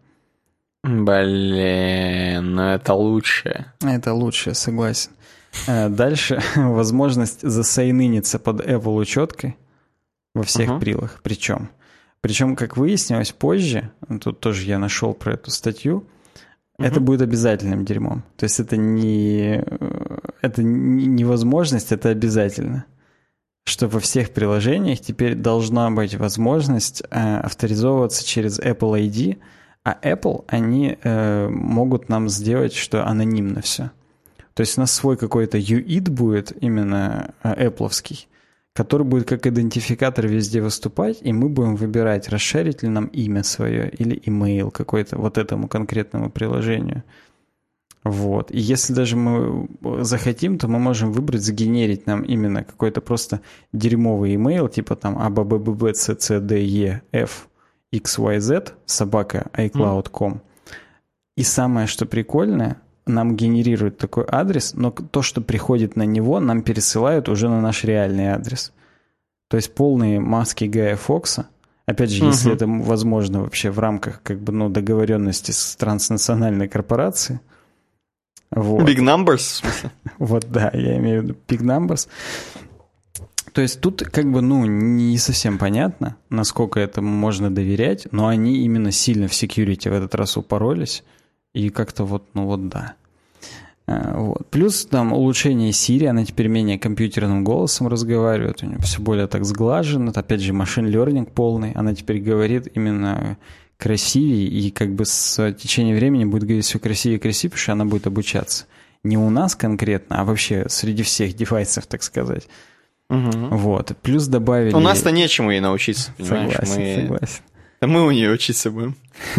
Блин, ну это лучше. Это лучше, согласен. Дальше возможность засайниниться под Apple учеткой. Во всех uh-huh. прилах. Причем. Причем, как выяснилось позже, тут тоже я нашел про эту статью, uh-huh. это будет обязательным дерьмом. То есть это не, это не возможность, это обязательно. Что во всех приложениях теперь должна быть возможность э, авторизовываться через Apple ай ди, а Apple, они э, могут нам сделать, что анонимно все. То есть у нас свой какой-то ю ай ди будет, именно э, Apple'овский, который будет как идентификатор везде выступать, и мы будем выбирать, расширить ли нам имя свое или имейл какой-то вот этому конкретному приложению. Вот. И если даже мы захотим, то мы можем выбрать, сгенерить нам именно какой-то просто дерьмовый имейл, типа там abbccdef xyz собака iCloud точка com. И самое, что прикольное, нам генерирует такой адрес, но то, что приходит на него, нам пересылают уже на наш реальный адрес. То есть полные маски Гая Фокса, опять же, uh-huh. если это возможно вообще в рамках как бы, ну, договоренности с транснациональной корпорацией. Вот. Big numbers, в смысле? Вот, да, я имею в виду big numbers. То есть тут как бы, ну, не совсем понятно, насколько этому можно доверять, но они именно сильно в security в этот раз упоролись. И как-то вот, ну вот да. Вот. Плюс там улучшение Siri, она теперь менее компьютерным голосом разговаривает, у нее все более так сглажено, опять же машин learning полный, она теперь говорит именно красивее, и как бы с течением времени будет говорить все красивее и красивее, потому что она будет обучаться. Не у нас конкретно, а вообще среди всех девайсов, так сказать. Угу. Вот. Плюс добавили... У нас-то нечему ей научиться, понимаешь? Согласен, мы... согласен. Да мы у нее учиться будем.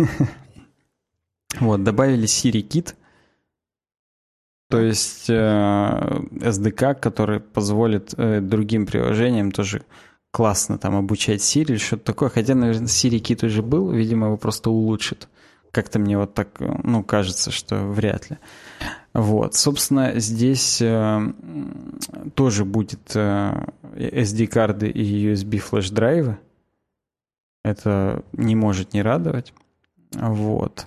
Вот, добавили Siri Kit, то есть э, эс ди кей, который позволит э, другим приложениям тоже классно там обучать Siri или что-то такое. Хотя, наверное, Siri Kit уже был, видимо, его просто улучшит. Как-то мне вот так, ну, кажется, что вряд ли. Вот, собственно, здесь э, тоже будет э, эс ди-карты и ю эс би флеш-драйвы. Это не может не радовать. Вот.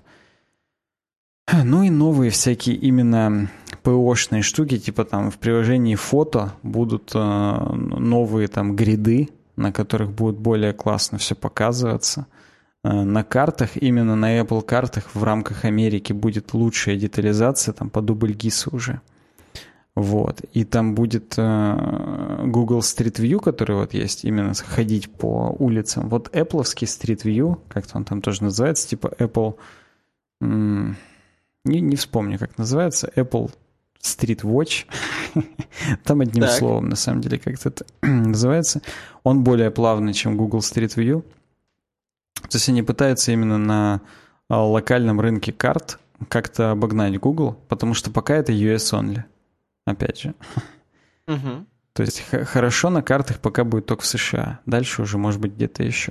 Ну и новые всякие именно пи о-шные штуки, типа там в приложении фото будут э, новые там гриды, на которых будет более классно все показываться. Э, на картах, именно на Apple картах в рамках Америки будет лучшая детализация, там по дубль-гису уже. Вот. И там будет э, Google Street View, который вот есть, именно ходить по улицам. Вот Apple'овский Street View, как-то он там тоже называется, типа Apple... М- Не, не вспомню, как называется. Apple Street Watch. Там одним так. словом, на самом деле, как-то это называется. Он более плавный, чем Google Street View. То есть они пытаются именно на локальном рынке карт как-то обогнать Google, потому что пока это ю эс only. Опять же. Угу. То есть х- хорошо на картах пока будет только в США. Дальше уже может быть где-то еще.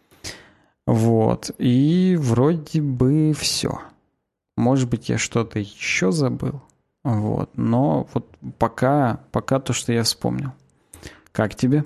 Вот. И вроде бы все. Может быть, я что-то еще забыл. Вот. Но вот пока, пока то, что я вспомнил. Как тебе?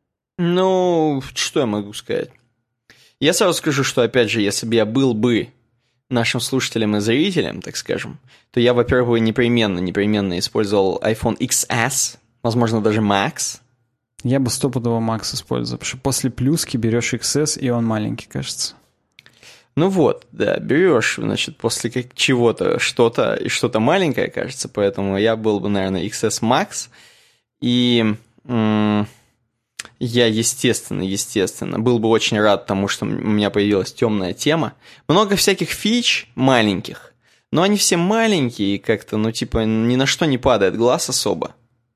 Ну, что я могу сказать? Я сразу скажу, что, опять же, если бы я был бы нашим слушателем и зрителем, так скажем, то я, во-первых, непременно, непременно использовал iPhone икс эс, возможно, даже Max. Я бы стопудово Max использовал, потому что после плюски берешь икс эс, и он маленький, кажется. Ну вот, да, берешь, значит, после как чего-то что-то, и что-то маленькое, кажется, поэтому я был бы, наверное, икс эс Max, и м- я, естественно, естественно, был бы очень рад тому, что у меня появилась темная тема. Много всяких фич маленьких, но они все маленькие, и как-то, ну, типа, ни на что не падает глаз особо.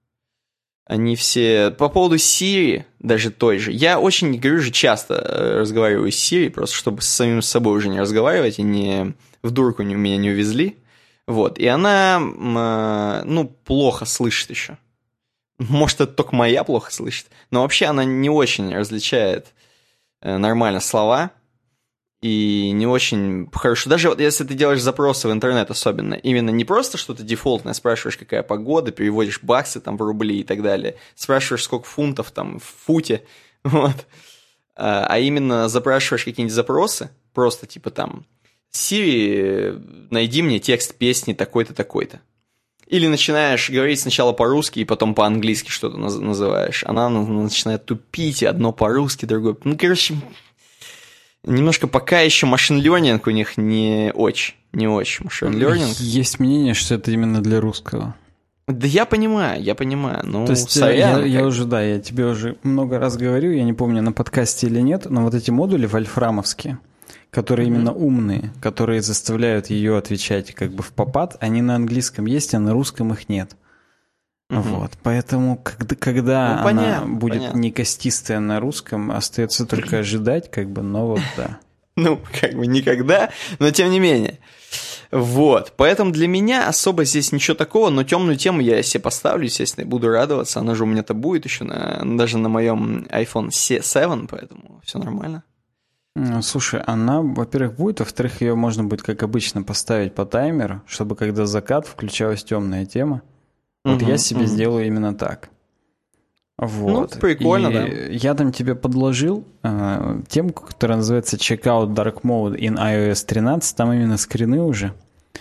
Они все... По поводу Siri, даже той же. Я очень, говорю же, часто разговариваю с Siri, просто чтобы с самим собой уже не разговаривать и не в дурку меня не увезли. Вот. И она, ну, плохо слышит еще. Может, это только моя плохо слышит. Но вообще она не очень различает нормально слова. И не очень хорошо. Даже вот если ты делаешь запросы в интернет особенно, именно не просто что-то дефолтное, спрашиваешь, какая погода, переводишь баксы там в рубли и так далее, спрашиваешь, сколько фунтов там в футе, вот. А именно запрашиваешь какие-нибудь запросы, просто типа там Siri, найди мне текст песни такой-то, такой-то. Или начинаешь говорить сначала по-русски и потом по-английски что-то называешь. Она начинает тупить, одно по-русски, другое... Ну, короче... Немножко пока еще машин learning у них не очень, не очень машин learning. Есть мнение, что это именно для русского. Да я понимаю, я понимаю. Ну, то есть сорян, я, я уже, да, я тебе уже много раз говорю, я не помню, на подкасте или нет, но вот эти модули вольфрамовские, которые mm-hmm. именно умные, которые заставляют ее отвечать как бы в попад, они на английском есть, а на русском их нет. Uh-huh. Вот, поэтому когда, когда ну, она понятно, будет понятно. не костистая на русском, остается только ожидать, как бы, но вот да. Ну, как бы никогда, но тем не менее. Вот, поэтому для меня особо здесь ничего такого, но темную тему я себе поставлю, естественно, и буду радоваться, она же у меня-то будет еще на, даже на моем айфон семь, поэтому все нормально. Слушай, она, во-первых, будет, во-вторых, ее можно будет, как обычно, поставить по таймеру, чтобы когда закат, включалась темная тема. Вот uh-huh, я себе uh-huh. сделаю именно так. Вот. Ну, прикольно, и да. Я там тебе подложил э, темку, которая называется Check out Dark Mode in ай о эс тринадцать. Там именно скрины уже.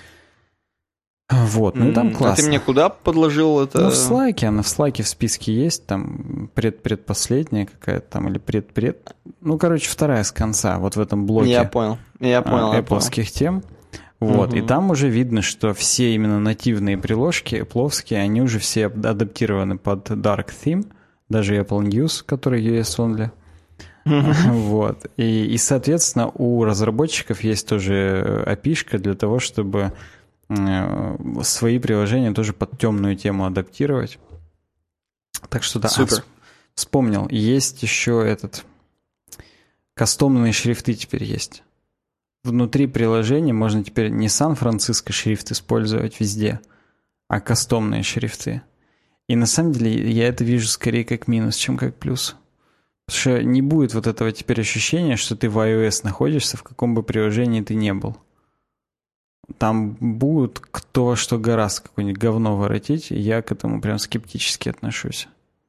Вот, ну и там классно. А ты мне куда подложил это? Ну, в слайке, она в слайке в списке есть, там пред-предпоследняя какая-то там, или пред-пред... Ну, короче, вторая с конца, вот в этом блоке. Я понял, я понял. Apple-ских тем. Вот, угу. И там уже видно, что все именно нативные приложки Apple-овские, они уже все адаптированы под Dark Theme, даже Apple News, который ю эс only. Угу. Вот, и, и, соответственно, у разработчиков есть тоже эй пи ай-шка для того, чтобы свои приложения тоже под темную тему адаптировать. Так что да, супер. А, вспомнил, есть еще этот... Кастомные шрифты теперь есть. Внутри приложения можно теперь не Сан-Франциско шрифт использовать везде, а кастомные шрифты. И на самом деле я это вижу скорее как минус, чем как плюс. Потому что не будет вот этого теперь ощущения, что ты в iOS находишься, в каком бы приложении ты не был. Там будут кто что гораздо какое-нибудь говно воротить, и я к этому прям скептически отношусь.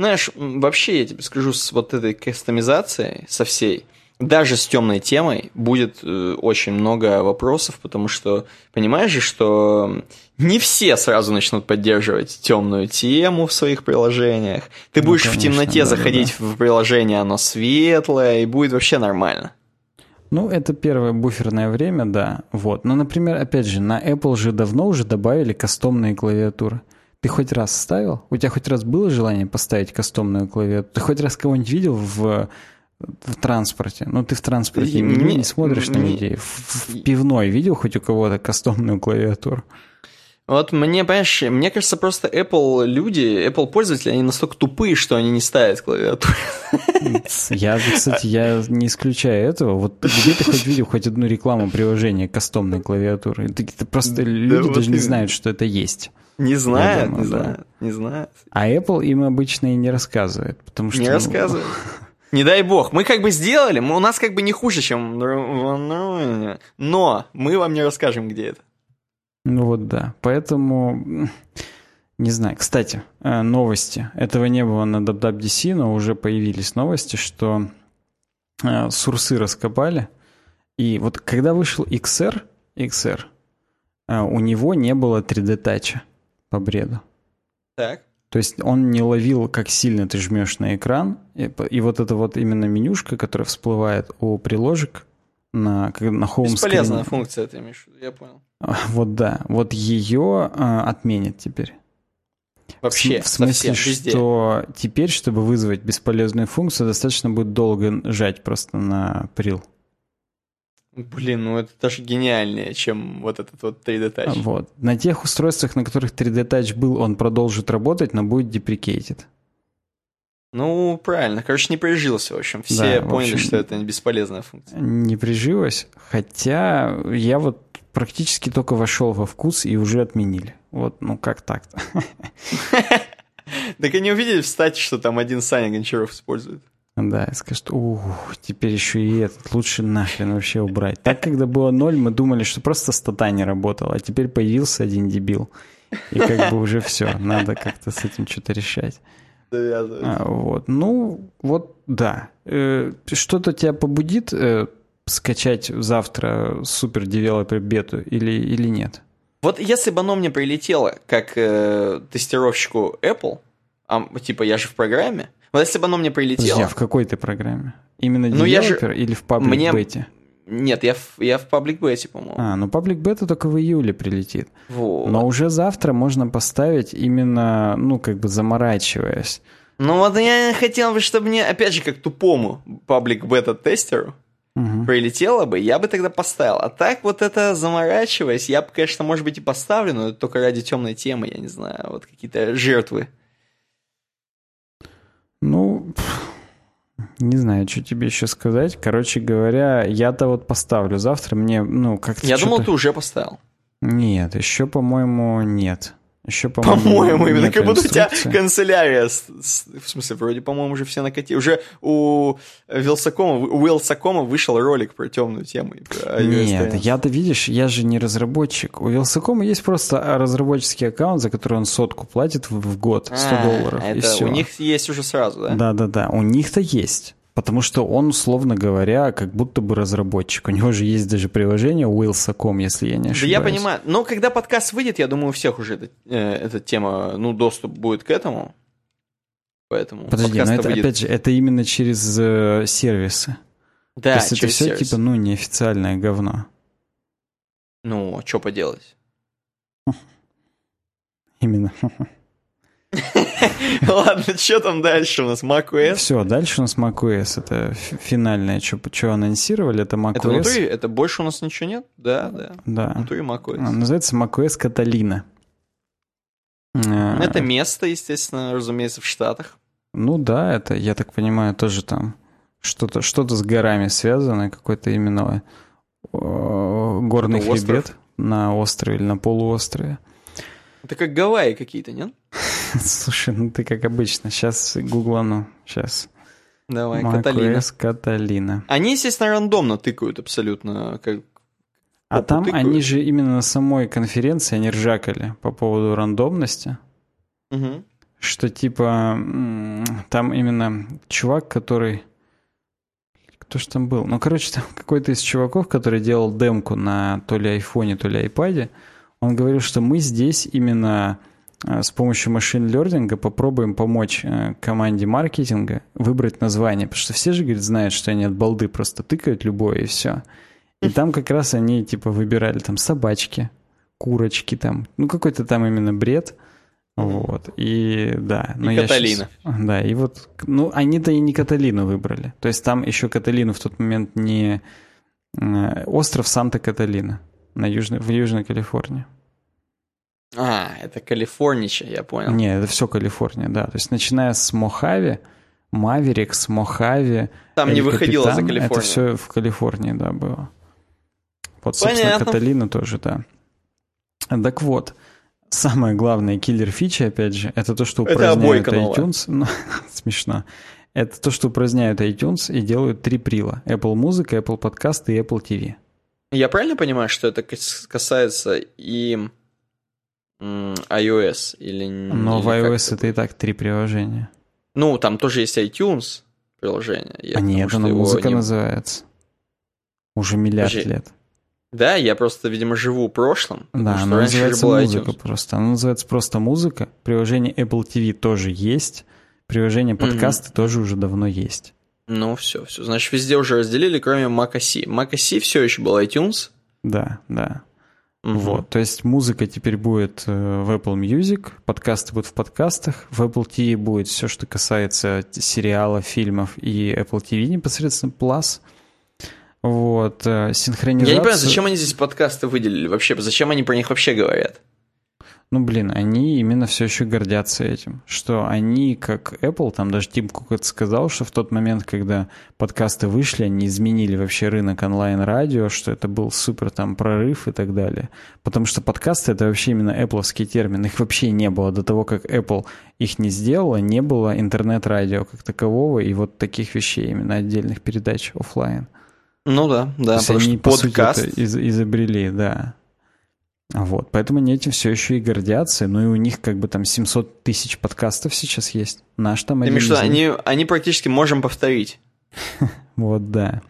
Знаешь, вообще, я тебе скажу, с вот этой кастомизацией, со всей, даже с темной темой будет э, очень много вопросов, потому что, понимаешь же, что не все сразу начнут поддерживать темную тему в своих приложениях. Ты ну, будешь конечно, в темноте да, заходить да, да. в приложение, оно светлое, и будет вообще нормально. Ну, это первое буферное время, да. Вот. Но, например, опять же, на Apple же давно уже добавили кастомные клавиатуры. Ты хоть раз ставил? У тебя хоть раз было желание поставить кастомную клавиатуру? Ты хоть раз кого-нибудь видел в, в транспорте? Ну, ты в транспорте не, не, не смотришь не, на людей. В, в пивной видел хоть у кого-то кастомную клавиатуру? Вот мне, понимаешь, мне кажется, просто Apple люди, Apple пользователи, они настолько тупые, что они не ставят клавиатуру. Я, кстати, я не исключаю этого. Вот где ты хоть видел хоть одну рекламу приложения кастомной клавиатуры? Ты, ты просто да люди вот даже не знают, что это есть. Не знают, думаю, не да. знают, не знают. А Apple им обычно и не рассказывает, потому что... Не ну... рассказывает. Не дай бог. Мы как бы сделали, мы, у нас как бы не хуже, чем... Но мы вам не расскажем, где это. Ну вот да. Поэтому... Не знаю. Кстати, новости. Этого не было на даб даб ди си, но уже появились новости, что сурсы раскопали. И вот когда вышел икс ар, икс ар, у него не было три дэ-тача по бреду. Так. То есть он не ловил, как сильно ты жмешь на экран. И, и вот эта вот именно менюшка, которая всплывает у приложек на, на хоум-скрине. Бесполезная функция, ты имеешь в виду, я понял. Вот да. Вот ее а, отменят теперь. Вообще, в смысле, совсем, что теперь, чтобы вызвать бесполезную функцию, достаточно будет долго жать просто на прил. Блин, ну это даже гениальнее, чем вот этот вот три дэ-тач. Вот. На тех устройствах, на которых три дэ-тач был, он продолжит работать, но будет deprecated. Ну, правильно. Короче, не прижился, в общем. Все да, поняли, в общем, что это бесполезная функция. Не прижилась, хотя я вот практически только вошел во вкус и уже отменили. Вот, ну как так-то? Так они увидели в стате, что там один Саня Гончаров использует. Да, и скажут, ух, теперь еще и этот, лучше нахрен вообще убрать. Так, когда было ноль, мы думали, что просто стата не работала, а теперь появился один дебил. И как бы уже все, надо как-то с этим что-то решать. А, вот, ну, вот, да. Э, что-то тебя побудит э, скачать завтра супер девелопер бету или, или нет? Вот если бы оно мне прилетело как э, тестировщику Apple, а, типа я же в программе, вот если бы оно мне прилетело... Подожди, а в какой ты программе? Именно девелопер ну, же... или в паблик бете? Нет, я в, я в паблик бете, по-моему. А, ну паблик бета только в июле прилетит. Вот. Но уже завтра можно поставить именно, ну, как бы заморачиваясь. Ну вот я хотел бы, чтобы мне, опять же, как тупому паблик бета-тестеру угу. прилетело бы, я бы тогда поставил. А так вот это заморачиваясь, я бы, конечно, может быть и поставлю, но это только ради темной темы, я не знаю, вот какие-то жертвы. Ну, не знаю, что тебе еще сказать. Короче говоря, я-то вот поставлю завтра. Мне, ну, как-то Я что-то... думал, ты уже поставил. Нет, еще, по-моему, нет. Еще, по-моему, По-моему, именно как будто инструкции. У тебя канцелярия, в смысле, вроде, по-моему, уже все накатили. Уже у Вилсакома, у Вилсакома вышел ролик про темную тему. Про Нет, я-то, видишь, я же не разработчик. У Вилсакома есть просто разработческий аккаунт, за который он сотку платит в, в год, сто а, долларов, это и все. У них есть уже сразу, да? Да-да-да, у них-то есть. Потому что он, условно говоря, как будто бы разработчик. У него же есть даже приложение Wheels.com, если я не ошибаюсь. Да я понимаю. Но когда подкаст выйдет, я думаю, у всех уже эта, э, эта тема, ну, доступ будет к этому. Поэтому Подожди, но это, выйдет... опять же, это именно через э, сервисы. Да, то есть через это все, сервисы. типа, ну, неофициальное говно. Ну, а что поделать? Именно. Ладно, что там дальше у нас? macOS? Все, дальше у нас macOS. Это финальное, что анонсировали, это macOS. Это внутри? Это больше у нас ничего нет? Да, да. Да. Внутри macOS. Называется macOS Catalina. Это место, естественно, разумеется, в Штатах. Ну да, это, я так понимаю, тоже там что-то что-то с горами связано, какой-то именно горный хребет на острове или на полуострове. Это как Гавайи какие-то, нет? Слушай, ну ты как обычно. Сейчас гуглану. Сейчас. Давай, Каталина. Каталина. Они, естественно, рандомно тыкают абсолютно. Как... А там тыкают. Они же именно на самой конференции, они ржакали по поводу рандомности. Угу. что типа там именно чувак, который... Кто ж там был? Ну, короче, там какой-то из чуваков, который делал демку на то ли айфоне, то ли айпаде, он говорил, что мы здесь именно с помощью машин-лернинга попробуем помочь команде маркетинга выбрать название, потому что все же, говорит, знают, что они от балды просто тыкают любое и все. И там как раз они типа выбирали там собачки, курочки там, ну какой-то там именно бред. Вот, и да. И Каталина. Сейчас, да, и вот, ну, они-то и не Каталину выбрали. То есть там еще Каталину в тот момент не... Остров Санта-Каталина на южной, в Южной Калифорнии. А, это Калифорнича, я понял. Не, это все Калифорния, да. То есть начиная с Мохави, Маверикс, Мохави... Там не выходило Капитан, за Калифорнию. Это все в Калифорнии, да, было. Вот, собственно, Понятно. Каталина тоже, да. Так вот, самая главная киллер-фича, опять же, это то, что упраздняют iTunes. Ну, смешно. Это то, что упраздняют iTunes и делают три прила. Apple Music, Apple Podcast и Apple ти ви. Я правильно понимаю, что это касается и iOS? Или, Но или в iOS это и так три приложения. Ну, там тоже есть iTunes приложение. Я а нет, оно музыка не... называется. Уже миллиард Подожди. лет. Да, я просто, видимо, живу прошлым. Да, она называется музыка просто. Она называется просто музыка. Приложение Apple ти ви тоже есть. Приложение подкасты mm-hmm. тоже уже давно есть. Ну, все, все. Значит, везде уже разделили, кроме macOS. macOS все еще был iTunes. Да, да. Mm-hmm. Вот, то есть музыка теперь будет в Apple Music, подкасты будут в подкастах, в Apple ти ви будет все, что касается сериалов, фильмов и Apple ти ви непосредственно Plus. Вот, синхронизация... Я не понимаю, зачем они здесь подкасты выделили вообще? Зачем они про них вообще говорят? Ну, блин, они именно все еще гордятся этим, что они, как Apple, там даже Тим Кук сказал, что в тот момент, когда подкасты вышли, они изменили вообще рынок онлайн-радио, что это был супер там прорыв и так далее. Потому что подкасты — это вообще именно Apple-овский термин, их вообще не было. До того, как Apple их не сделала, не было интернет-радио как такового и вот таких вещей, именно отдельных передач офлайн. Ну да, да, потому что они, по подкаст... сути, это из- изобрели, да. Вот, поэтому они этим все еще и гордятся, ну и у них как бы там семьсот тысяч подкастов сейчас есть. Наш там один. Ты что, они, они практически можем повторить. Вот, да.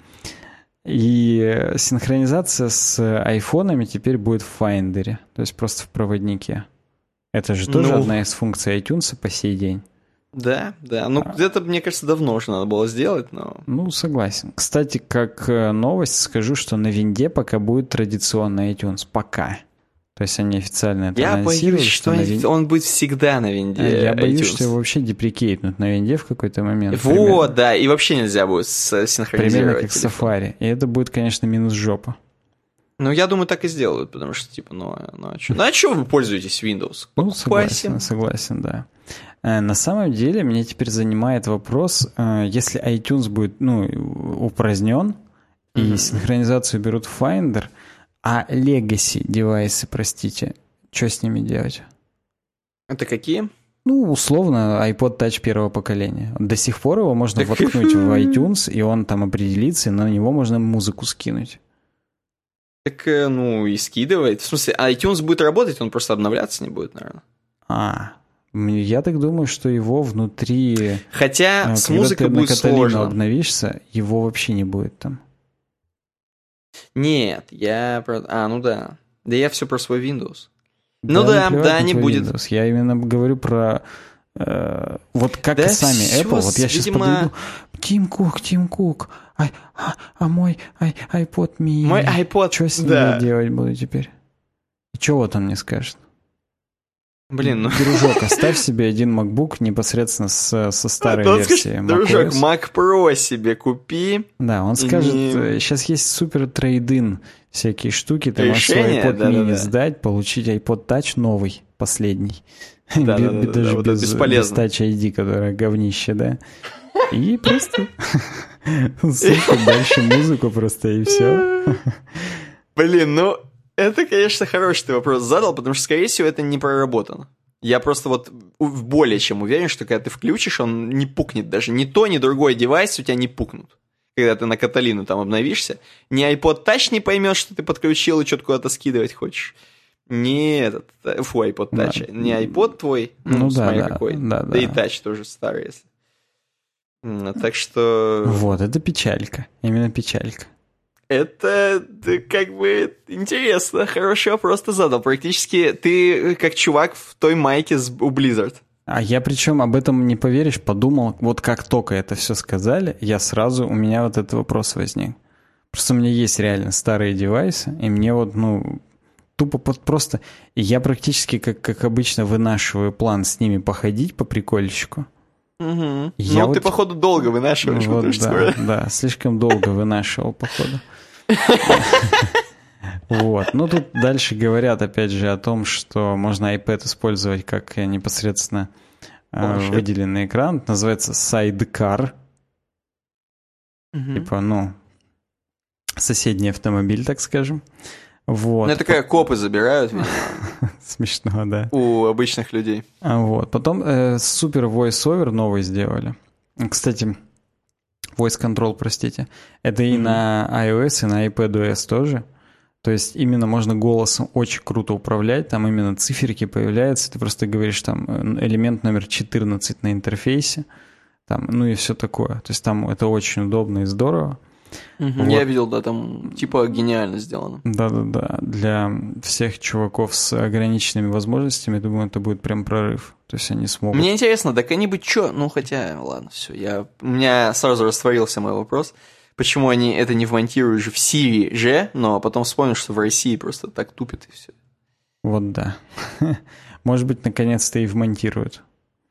И синхронизация с айфонами теперь будет в Finder, то есть просто в проводнике. Это же тоже одна из функций iTunes по сей день. Да, да. Ну, а. это, мне кажется, давно уже надо было сделать, но... Ну, согласен. Кстати, как новость скажу, что на винде пока будет традиционный iTunes. Пока. То есть они официально это Я анонсировали. боюсь, что, что на вин... он будет всегда на винде. Я iTunes. боюсь, что его вообще деприкейтнут на винде в какой-то момент. Вот, примерно. Да, и вообще нельзя будет синхронизировать. Примерно как в Safari. И это будет, конечно, минус жопа. Ну, я думаю, так и сделают, потому что, типа, ну, ну а что? Ну, а что вы пользуетесь Windows? Ну, согласен, согласен, да. На самом деле, меня теперь занимает вопрос, если iTunes будет, ну, упразднен, mm-hmm. и синхронизацию берут в Finder, а Legacy девайсы, простите, что с ними делать? Это какие? Ну, условно, iPod Touch первого поколения. До сих пор его можно так... воткнуть в iTunes, и он там определится, и на него можно музыку скинуть. Так, ну, и скидывает. В смысле, iTunes будет работать, он просто обновляться не будет, наверное. А, я так думаю, что его внутри... Хотя с музыкой будет сложно. Когда ты на Каталину обновишься, его вообще не будет там. Нет, я... про, А, ну да. Да я все про свой Windows. Да, ну да, да, не будет. Windows. Я именно говорю про... Э, вот как да и сами Apple. Вот я сейчас видимо... подойду. Тим Кук, Тим Кук. А, а, а мой ай, iPod mini. Мой iPod, что с ним да. делать буду теперь? И что вот он мне скажет? Блин, ну... Дружок, оставь себе один MacBook непосредственно с, со старой а версией macOS. Дружок, Mac Pro себе купи. Да, он скажет, и... сейчас есть супер трейд-ин, всякие штуки, ты можешь свой iPod да, mini да, да. сдать, получить iPod Touch новый, последний. Да, да, да, даже да, без, без Touch ай ди, которая говнище, да. И просто слушать дальше музыку просто, и все. Блин, ну... Это, конечно, хороший ты вопрос задал, потому что, скорее всего, это не проработано. Я просто вот более чем уверен, что когда ты включишь, он не пукнет даже. Ни то, ни другой девайс у тебя не пукнут. Когда ты на Каталину там обновишься. Ни iPod Touch не поймет, что ты подключил и что-то куда-то скидывать хочешь. не этот, фу, iPod Touch, да. Не iPod твой, ну, ну смотри да, какой, да, да, да и Touch тоже старый, если. Так что... Вот, это печалька, именно печалька. Это как бы интересно, хороший вопрос ты задал. Практически ты как чувак в той майке у Blizzard. А я причем об этом, не поверишь, подумал, вот как только это все сказали, я сразу, у меня вот этот вопрос возник. Просто у меня есть реально старые девайсы, и мне вот, ну, тупо просто... И я практически, как, как обычно, вынашиваю план с ними походить по прикольчику. Угу. Я ну, вот, ты, походу, долго вынашиваешь. Вот, да, скоро. Да, слишком долго вынашивал, походу. Вот. Ну, тут дальше говорят, опять же, о том, что можно iPad использовать как непосредственно э, выделенный экран. Это называется Sidecar. Угу. Типа, ну, соседний автомобиль, так скажем. Вот. Ну, это как копы забирают, видимо. Смешно, да. У обычных людей. А вот. Потом э, супер voice-over новый сделали. Кстати, voice control, простите. Это и mm-hmm. на iOS, и на iPadOS тоже. То есть именно можно голосом очень круто управлять. Там именно циферки появляются. Ты просто говоришь там элемент номер четырнадцать на интерфейсе. Там, ну и все такое. То есть там это очень удобно и здорово. Mm-hmm. Вот. Я видел, да, там типа гениально сделано. Да-да-да. Для всех чуваков с ограниченными возможностями, я думаю, это будет прям прорыв. То есть они смогут... Мне интересно, так они бы чё... Ну, хотя, ладно, все. Я... У меня сразу растворился мой вопрос. Почему они это не вмонтируют же в Siri же, но потом вспомнил, что в России просто так тупит и все. Вот да. Может быть, наконец-то и вмонтируют.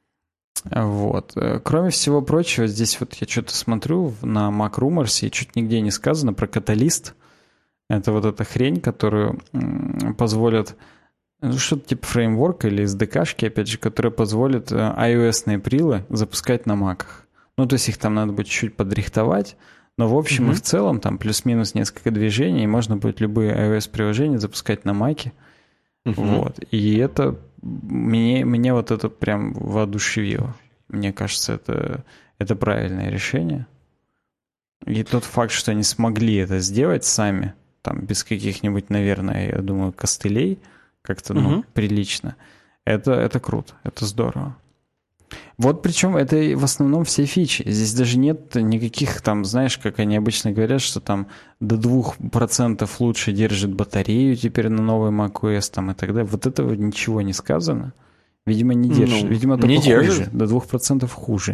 Вот. Кроме всего прочего, здесь вот я что-то смотрю на Mac Rumors, и чуть нигде не сказано про каталист. Это вот эта хрень, которую позволит... Ну, что-то типа фреймворка или эс ди кей-шки, опять же, которая позволит iOS-ные прилы запускать на Mac'ах. Ну, то есть их там надо будет чуть подрихтовать, но в общем mm-hmm. и в целом там плюс-минус несколько движений, и можно будет любые iOS-приложения запускать на Mac'е. Mm-hmm. Вот. И это... Мне, мне вот это прям воодушевило. Мне кажется, это, это правильное решение. И тот факт, что они смогли это сделать сами, там, без каких-нибудь, наверное, я думаю, костылей, как-то, ну, угу. прилично, это, это круто, это здорово. Вот причем это в основном все фичи. Здесь даже нет никаких там, знаешь, как они обычно говорят, что там до двух процентов лучше держит батарею теперь на новый macOS там и так далее. Вот этого ничего не сказано. Видимо, не держит. Ну, Видимо, только не хуже. Держит. До двух процентов хуже.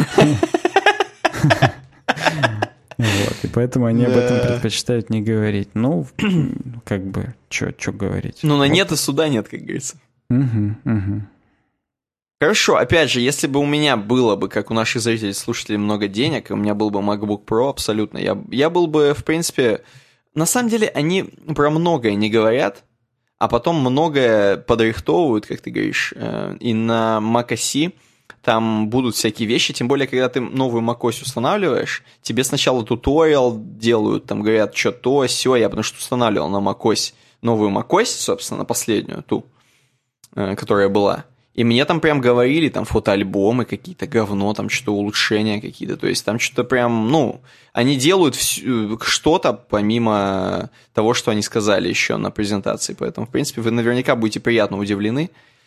Вот, и поэтому они об этом предпочитают не говорить. Ну, как бы, что говорить. Ну, на нет и суда нет, как говорится. Угу, угу. Хорошо, опять же, если бы у меня было бы, как у наших зрителей, слушателей, много денег, и у меня был бы MacBook Pro абсолютно, я, я был бы, в принципе... На самом деле, они про многое не говорят, а потом многое подрихтовывают, как ты говоришь, и на macOS там будут всякие вещи, тем более, когда ты новую macOS устанавливаешь, тебе сначала туториал делают, там говорят, что то, сё, я потому что устанавливал на macOS новую macOS, собственно, последнюю, ту, которая была. И мне там прям говорили, там, фотоальбомы какие-то, говно, там, что-то улучшения какие-то. То есть там что-то прям, ну, они делают всю, что-то помимо того, что они сказали еще на презентации. Поэтому, в принципе, вы наверняка будете приятно удивлены.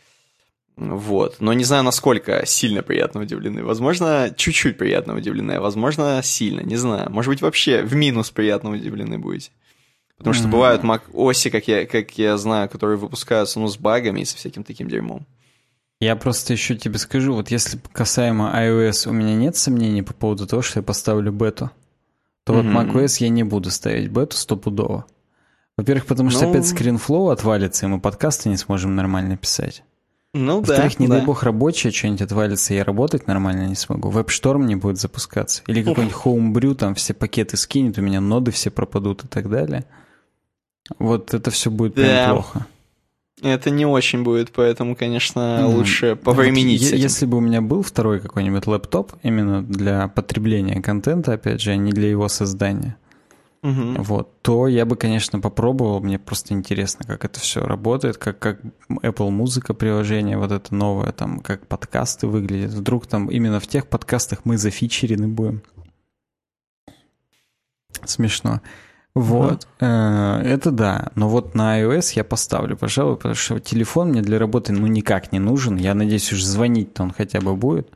Вот. Но не знаю, насколько сильно приятно удивлены. Возможно, чуть-чуть приятно удивлены, а возможно, сильно, не знаю. Может быть, вообще в минус приятно удивлены будете. Потому что mm-hmm. бывают macOS, как я, как я знаю, которые выпускаются, ну, с багами и со всяким таким дерьмом. Я просто еще тебе скажу, вот если касаемо iOS у меня нет сомнений по поводу того, что я поставлю бету, то mm-hmm. вот macOS я не буду ставить бету стопудово. Во-первых, потому что ну... опять скринфлоу отвалится, и мы подкасты не сможем нормально писать. Ну Во-вторых, да, не да. дай бог рабочее что-нибудь отвалится, и я работать нормально не смогу. WebStorm не будет запускаться. Или какой-нибудь Homebrew, там все пакеты скинет, у меня ноды все пропадут и так далее. Вот это все будет прям да. плохо. Это не очень будет, поэтому, конечно, mm. лучше повременить вот, с этим. Если бы у меня был второй какой-нибудь лэптоп, именно для потребления контента, опять же, а не для его создания, mm-hmm. вот, то я бы, конечно, попробовал. Мне просто интересно, как это все работает, как, как Apple Музыка приложение, вот это новое, там, как подкасты выглядят. Вдруг там именно в тех подкастах мы зафичерены будем. Смешно. Вот, uh-huh. это да, но вот на iOS я поставлю, пожалуй, потому что телефон мне для работы ну никак не нужен, я надеюсь, уж звонить-то он хотя бы будет.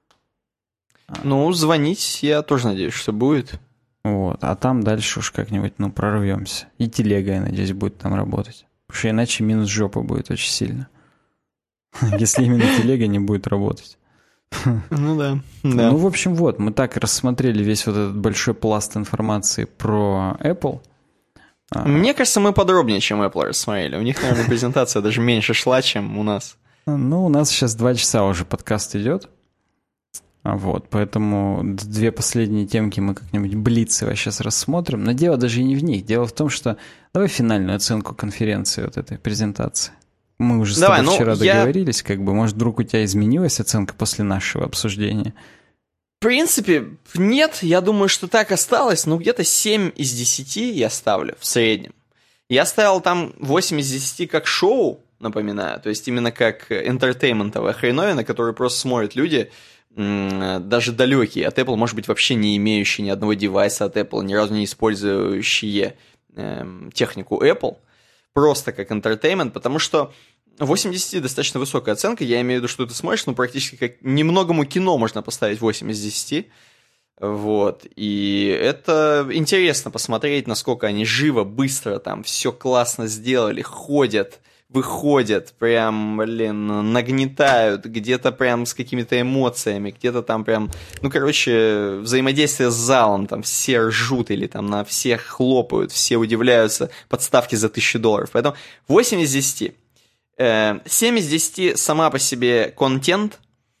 Ну, звонить я тоже надеюсь, что будет. Вот, а там дальше уж как-нибудь, ну, прорвемся. И телега, я надеюсь, будет там работать. Потому что иначе минус жопа будет очень сильно. Если именно телега не будет работать. Ну да, да. Ну, в общем, вот, мы так рассмотрели весь вот этот большой пласт информации про Apple. Мне кажется, мы подробнее, чем Apple рассмотрели. У них, наверное, презентация даже меньше шла, чем у нас. Ну, у нас сейчас два часа уже подкаст идет. Вот, поэтому две последние темки мы как-нибудь блицево сейчас рассмотрим. Но дело даже и не в них. Дело в том, что... Давай финальную оценку конференции вот этой презентации. Мы уже с Давай, тобой вчера ну, я... договорились, как бы. Может, вдруг у тебя изменилась оценка после нашего обсуждения? В принципе, нет. Я думаю, что так осталось. Ну, где-то семь из десяти я ставлю в среднем. Я ставил там восемь из десяти как шоу, напоминаю. То есть именно как энтертейментовая хреновина, которую просто смотрят люди... даже далекие от Apple, может быть, вообще не имеющие ни одного девайса от Apple, ни разу не использующие э, технику Apple, просто как entertainment, потому что восемь из десяти достаточно высокая оценка, я имею в виду, что ты смотришь, ну, практически как немногому кино можно поставить восемь из десяти, вот, и это интересно посмотреть, насколько они живо, быстро там все классно сделали, ходят, выходят, прям, блин, нагнетают, где-то прям с какими-то эмоциями, где-то там прям, ну, короче, взаимодействие с залом, там все ржут или там на всех хлопают, все удивляются, подставки за тысячу долларов. Поэтому восемь из десяти. семь из десяти сама по себе контент,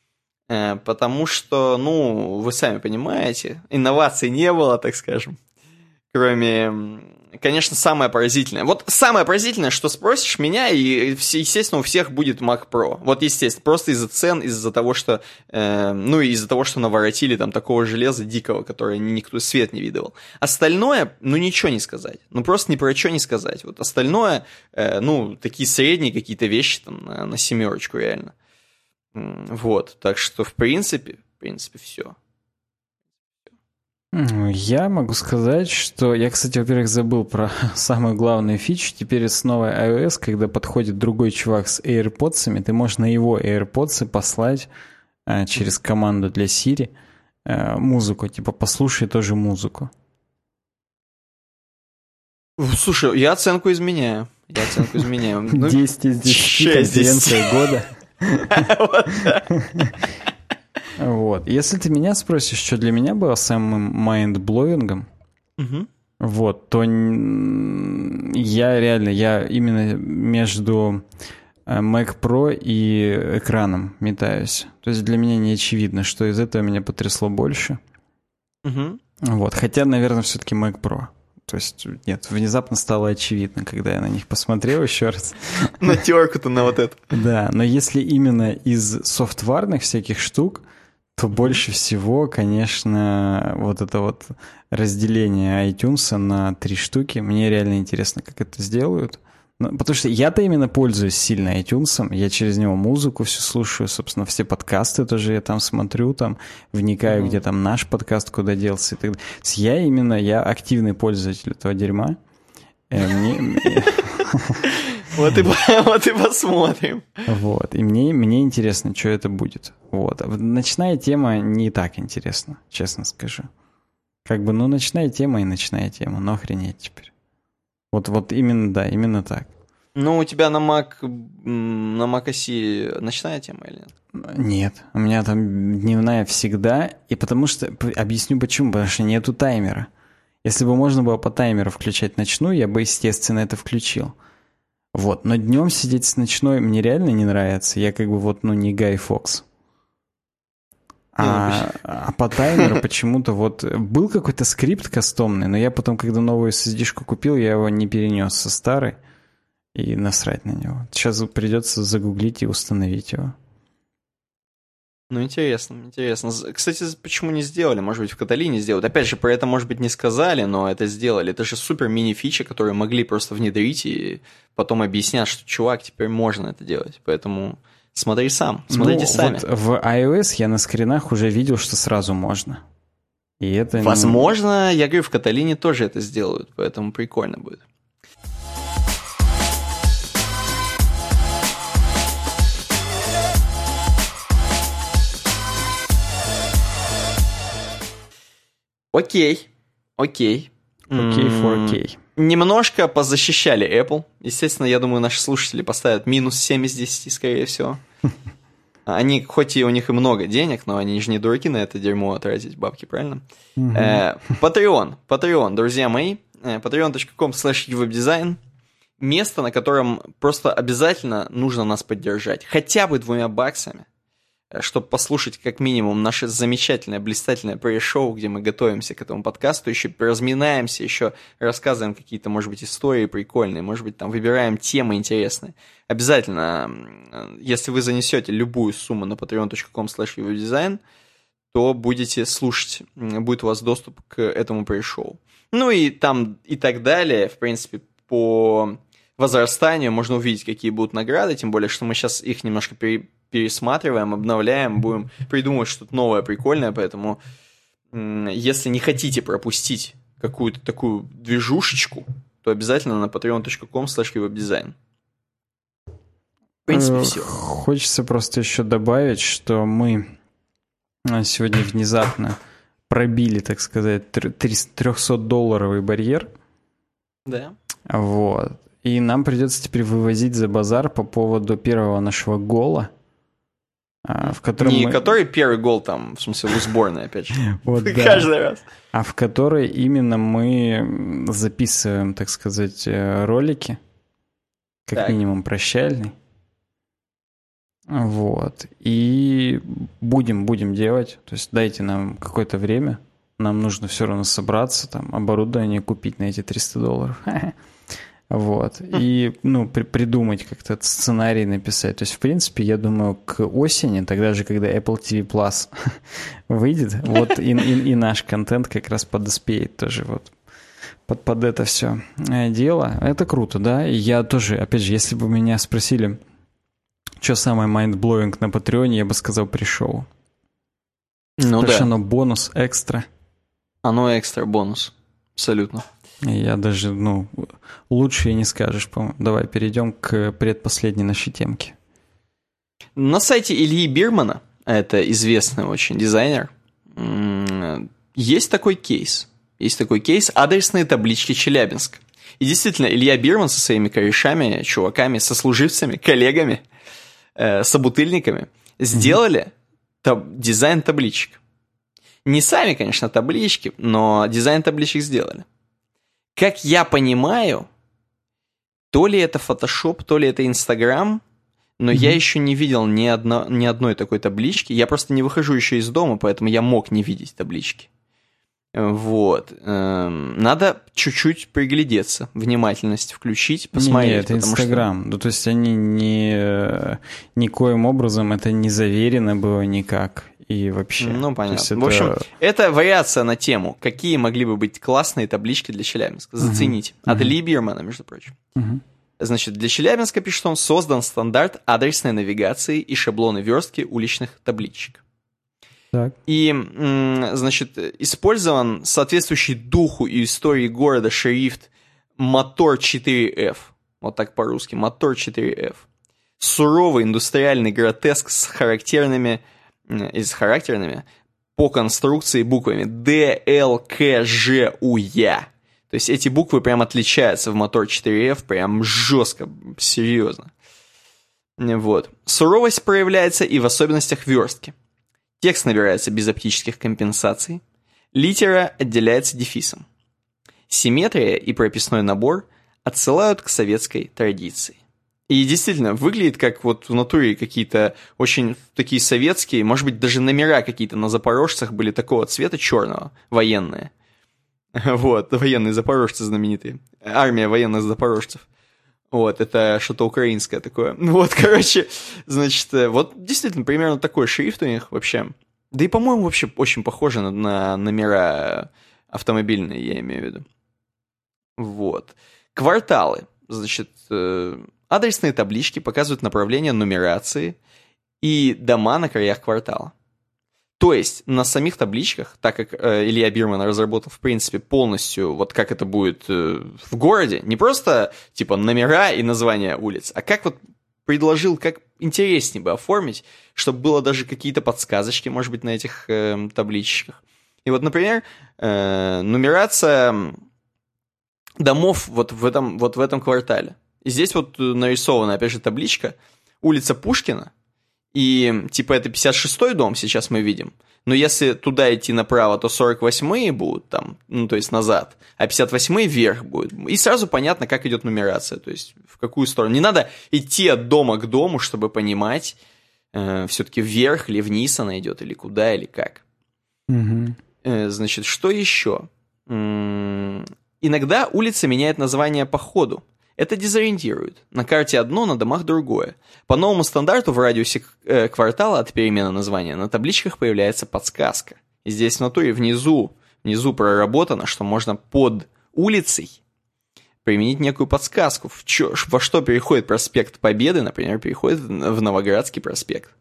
потому что, ну, вы сами понимаете, инноваций не было, так скажем, кроме... Конечно, самое поразительное. Вот самое поразительное, что спросишь меня, и, естественно, у всех будет Mac Pro. Вот, естественно, просто из-за цен, из-за того, что... Э, ну, из-за того, что наворотили там такого железа дикого, которое никто свет не видывал. Остальное, ну, ничего не сказать. Ну, просто ни про что не сказать. Вот остальное, э, ну, такие средние какие-то вещи там на, на семерочку реально. Вот. Так что, в принципе, в принципе, все. Я могу сказать, что... Я, кстати, во-первых, забыл про самую главную фичу. Теперь с новой iOS, когда подходит другой чувак с AirPods'ами, ты можешь на его AirPods'ы послать а, через команду для Siri а, музыку. Типа, послушай тоже музыку. Слушай, я оценку изменяю. Я оценку изменяю. десять из десяти конференция года. Вот. Если ты меня спросишь, что для меня было самым майндблоингом, угу. вот, то я реально, я именно между Mac Pro и экраном метаюсь. То есть для меня не очевидно, что из этого меня потрясло больше. Угу. Вот. Хотя, наверное, все-таки Mac Pro. То есть, нет, внезапно стало очевидно, когда я на них посмотрел еще раз. На терку-то на вот это. Да, но если именно из софтварных всяких штук, то больше всего, конечно, вот это вот разделение iTunes на три штуки. Мне реально интересно, как это сделают. Ну, потому что я-то именно пользуюсь сильно iTunes. Я через него музыку всю слушаю. Собственно, все подкасты тоже я там смотрю, там вникаю, mm-hmm. где там наш подкаст куда делся и так далее. Я именно, я активный пользователь этого дерьма. Вот и, вот и посмотрим. Вот. И мне, мне интересно, что это будет. Вот. Ночная тема не так интересна, честно скажу. Как бы, ну, ночная тема и ночная тема. Но охренеть теперь. Вот, вот именно, да, именно так. Ну, у тебя на Mac, на Mac о эс ночная тема или нет? Нет. У меня там дневная всегда. И потому что... Объясню почему. Потому что нету таймера. Если бы можно было по таймеру включать ночную, я бы, естественно, это включил. Вот, но днем сидеть с ночной мне реально не нравится. Я как бы вот, ну, не Гай Фокс. А, а по таймеру почему-то вот... Был какой-то скрипт кастомный, но я потом, когда новую эс эс ди-шку купил, я его не перенес со старой. И насрать на него. Сейчас придется загуглить и установить его. Ну, интересно, интересно. Кстати, почему не сделали? Может быть, в Каталине сделают. Опять же, про это, может быть, не сказали, но это сделали. Это же супер мини-фича, которую могли просто внедрить и потом объяснять, что, чувак, теперь можно это делать. Поэтому смотри сам, смотрите ну, сами. Вот в iOS я на скринах уже видел, что сразу можно. И это... Возможно, я говорю, в Каталине тоже это сделают, поэтому прикольно будет. Окей, окей. Окей, фор кей. Немножко позащищали Apple. Естественно, я думаю, наши слушатели поставят минус семь из десяти, скорее всего. Они, хоть и у них и много денег, но они же не дураки на это дерьмо тратить бабки, правильно? Patreon, Patreon, друзья мои. patreon точка ком слэш ювебдизайн. Место, на котором просто обязательно нужно нас поддержать. Хотя бы двумя баксами. Чтобы послушать как минимум наше замечательное, блистательное пресс-шоу, где мы готовимся к этому подкасту, еще разминаемся, еще рассказываем какие-то, может быть, истории прикольные, может быть, там выбираем темы интересные. Обязательно, если вы занесете любую сумму на patreon точка ком слэш ювебдизайн, то будете слушать, будет у вас доступ к этому пресс-шоу. Ну и там и так далее, в принципе, по возрастанию можно увидеть, какие будут награды, тем более, что мы сейчас их немножко пере пересматриваем, обновляем, будем придумывать что-то новое, прикольное, поэтому если не хотите пропустить какую-то такую движушечку, то обязательно на patreon точка ком слэш ювебдизайн. В принципе, все. Хочется просто еще добавить, что мы сегодня внезапно пробили, так сказать, трехсотдолларовый барьер. Да. Вот. И нам придется теперь вывозить за базар по поводу первого нашего гола. В котором Не мы... который первый гол там, в смысле, у сборной, опять же. Вот, да. Каждый раз. А в которой именно мы записываем, так сказать, ролики. Как так. минимум прощальный. Вот. И будем, будем делать. То есть дайте нам какое-то время. Нам нужно все равно собраться, там, оборудование купить на эти триста долларов. Вот. И, ну, при, придумать как-то сценарий написать. То есть, в принципе, я думаю, к осени, тогда же, когда Apple ти ви Plus выйдет, вот и, и, и наш контент как раз подоспеет тоже вот под, под это все дело. Это круто, да? И я тоже, опять же, если бы меня спросили, что самое mind-blowing на Патреоне, я бы сказал пришел. Ну Потому да. что оно бонус экстра. Оно экстра бонус. Абсолютно. Я даже, ну, лучше и не скажешь, по-моему. Давай перейдем к предпоследней нашей темке. На сайте Ильи Бирмана, это известный очень дизайнер, есть такой кейс. Есть такой кейс адресные таблички Челябинск. И действительно, Илья Бирман со своими корешами, чуваками, сослуживцами, коллегами, э, собутыльниками сделали таб- дизайн табличек. Не сами, конечно, таблички, но дизайн табличек сделали. Как я понимаю, то ли это Photoshop, то ли это Instagram, но mm-hmm. я еще не видел ни, одно, ни одной такой таблички. Я просто не выхожу еще из дома, поэтому я мог не видеть таблички. Вот. Надо чуть-чуть приглядеться, внимательность включить, посмотреть. Нет, это Инстаграм. Что... Ну, то есть они не, никоим образом это не заверено было никак. И вообще. Ну, понятно. Это... В общем, это вариация на тему, какие могли бы быть классные таблички для Челябинска. Зацените. Uh-huh. От uh-huh. Ильи Бирмана, между прочим. Uh-huh. Значит, для Челябинска, пишет он, создан стандарт адресной навигации и шаблоны верстки уличных табличек. Так. И, значит, использован соответствующий духу и истории города шрифт Мотор четыре эф. Вот так по-русски. Мотор четыре эф. Суровый индустриальный гротеск с характерными, и с характерными по конструкции буквами Д, Л, К, Ж, У, Я. То есть эти буквы прям отличаются в Мотор четыре эф, прям жестко, серьезно. Вот. Суровость проявляется и в особенностях верстки. Текст набирается без оптических компенсаций. Литера отделяется дефисом. Симметрия и прописной набор отсылают к советской традиции. И действительно, выглядит как вот в натуре какие-то очень такие советские, может быть, даже номера какие-то на запорожцах были такого цвета черного, военные. Вот, военные запорожцы знаменитые. Армия военных запорожцев. Вот, это что-то украинское такое. Вот, короче, значит, вот действительно примерно такой шрифт у них вообще. Да и, по-моему, вообще очень похоже на, на номера автомобильные, я имею в виду. Вот. Кварталы. Значит, адресные таблички показывают направление нумерации и дома на краях квартала. То есть на самих табличках, так как э, Илья Бирман разработал, в принципе, полностью, вот как это будет э, в городе, не просто, типа, номера и названия улиц, а как вот предложил, как интереснее бы оформить, чтобы было даже какие-то подсказочки, может быть, на этих э, табличках. И вот, например, э, нумерация домов вот в этом, вот в этом квартале. И здесь вот нарисована, опять же, табличка улица Пушкина, и типа это пятьдесят шестой дом сейчас мы видим, но если туда идти направо, то сорок восьмые будут там, ну то есть назад, а пятьдесят восьмые вверх будет. И сразу понятно, как идет нумерация, то есть в какую сторону. Не надо идти от дома к дому, чтобы понимать, э, все-таки вверх или вниз она идет, или куда, или как. Угу. Э, значит, что еще? М-м- иногда улица меняет название по ходу. Это дезориентирует. На карте одно, на домах другое. По новому стандарту в радиусе э, квартала от перемены названия на табличках появляется подсказка. И здесь в натуре внизу, внизу проработано, что можно под улицей применить некую подсказку. В чё, во что переходит проспект Победы, например, переходит в Новоградский проспект.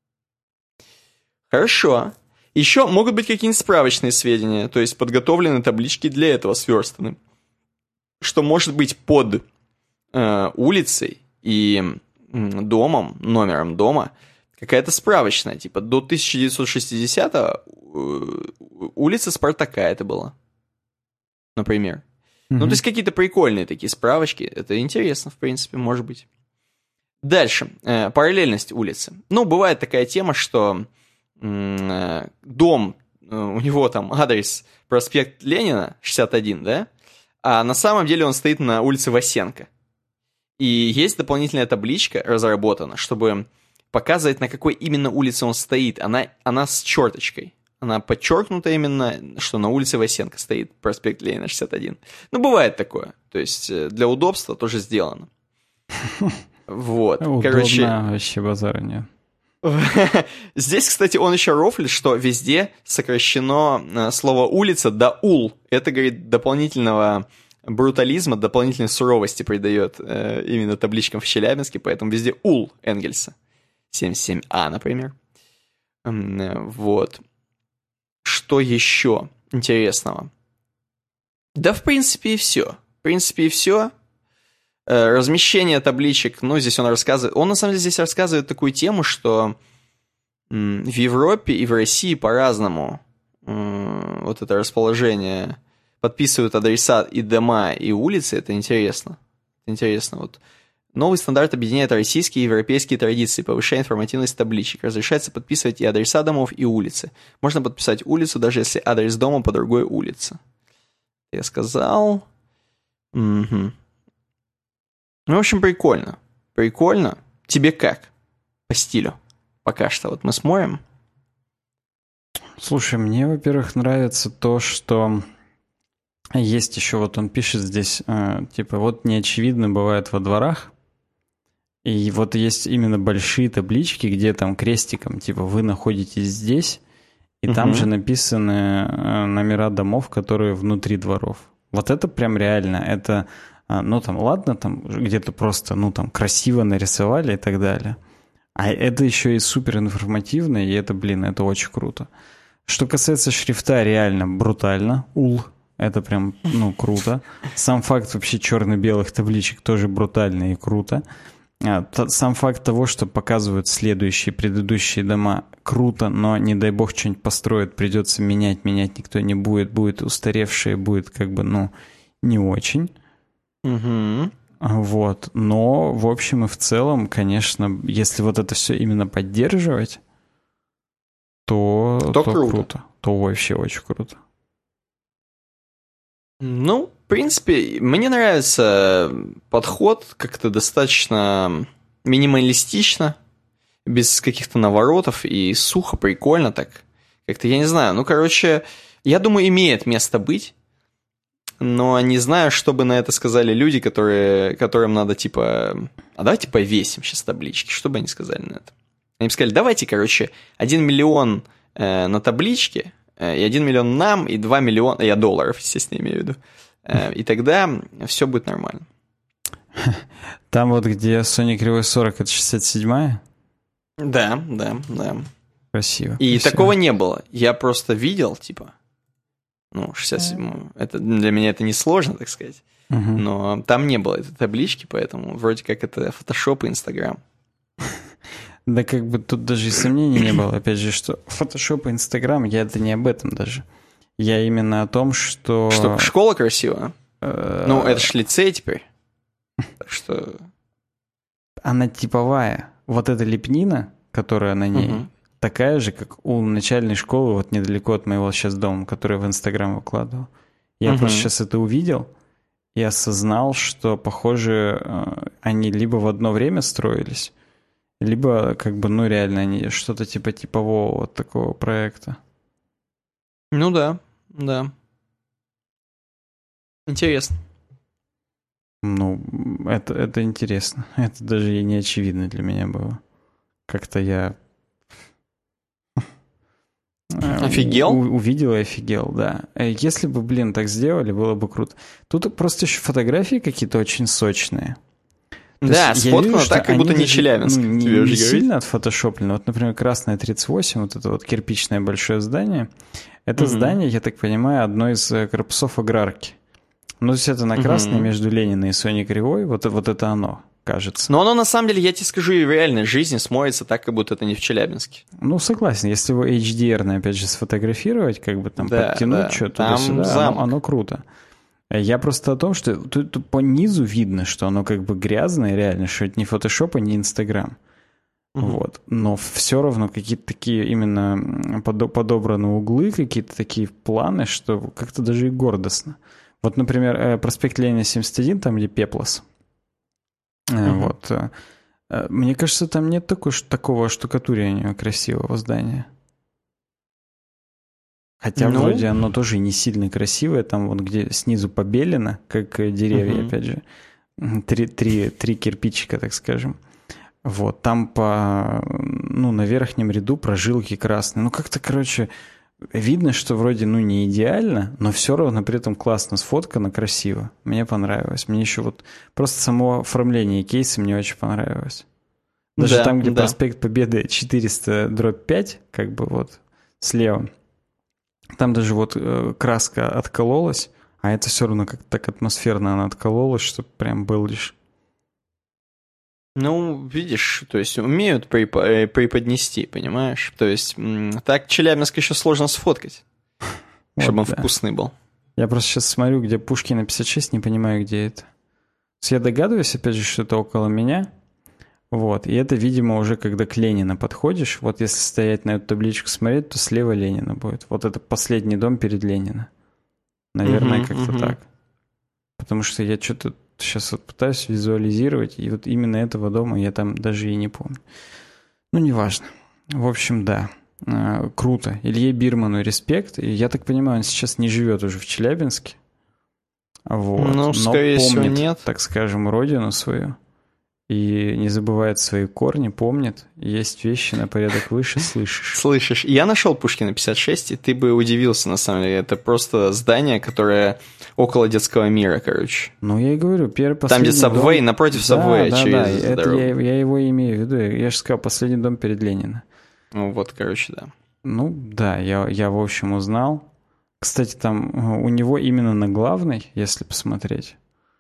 Хорошо. Еще могут быть какие-нибудь справочные сведения, то есть подготовлены таблички для этого сверстаны. Что может быть под э, улицей и э, домом, номером дома, какая-то справочная, типа до тысяча девятьсот шестидесятого э, улица Спартака это была, например. Mm-hmm. Ну, то есть какие-то прикольные такие справочки, это интересно, в принципе, может быть. Дальше, э, параллельность улицы. Ну, бывает такая тема, что э, дом, э, у него там адрес проспект Ленина, шестьдесят один, да? А на самом деле он стоит на улице Васенко. И есть дополнительная табличка разработана, чтобы показывать, на какой именно улице он стоит. Она, она с черточкой. Она подчеркнута именно, что на улице Васенко стоит проспект Ленина шестьдесят один. Ну, бывает такое. То есть для удобства тоже сделано. Вот. Короче, вообще базара нет. Здесь, кстати, он еще рофлит, что везде сокращено слово «улица» до «ул». Это, говорит, дополнительного брутализма, дополнительной суровости придает э, именно табличкам в Челябинске, поэтому везде «ул» Энгельса. семьдесят семь А, например. Вот. Что еще интересного? Да, в принципе, и все. В принципе, и все. Размещение табличек, ну, здесь он рассказывает... Он, на самом деле, здесь рассказывает такую тему, что м, в Европе и в России по-разному м, вот это расположение подписывают адреса и дома, и улицы. Это интересно. Это интересно. Вот. Новый стандарт объединяет российские и европейские традиции, повышая информативность табличек. Разрешается подписывать и адреса домов, и улицы. Можно подписать улицу, даже если адрес дома по другой улице. Я сказал... Угу. Ну, в общем, прикольно. Прикольно. Тебе как? По стилю. Пока что вот мы смотрим. Слушай, мне, во-первых, нравится то, что есть еще, вот он пишет здесь, э, типа, вот неочевидно бывает во дворах, и вот есть именно большие таблички, где там крестиком, типа, вы находитесь здесь, и угу. там же написаны э, номера домов, которые внутри дворов. Вот это прям реально, это... Ну, там, ладно, там где-то просто, ну, там, красиво нарисовали и так далее. А это еще и супер информативно, и это, блин, это очень круто. Что касается шрифта, реально брутально. Ул. Это прям, ну, круто. Сам факт вообще черно-белых табличек тоже брутально и круто. Сам факт того, что показывают следующие, предыдущие дома, круто, но, не дай бог, что-нибудь построят, придется менять, менять никто не будет, будет устаревшее, будет как бы, ну, не очень. Угу. Вот. Но, в общем и в целом, конечно, если вот это все именно поддерживать, то, то, то круто. круто. То вообще очень круто. Ну, в принципе, мне нравится подход как-то достаточно минималистично, без каких-то наворотов и сухо, прикольно так. Как-то, я не знаю, ну, короче, я думаю, имеет место быть. Но не знаю, что бы на это сказали люди, которые, которым надо, типа, а давайте повесим сейчас таблички. Что бы они сказали на это? Они бы сказали, давайте, короче, один миллион э, на табличке, э, и один миллион нам, и два миллиона, я долларов, естественно, имею в виду. Э, и тогда все будет нормально. Там вот, где Sony Кривой сорок, это шестьдесят седьмая? Да, да, да. Красиво. И красиво. такого не было. Я просто видел, типа, ну, шестьдесят семь, это для меня это не сложно, так сказать. Угу. Но там не было этой таблички, поэтому вроде как это Photoshop и Instagram. Да как бы тут даже и сомнений не было, опять же, что Photoshop и Instagram, я это не об этом даже. Я именно о том, что... Что школа красивая. Ну, это ж лицей теперь. Так что... Она типовая. Вот эта лепнина, которая на ней, угу. такая же, как у начальной школы, вот недалеко от моего сейчас дома, которую я в Инстаграм выкладывал. Я угу. просто сейчас это увидел и осознал, что, похоже, они либо в одно время строились, либо, как бы, ну, реально, они что-то типа типового вот такого проекта. Ну да, да. Интересно. Ну, это, это интересно. Это даже и не очевидно для меня было. Как-то я... Офигел? У, увидел и офигел, да. Если бы, блин, так сделали, было бы круто. Тут просто еще фотографии какие-то очень сочные. То да, сфоткано так, как будто не Челябинск. Ну, не, не сильно отфотошоплено. Вот, например, Красная тридцать восемь, вот это вот кирпичное большое здание. Это угу. здание, я так понимаю, одно из корпусов аграрки. Ну, то есть это на красной угу. между Лениной и Соней Кривой. Вот, вот это оно, кажется. Но оно, на самом деле, я тебе скажу, и в реальной жизни смотрится так, как будто это не в Челябинске. Ну, согласен. Если его эйч ди ар, опять же, сфотографировать, как бы там да, подтянуть да. что-то туда-сюда, оно, оно круто. Я просто о том, что тут, тут по низу видно, что оно как бы грязное, реально, что это не Photoshop, и не Instagram. Угу. Вот. Но все равно какие-то такие именно подобраны углы, какие-то такие планы, что как-то даже и гордостно. Вот, например, проспект Ленина семьдесят один, там, где Пеплос. Угу. Вот. Мне кажется, там нет такой, такого штукатурения красивого здания. Хотя ну, вроде оно тоже не сильно красивое, там вот где снизу побелено, как деревья, uh-huh. опять же, три, три, три кирпичика, так скажем. Вот, там по, ну, на верхнем ряду прожилки красные. Ну, как-то, короче, видно, что вроде, ну, не идеально, но все равно при этом классно сфоткано, красиво. Мне понравилось. Мне еще вот просто само оформление кейса мне очень понравилось. Даже да, там, где да. проспект Победы четыреста дробь пять, как бы вот слева, там даже вот э, краска откололась, а это все равно как-то так атмосферно она откололась, что прям был лишь... Ну, видишь, то есть умеют препо- преподнести, понимаешь? То есть м- так Челябинск еще сложно сфоткать, вот чтобы он да. вкусный был. Я просто сейчас смотрю, где Пушкина пятьдесят шесть, не понимаю, где это. То есть я догадываюсь, опять же, что это около меня. Вот, и это, видимо, уже когда к Ленина подходишь, вот если стоять на эту табличку смотреть, то слева Ленина будет. Вот это последний дом перед Лениным. Наверное, uh-huh, как-то uh-huh. так. Потому что я что-то сейчас вот пытаюсь визуализировать, и вот именно этого дома я там даже и не помню. Ну, неважно. В общем, да, круто. Илье Бирману респект. И я так понимаю, он сейчас не живет уже в Челябинске. Вот. Ну, но скорее помнит, всего, нет. так скажем, родину свою. И не забывает свои корни, помнит. Есть вещи на порядок выше, слышишь. Слышишь. Я нашел Пушкина пятьдесят шесть, и ты бы удивился, на самом деле. Это просто здание, которое около детского мира, короче. Ну, я и говорю, первый, последний Там, где Сабвей, дом... напротив да, Сабвея, да, через да, это дорогу. я, я его имею в виду. Я же сказал, последний дом перед Лениным. Ну, вот, короче, да. Ну, да, я, я в общем, узнал. Кстати, там у него именно на главной, если посмотреть,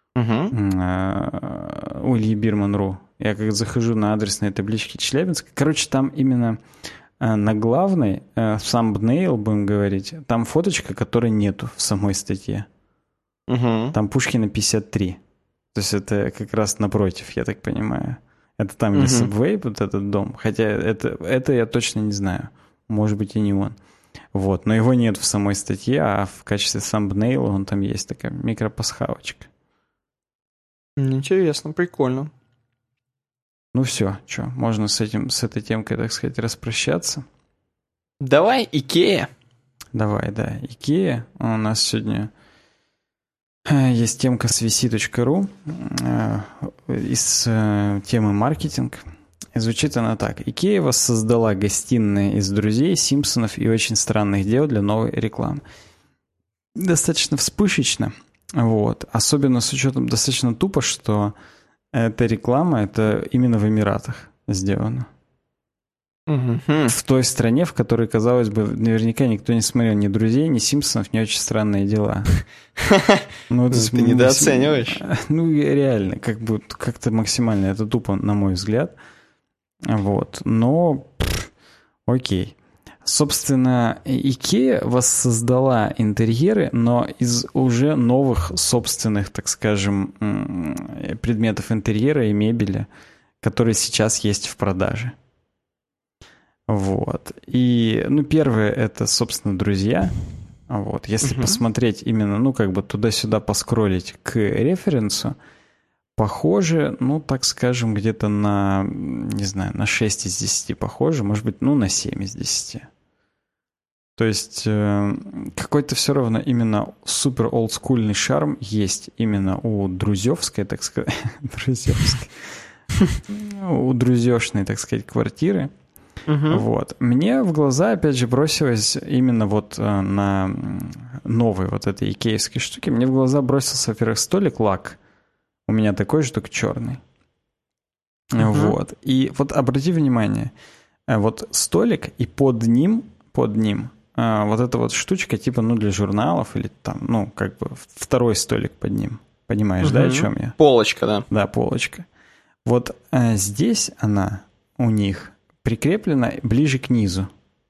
Uh-huh. у Ильи Бирман.ру. Я как захожу на адресные таблички Челябинска. Короче, там именно на главной, в thumbnail, будем говорить, там фоточка, которой нету в самой статье. Uh-huh. Там Пушкина пятьдесят три. То есть это как раз напротив, я так понимаю. Это там, где uh-huh. Subway, вот этот дом. Хотя это, это я точно не знаю. Может быть, и не он. Вот. Но его нет в самой статье, а в качестве thumbnail он там есть такая микропасхалочка. Интересно, прикольно. Ну все, что, можно с этим, с этой темкой, так сказать, распрощаться. Давай, Икея. Давай, да, Икея. У нас сегодня есть темка с ви си точка ру из темы маркетинг. И звучит она так. Икея воссоздала гостиные из «Друзей», «Симпсонов» и «Очень странных дел» для новой рекламы. Достаточно вспышечно. Вот. Особенно с учетом достаточно тупо, что эта реклама, это именно в Эмиратах сделано. Мгм. В той стране, в которой, казалось бы, наверняка никто не смотрел ни «Друзей», ни «Симпсонов», ни «Очень странные дела». Ну, это Ну, с- ты недооцениваешь. Ну, и реально, как бы как-то максимально это тупо, на мой взгляд. Вот. Но, пф, окей. Собственно, Икея воссоздала интерьеры, но из уже новых собственных, так скажем, м, предметов интерьера и мебели, которые сейчас есть в продаже. Вот. И, ну, первое — это, собственно, «Друзья». Вот. Если Мгм. посмотреть именно, ну, как бы туда-сюда поскроллить к референсу, похоже, ну, так скажем, где-то на, не знаю, на шесть из десяти похоже, может быть, ну, на семь из десяти. То есть э, какой-то все равно именно супер олдскульный шарм есть именно у друзевской, так сказать, друзевской, у друзешной, так сказать, квартиры. Мгм. Вот. Мне в глаза, опять же, бросилось именно вот э, на новой вот этой икеевской штуке, мне в глаза бросился, во-первых, столик лак. У меня такой же, только черный. Мгм. Вот. И вот обрати внимание, э, вот столик, и под ним, под ним э, вот эта вот штучка, типа, ну, для журналов, или там, ну, как бы второй столик под ним. Понимаешь, да, о Мгм. чем я? Полочка, да. Да, полочка. Вот э, здесь она у них прикреплена ближе к низу.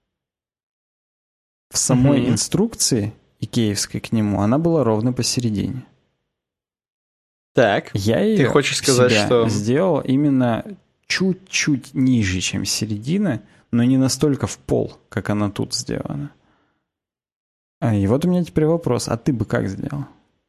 В самой Мгм. инструкции икеевской к нему она была ровно посередине. Так, Я ее ты хочешь сказать, себя что... сделал именно чуть-чуть ниже, чем середина, но не настолько в пол, как она тут сделана. А, И вот у меня теперь вопрос, а ты бы как сделал?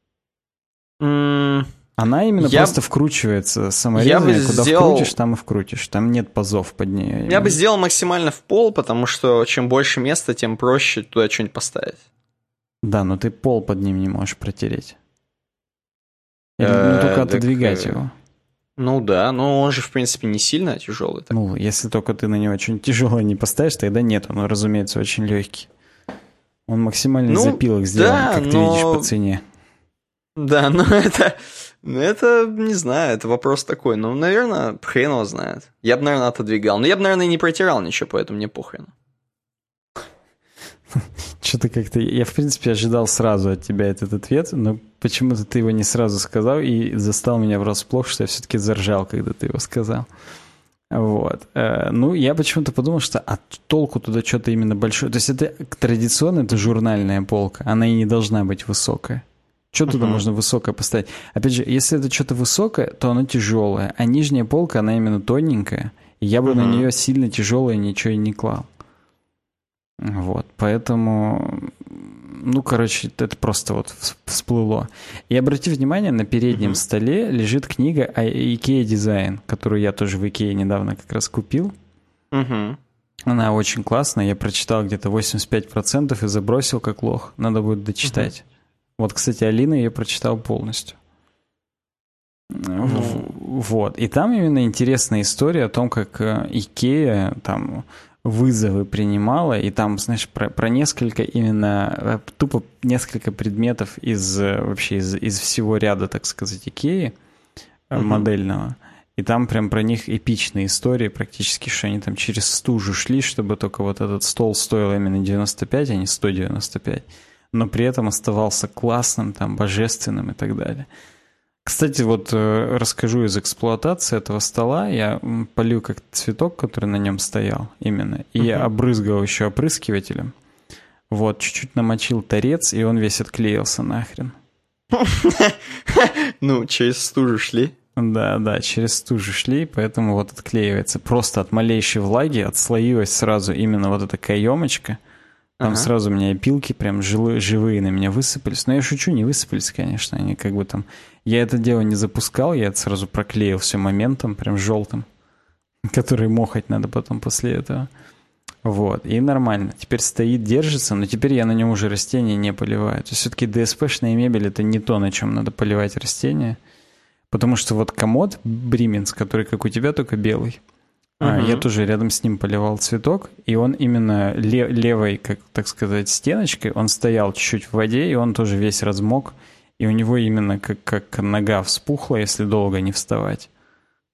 м, Она именно Я просто б- вкручивается я саморезами, бы куда сделал- вкрутишь, там и вкрутишь. Там нет пазов под нее. Я именно. бы сделал максимально в пол, потому что чем больше места, тем проще туда что-нибудь поставить. Да, но ты пол под ним не можешь протереть. Или, ну, Э, только так, отодвигать э, его. Ну да, но он же, в принципе, не сильно тяжелый. Так. Ну, если только ты на него что-нибудь тяжелое не поставишь, тогда нет, он, разумеется, очень легкий. Он максимально из Ну, запилок сделан, да, как ты но- видишь по цене. Да, ну это... Ну это, не знаю, это вопрос такой. Ну, наверное, хрен его знает. Я бы, наверное, отодвигал. Но я бы, наверное, и не протирал ничего, поэтому мне похрен. Что-то как-то... Я, в принципе, ожидал сразу от тебя этот ответ, но почему-то ты его не сразу сказал и застал меня врасплох, что я все-таки заржал, когда ты его сказал. Вот. Э, Ну, я почему-то подумал, что от толку туда что-то именно большое. То есть это традиционно, это журнальная полка. Она и не должна быть высокая. Что туда Мгм. можно высокое поставить? Опять же, если это что-то высокое, то оно тяжелое. А нижняя полка, она именно тоненькая. И я бы на Мгм. нее сильно тяжелое ничего и не клал. Вот. Поэтому, ну, короче, это просто вот вс- всплыло. И обрати внимание, на переднем Мгм. столе лежит книга о IKEA Design, которую я тоже в Икее недавно как раз купил. Мгм. Она очень классная. Я прочитал где-то восемьдесят пять процентов и забросил как лох. Надо будет дочитать. Вот, кстати, Алина ее прочитал полностью. В- Вот. И там именно интересная история о том, как э, Икея там вызовы принимала, и там, знаешь, про, про несколько именно, э, тупо несколько предметов из э, вообще из, из всего ряда, так сказать, Икеи э, Мгм. модельного. И там прям про них эпичные истории практически, что они там через стужу шли, чтобы только вот этот стол стоил именно девяносто пять, а не сто девяносто пять. Но при этом оставался классным, там, божественным и так далее. Кстати, вот э, расскажу из эксплуатации этого стола. Я м, полил как цветок, который на нем стоял именно, и Мгм. обрызгал еще опрыскивателем. Вот, чуть-чуть намочил торец, и он весь отклеился нахрен. Ну, через стужу шли. Да, да, через стужу шли, поэтому вот отклеивается. Просто от малейшей влаги отслоилась сразу именно вот эта каемочка. Там Ага. сразу у меня опилки прям жилы- живые на меня высыпались. Но я шучу, не высыпались, конечно. Они как бы там... Я это дело не запускал, я это сразу проклеил все моментом, прям желтым, который мохать надо потом после этого. Вот, и нормально. Теперь стоит, держится, но теперь я на нем уже растения не поливаю. То есть все-таки ДСПшная мебель — это не то, на чем надо поливать растения. Потому что вот комод Брименс, который как у тебя, только белый, а, Мгм. я тоже рядом с ним поливал цветок, и он именно ле- левой, как так сказать, стеночкой, он стоял чуть-чуть в воде, и он тоже весь размок, и у него именно как, как нога вспухла, если долго не вставать.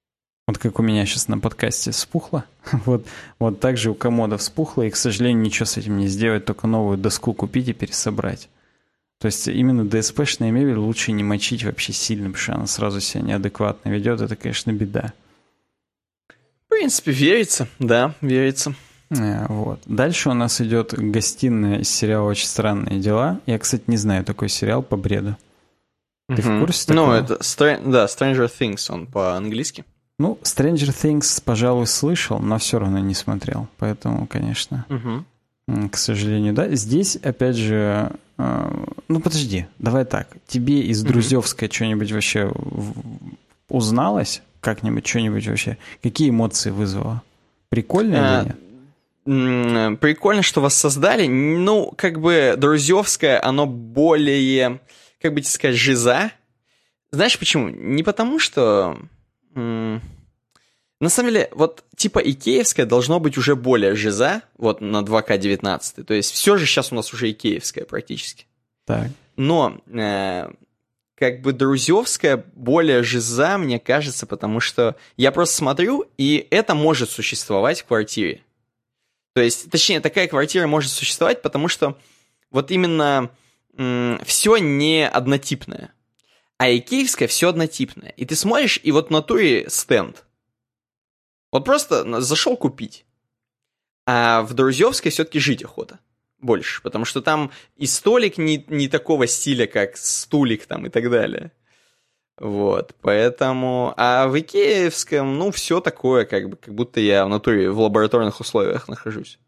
Вот как у меня сейчас на подкасте вспухло. вот, вот так же у комода вспухло, и, к сожалению, ничего с этим не сделать, только новую доску купить и пересобрать. То есть именно ДСПшная мебель лучше не мочить вообще сильно, потому что она сразу себя неадекватно ведет. Это, конечно, беда. В принципе, верится. Да, верится. Вот. Дальше у нас идет гостиная из сериала «Очень странные дела». Я, кстати, не знаю такой сериал по бреду. Ты угу. в курсе такого? Ну, это, Str- да, Stranger Things, он по-английски. Ну, Stranger Things, пожалуй, слышал, но все равно не смотрел. Поэтому, конечно, угу. к сожалению, да. Здесь, опять же... Э, ну, подожди, давай так. Тебе из Друзевской угу. что-нибудь вообще узналось? Как-нибудь, что-нибудь вообще? Какие эмоции вызвало? Прикольно а, или нет? Прикольно, что вас создали. Ну, как бы Друзевское, оно более, как бы тебе сказать, жиза. Знаешь почему? Не потому, что... М- на самом деле, вот типа икеевское должно быть уже более жиза, вот на два ка девятнадцать. То есть все же сейчас у нас уже икеевское практически. Так. Но... Э- как бы Друзевская более жиза, мне кажется, потому что я просто смотрю, и это может существовать в квартире. То есть, точнее, такая квартира может существовать, потому что вот именно м- все не однотипное. А икеевская все однотипное. И ты смотришь, и вот в натуре стенд. Вот просто зашел купить. А в Друзевской все-таки жить охота. Больше, потому что там и столик не, не такого стиля, как стулик там и так далее. Вот, поэтому... А в икеевском, ну, все такое, как бы, как будто я в натуре в лабораторных условиях нахожусь.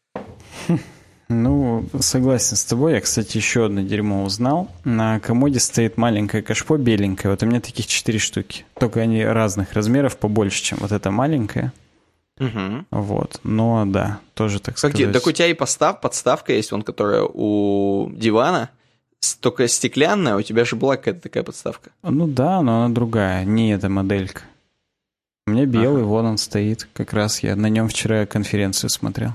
Ну, согласен с тобой. Я, кстати, еще одно дерьмо узнал. На комоде стоит маленькое кашпо беленькое. Вот у меня таких четыре штуки. Только они разных размеров, побольше, чем вот это маленькое. Угу. Вот, но да, тоже так как сказать. Так у тебя и постав, подставка есть, вон, которая у дивана, только стеклянная, у тебя же была какая-то такая подставка. Ну да, но она другая, не эта моделька. У меня белый, ага. Вон он стоит, как раз я на нем вчера конференцию смотрел.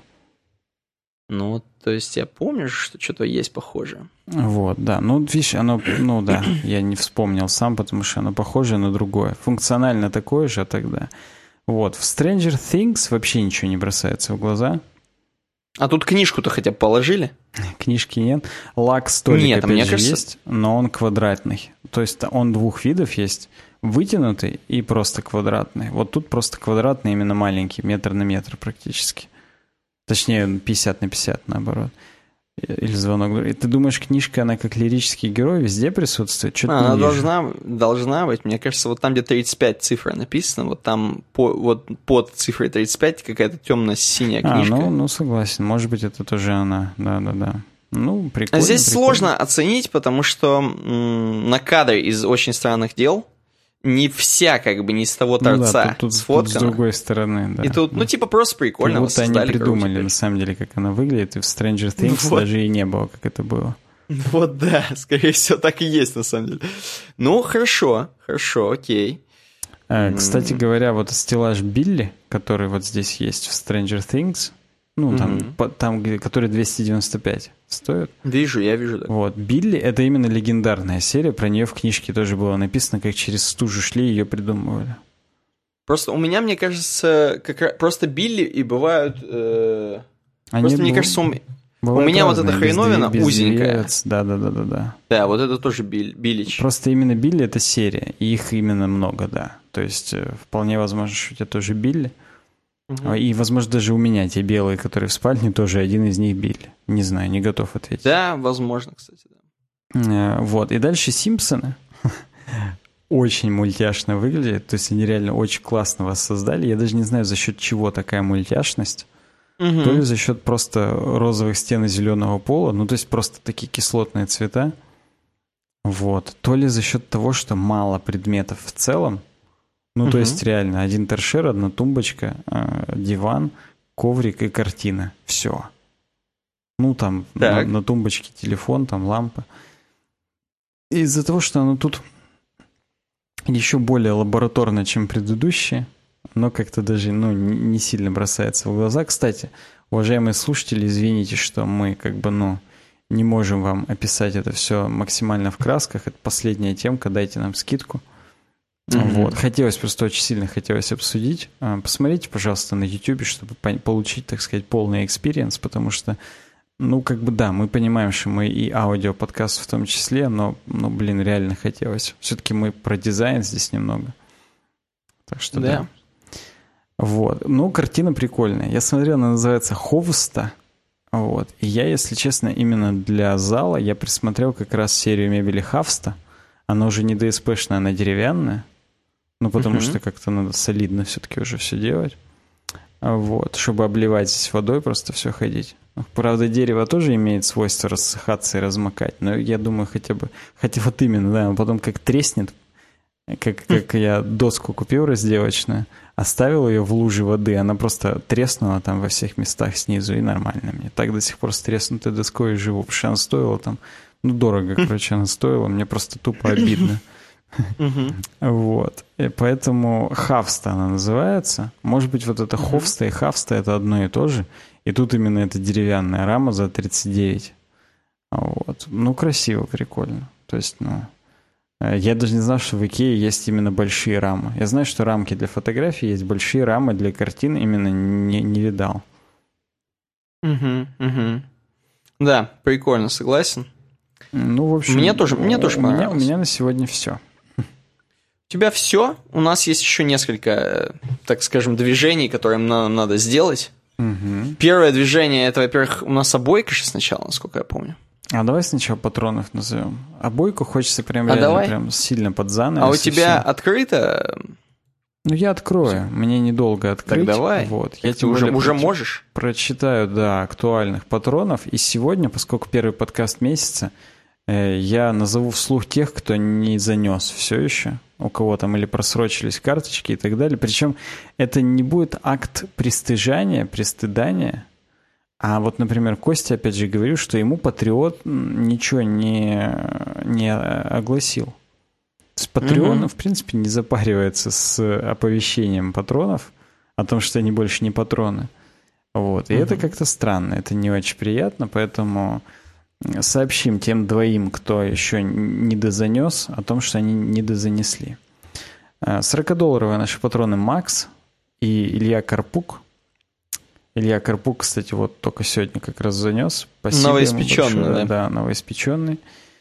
Ну, то есть я помню, что что-то есть похожее. Вот, да, ну видишь, оно, ну да, я не вспомнил сам, потому что оно похоже на другое. Функционально такое же, а тогда... Вот, в Stranger Things вообще ничего не бросается в глаза. А тут книжку-то хотя бы положили? Книжки нет. Лак-столик нет, опять мне же кажется... есть, но он квадратный. То есть он двух видов есть. Вытянутый и просто квадратный. Вот тут просто квадратный, именно маленький, метр на метр практически. Точнее, пятьдесят на пятьдесят, наоборот. Или звонок. И ты думаешь, книжка, она как лирический герой везде присутствует? Что-то она не должна, должна быть. Мне кажется, вот там, где тридцать пять цифра написано, вот там по, вот под цифрой тридцать пять какая-то темно-синяя книжка. А, ну, ну, согласен. Может быть, это тоже она. Да-да-да. Ну, прикольно. Здесь прикольно. сложно оценить, потому что м- на кадре из «Очень странных дел» не вся, как бы, не с того торца ну, да, тут, сфоткана. Тут с другой стороны, да. И тут, да. ну, типа, просто прикольно. Вот они придумали, короче, на самом деле, как она выглядит, и в Stranger Things вот. Даже и не было, как это было. Вот да, скорее всего, так и есть, на самом деле. Ну, хорошо, хорошо, окей. А, кстати mm. говоря, вот стеллаж Билли, который вот здесь есть в Stranger Things, ну, там, mm-hmm. по, там где, который двести девяносто пять стоит. Вижу, я вижу, да. Вот, Билли — это именно легендарная серия, про нее в книжке тоже было написано, как через стужу шли и ее придумывали. Просто у меня, мне кажется, как раз, просто Билли и бывают... Э, просто, мне б... кажется, у, у меня вот эта хреновина без, узенькая. Без Да-да-да-да-да. Да, вот это тоже Билли, Биллич. Просто именно Билли — это серия, и их именно много, да. То есть вполне возможно, что у тебя тоже Билли. Угу. И, возможно, даже у меня те белые, которые в спальне, тоже один из них Билли. Не знаю, не готов ответить. Да, возможно, кстати, да. Вот, и дальше Симпсоны. Очень мультяшно выглядит, то есть они реально очень классно вас создали. Я даже не знаю, за счет чего такая мультяшность. Угу. То ли за счет просто розовых стен и зеленого пола, ну, то есть просто такие кислотные цвета. Вот. То ли за счет того, что мало предметов в целом. Ну, угу. то есть реально один торшер, одна тумбочка, диван, коврик и картина. Все. Ну, там на, на тумбочке телефон, там лампа. И из-за того, что оно тут еще более лабораторно, чем предыдущие, но как-то даже ну, не сильно бросается в глаза. Кстати, уважаемые слушатели, извините, что мы как бы, ну, не можем вам описать это все максимально в красках. Это последняя темка, дайте нам скидку. Mm-hmm. Вот. Хотелось, просто очень сильно хотелось обсудить. Посмотрите, пожалуйста, на YouTube, чтобы получить, так сказать, полный экспириенс, потому что, ну, как бы да, мы понимаем, что мы и аудиоподкаст в том числе, но, ну, блин, реально хотелось. Все-таки мы про дизайн здесь немного. Так что да. да. Вот. Ну, картина прикольная. Я смотрел, она называется «Ховста». Вот. И я, если честно, именно для зала я присмотрел как раз серию мебели Хавста. Она уже не ДСПшная, она деревянная. Ну, потому uh-huh. что как-то надо солидно все-таки уже все делать. Вот. Чтобы обливать здесь водой, просто все ходить. Правда, дерево тоже имеет свойство рассыхаться и размокать. Но я думаю, хотя бы... Хотя вот именно, да, он потом как треснет. Как, как я доску купил разделочную, оставил ее в луже воды, она просто треснула там во всех местах снизу, и нормально мне. Так до сих пор с треснутой доской и живу, потому что она стоила там... Ну, дорого, короче, она стоила, мне просто тупо обидно. Вот. И поэтому Хавста она называется. Может быть, вот это Ховста и Хавста это одно и то же. И тут именно эта деревянная рама за тридцать девять. Вот. Ну, красиво, прикольно. То есть, ну... Я даже не знал, что в Икее есть именно большие рамы. Я знаю, что рамки для фотографий есть, большие рамы для картин именно не, не видал. Угу, угу. Да, прикольно, согласен. Ну, в общем, мне тоже, мне тоже у меня, у меня на сегодня все. У тебя все? У нас есть еще несколько, так скажем, движений, которые нам надо сделать. Угу. Первое движение, это, во-первых, у нас обойка же сначала, насколько я помню. А давай сначала патронов назовем. Обойку хочется прям, а реально, давай? прям сильно под занавес. А у тебя все. Открыто? Ну, я открою. Все. Мне недолго открыть. Так давай. Вот. Я тебе уже, уже проч... можешь? Прочитаю, да, актуальных патронов. И сегодня, поскольку первый подкаст месяца, э, я назову вслух тех, кто не занес все еще. У кого там или просрочились карточки и так далее. Причем это не будет акт пристыжания, пристыдания. А вот, например, Костя, опять же, говорил, что ему Патриот ничего не, не огласил. То есть Патреон, угу. в принципе, не запаривается с оповещением патронов о том, что они больше не патроны. Вот. И угу. это как-то странно, это не очень приятно, поэтому сообщим тем двоим, кто еще не дозанес, о том, что они не дозанесли. сорокадолларовые наши патроны Макс и Илья Карпук. Илья Карпук, кстати, вот только сегодня как раз занес. Спасибо новоиспеченный, ему большое. да? Да, новоиспеченный.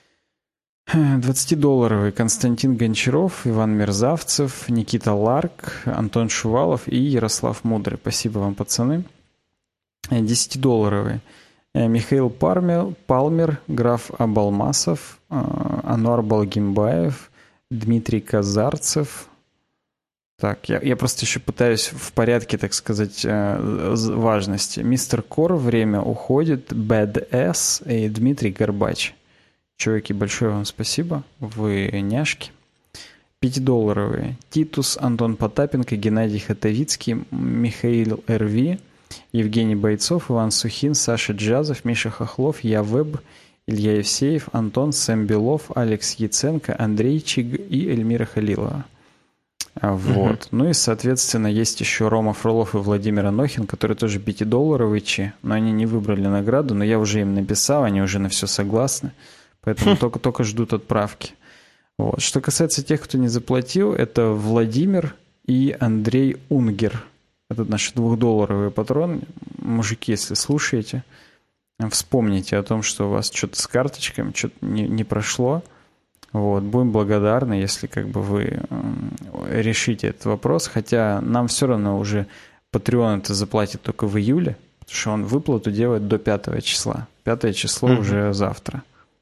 двадцатидолларовый Константин Гончаров, Иван Мерзавцев, Никита Ларк, Антон Шувалов и Ярослав Мудрый. Спасибо вам, пацаны. десятидолларовый Михаил Пармер, Палмер, граф Абалмасов, Ануар Балгимбаев, Дмитрий Казарцев. Так, я, я просто еще пытаюсь в порядке, так сказать, важности. Мистер Кор, время уходит, Bad S и Дмитрий Горбач. Чуваки, большое вам спасибо, вы няшки. Пятидолларовые. Титус, Антон Потапенко, Геннадий Хатовицкий, Михаил Эр.Ви., Евгений Бойцов, Иван Сухин, Саша Джазов, Миша Хохлов, Я Веб, Илья Евсеев, Антон Сэм Белов, Алекс Яценко, Андрей Чиг и Эльмира Халилова. Вот. Uh-huh. Ну и, соответственно, есть еще Рома Фролов и Владимир Анохин, которые тоже пятидолларовые, но они не выбрали награду, но я уже им написал, они уже на все согласны, поэтому только, только ждут отправки. Вот. Что касается тех, кто не заплатил, это Владимир и Андрей Унгер. Это наши двухдолларовые патроны. Мужики, если слушаете, вспомните о том, что у вас что-то с карточками, что-то не, не прошло. Вот, будем благодарны, если как бы вы решите этот вопрос, хотя нам все равно уже Patreon это заплатит только в июле, потому что он выплату делает до пятого числа. Пятое число mm-hmm. уже завтра.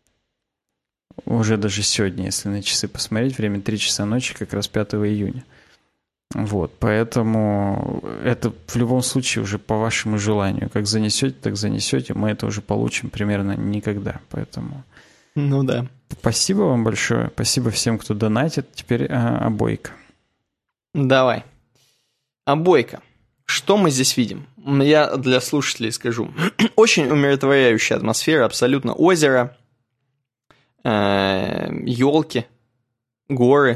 Уже даже сегодня, если на часы посмотреть, время три часа ночи, как раз пятого июня. Вот, поэтому это в любом случае уже по вашему желанию. Как занесете, так занесете, мы это уже получим примерно никогда, поэтому... Ну да. Спасибо вам большое. Спасибо всем, кто донатит. Теперь а, обойка. Давай. Обойка. Что мы здесь видим? Я для слушателей скажу. Очень умиротворяющая атмосфера, абсолютно. Озеро, э, елки, горы.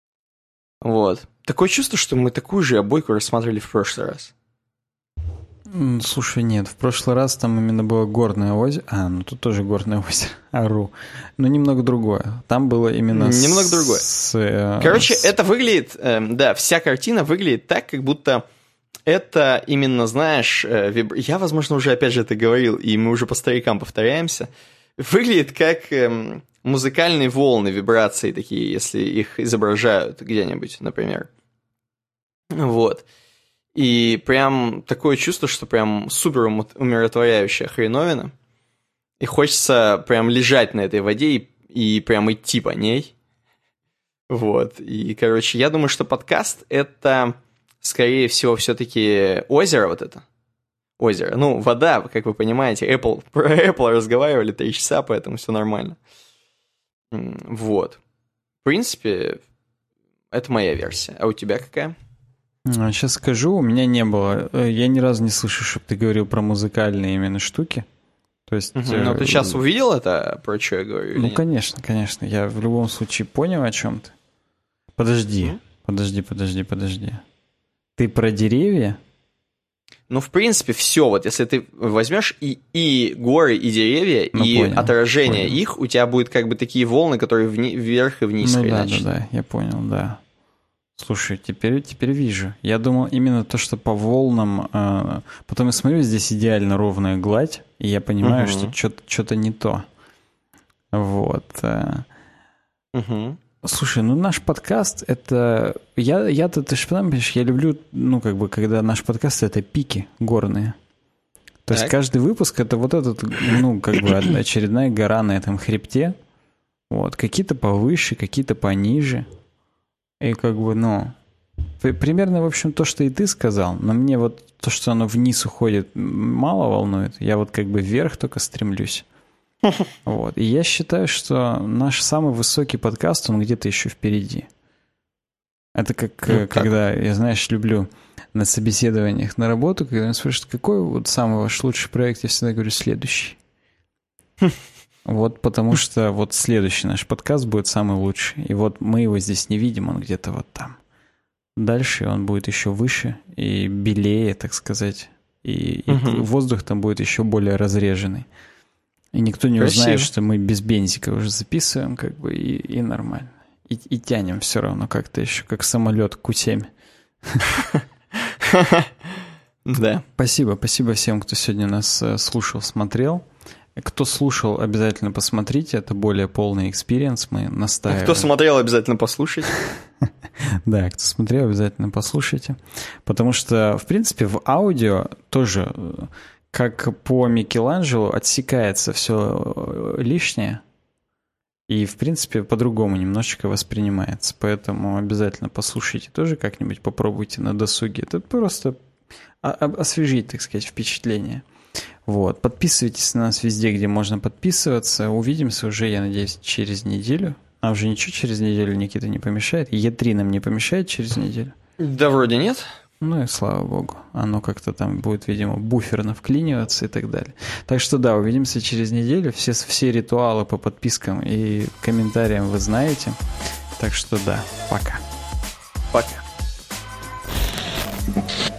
Вот. Такое чувство, что мы такую же обойку рассматривали в прошлый раз. Слушай, нет, в прошлый раз там именно было горное озеро. А, ну тут тоже горное озеро. Ару. Но немного другое. Там было именно Немного с... другое. С, Короче, с... это выглядит... Э, да, вся картина выглядит так, как будто это именно, знаешь... Э, виб... Я, возможно, уже опять же это говорил, и мы уже по старикам повторяемся. Выглядит как э, музыкальные волны, вибрации такие, если их изображают где-нибудь, например. Вот. И прям такое чувство, что прям супер умиротворяющая хреновина. И хочется прям лежать на этой воде и, и прям идти по ней. Вот. И, короче, я думаю, что подкаст — это, скорее всего, все-таки озеро вот это. Озеро. Ну, вода, как вы понимаете. Apple, про Apple разговаривали три часа, поэтому все нормально. Вот. В принципе, это моя версия. А у тебя какая? Сейчас скажу, у меня не было. Я ни разу не слышу, чтобы ты говорил про музыкальные именно штуки. То есть... Угу. Ну, ты сейчас увидел это, про что я говорю? Ну, конечно, конечно. Я в любом случае понял, о чем ты. Подожди, угу. подожди, подожди, подожди. Ты про деревья? Ну, в принципе, все. Вот если ты возьмешь и, и горы, и деревья, ну, и понял, отражение понял. Их, у тебя будут как бы такие волны, которые вни- вверх и вниз. Ну, да, да, да, я понял, да. Слушай, теперь, теперь вижу. Я думал именно то, что по волнам... Э, потом я смотрю, здесь идеально ровная гладь, и я понимаю, угу. что что-то, что-то не то. Вот. Угу. Слушай, ну наш подкаст — это... Я, я-то, ты же понимаешь, я люблю, ну, как бы, когда наш подкаст — это пики горные. То так. есть каждый выпуск — это вот этот, ну, как бы, очередная гора на этом хребте. Вот. Какие-то повыше, какие-то пониже. И как бы, ну, примерно, в общем, то, что и ты сказал, но мне вот то, что оно вниз уходит, мало волнует. Я вот как бы вверх только стремлюсь. Вот. И я считаю, что наш самый высокий подкаст, он где-то еще впереди. Это как, ну, когда, как? Я, знаешь, люблю на собеседованиях на работу, когда меня спрашивают, какой вот самый ваш лучший проект, я всегда говорю, следующий. Вот потому что вот следующий наш подкаст будет самый лучший. И вот мы его здесь не видим, он где-то вот там. Дальше он будет еще выше и белее, так сказать. И, угу. и воздух там будет еще более разреженный. И никто не Красиво. Узнает, что мы без бензика уже записываем, как бы, и, и нормально. И, и тянем все равно как-то еще, как самолет Ку семь. Да. Спасибо, спасибо всем, кто сегодня нас слушал, смотрел. Кто слушал, обязательно посмотрите, это более полный экспириенс, мы настаиваем. Кто смотрел, обязательно послушайте. Да, кто смотрел, обязательно послушайте. Потому что, в принципе, в аудио тоже, как по Микеланджело, отсекается все лишнее. И, в принципе, по-другому немножечко воспринимается. Поэтому обязательно послушайте тоже как-нибудь, попробуйте на досуге. Это просто освежить, так сказать, впечатление. Вот. Подписывайтесь на нас везде, где можно подписываться. Увидимся уже, я надеюсь, через неделю. А уже ничего через неделю, Никита, не помешает? Е три нам не помешает через неделю? Да вроде нет. Ну и слава богу. Оно как-то там будет, видимо, буферно вклиниваться и так далее. Так что да, увидимся через неделю. Все, все ритуалы по подпискам и комментариям вы знаете. Так что да, пока. Пока.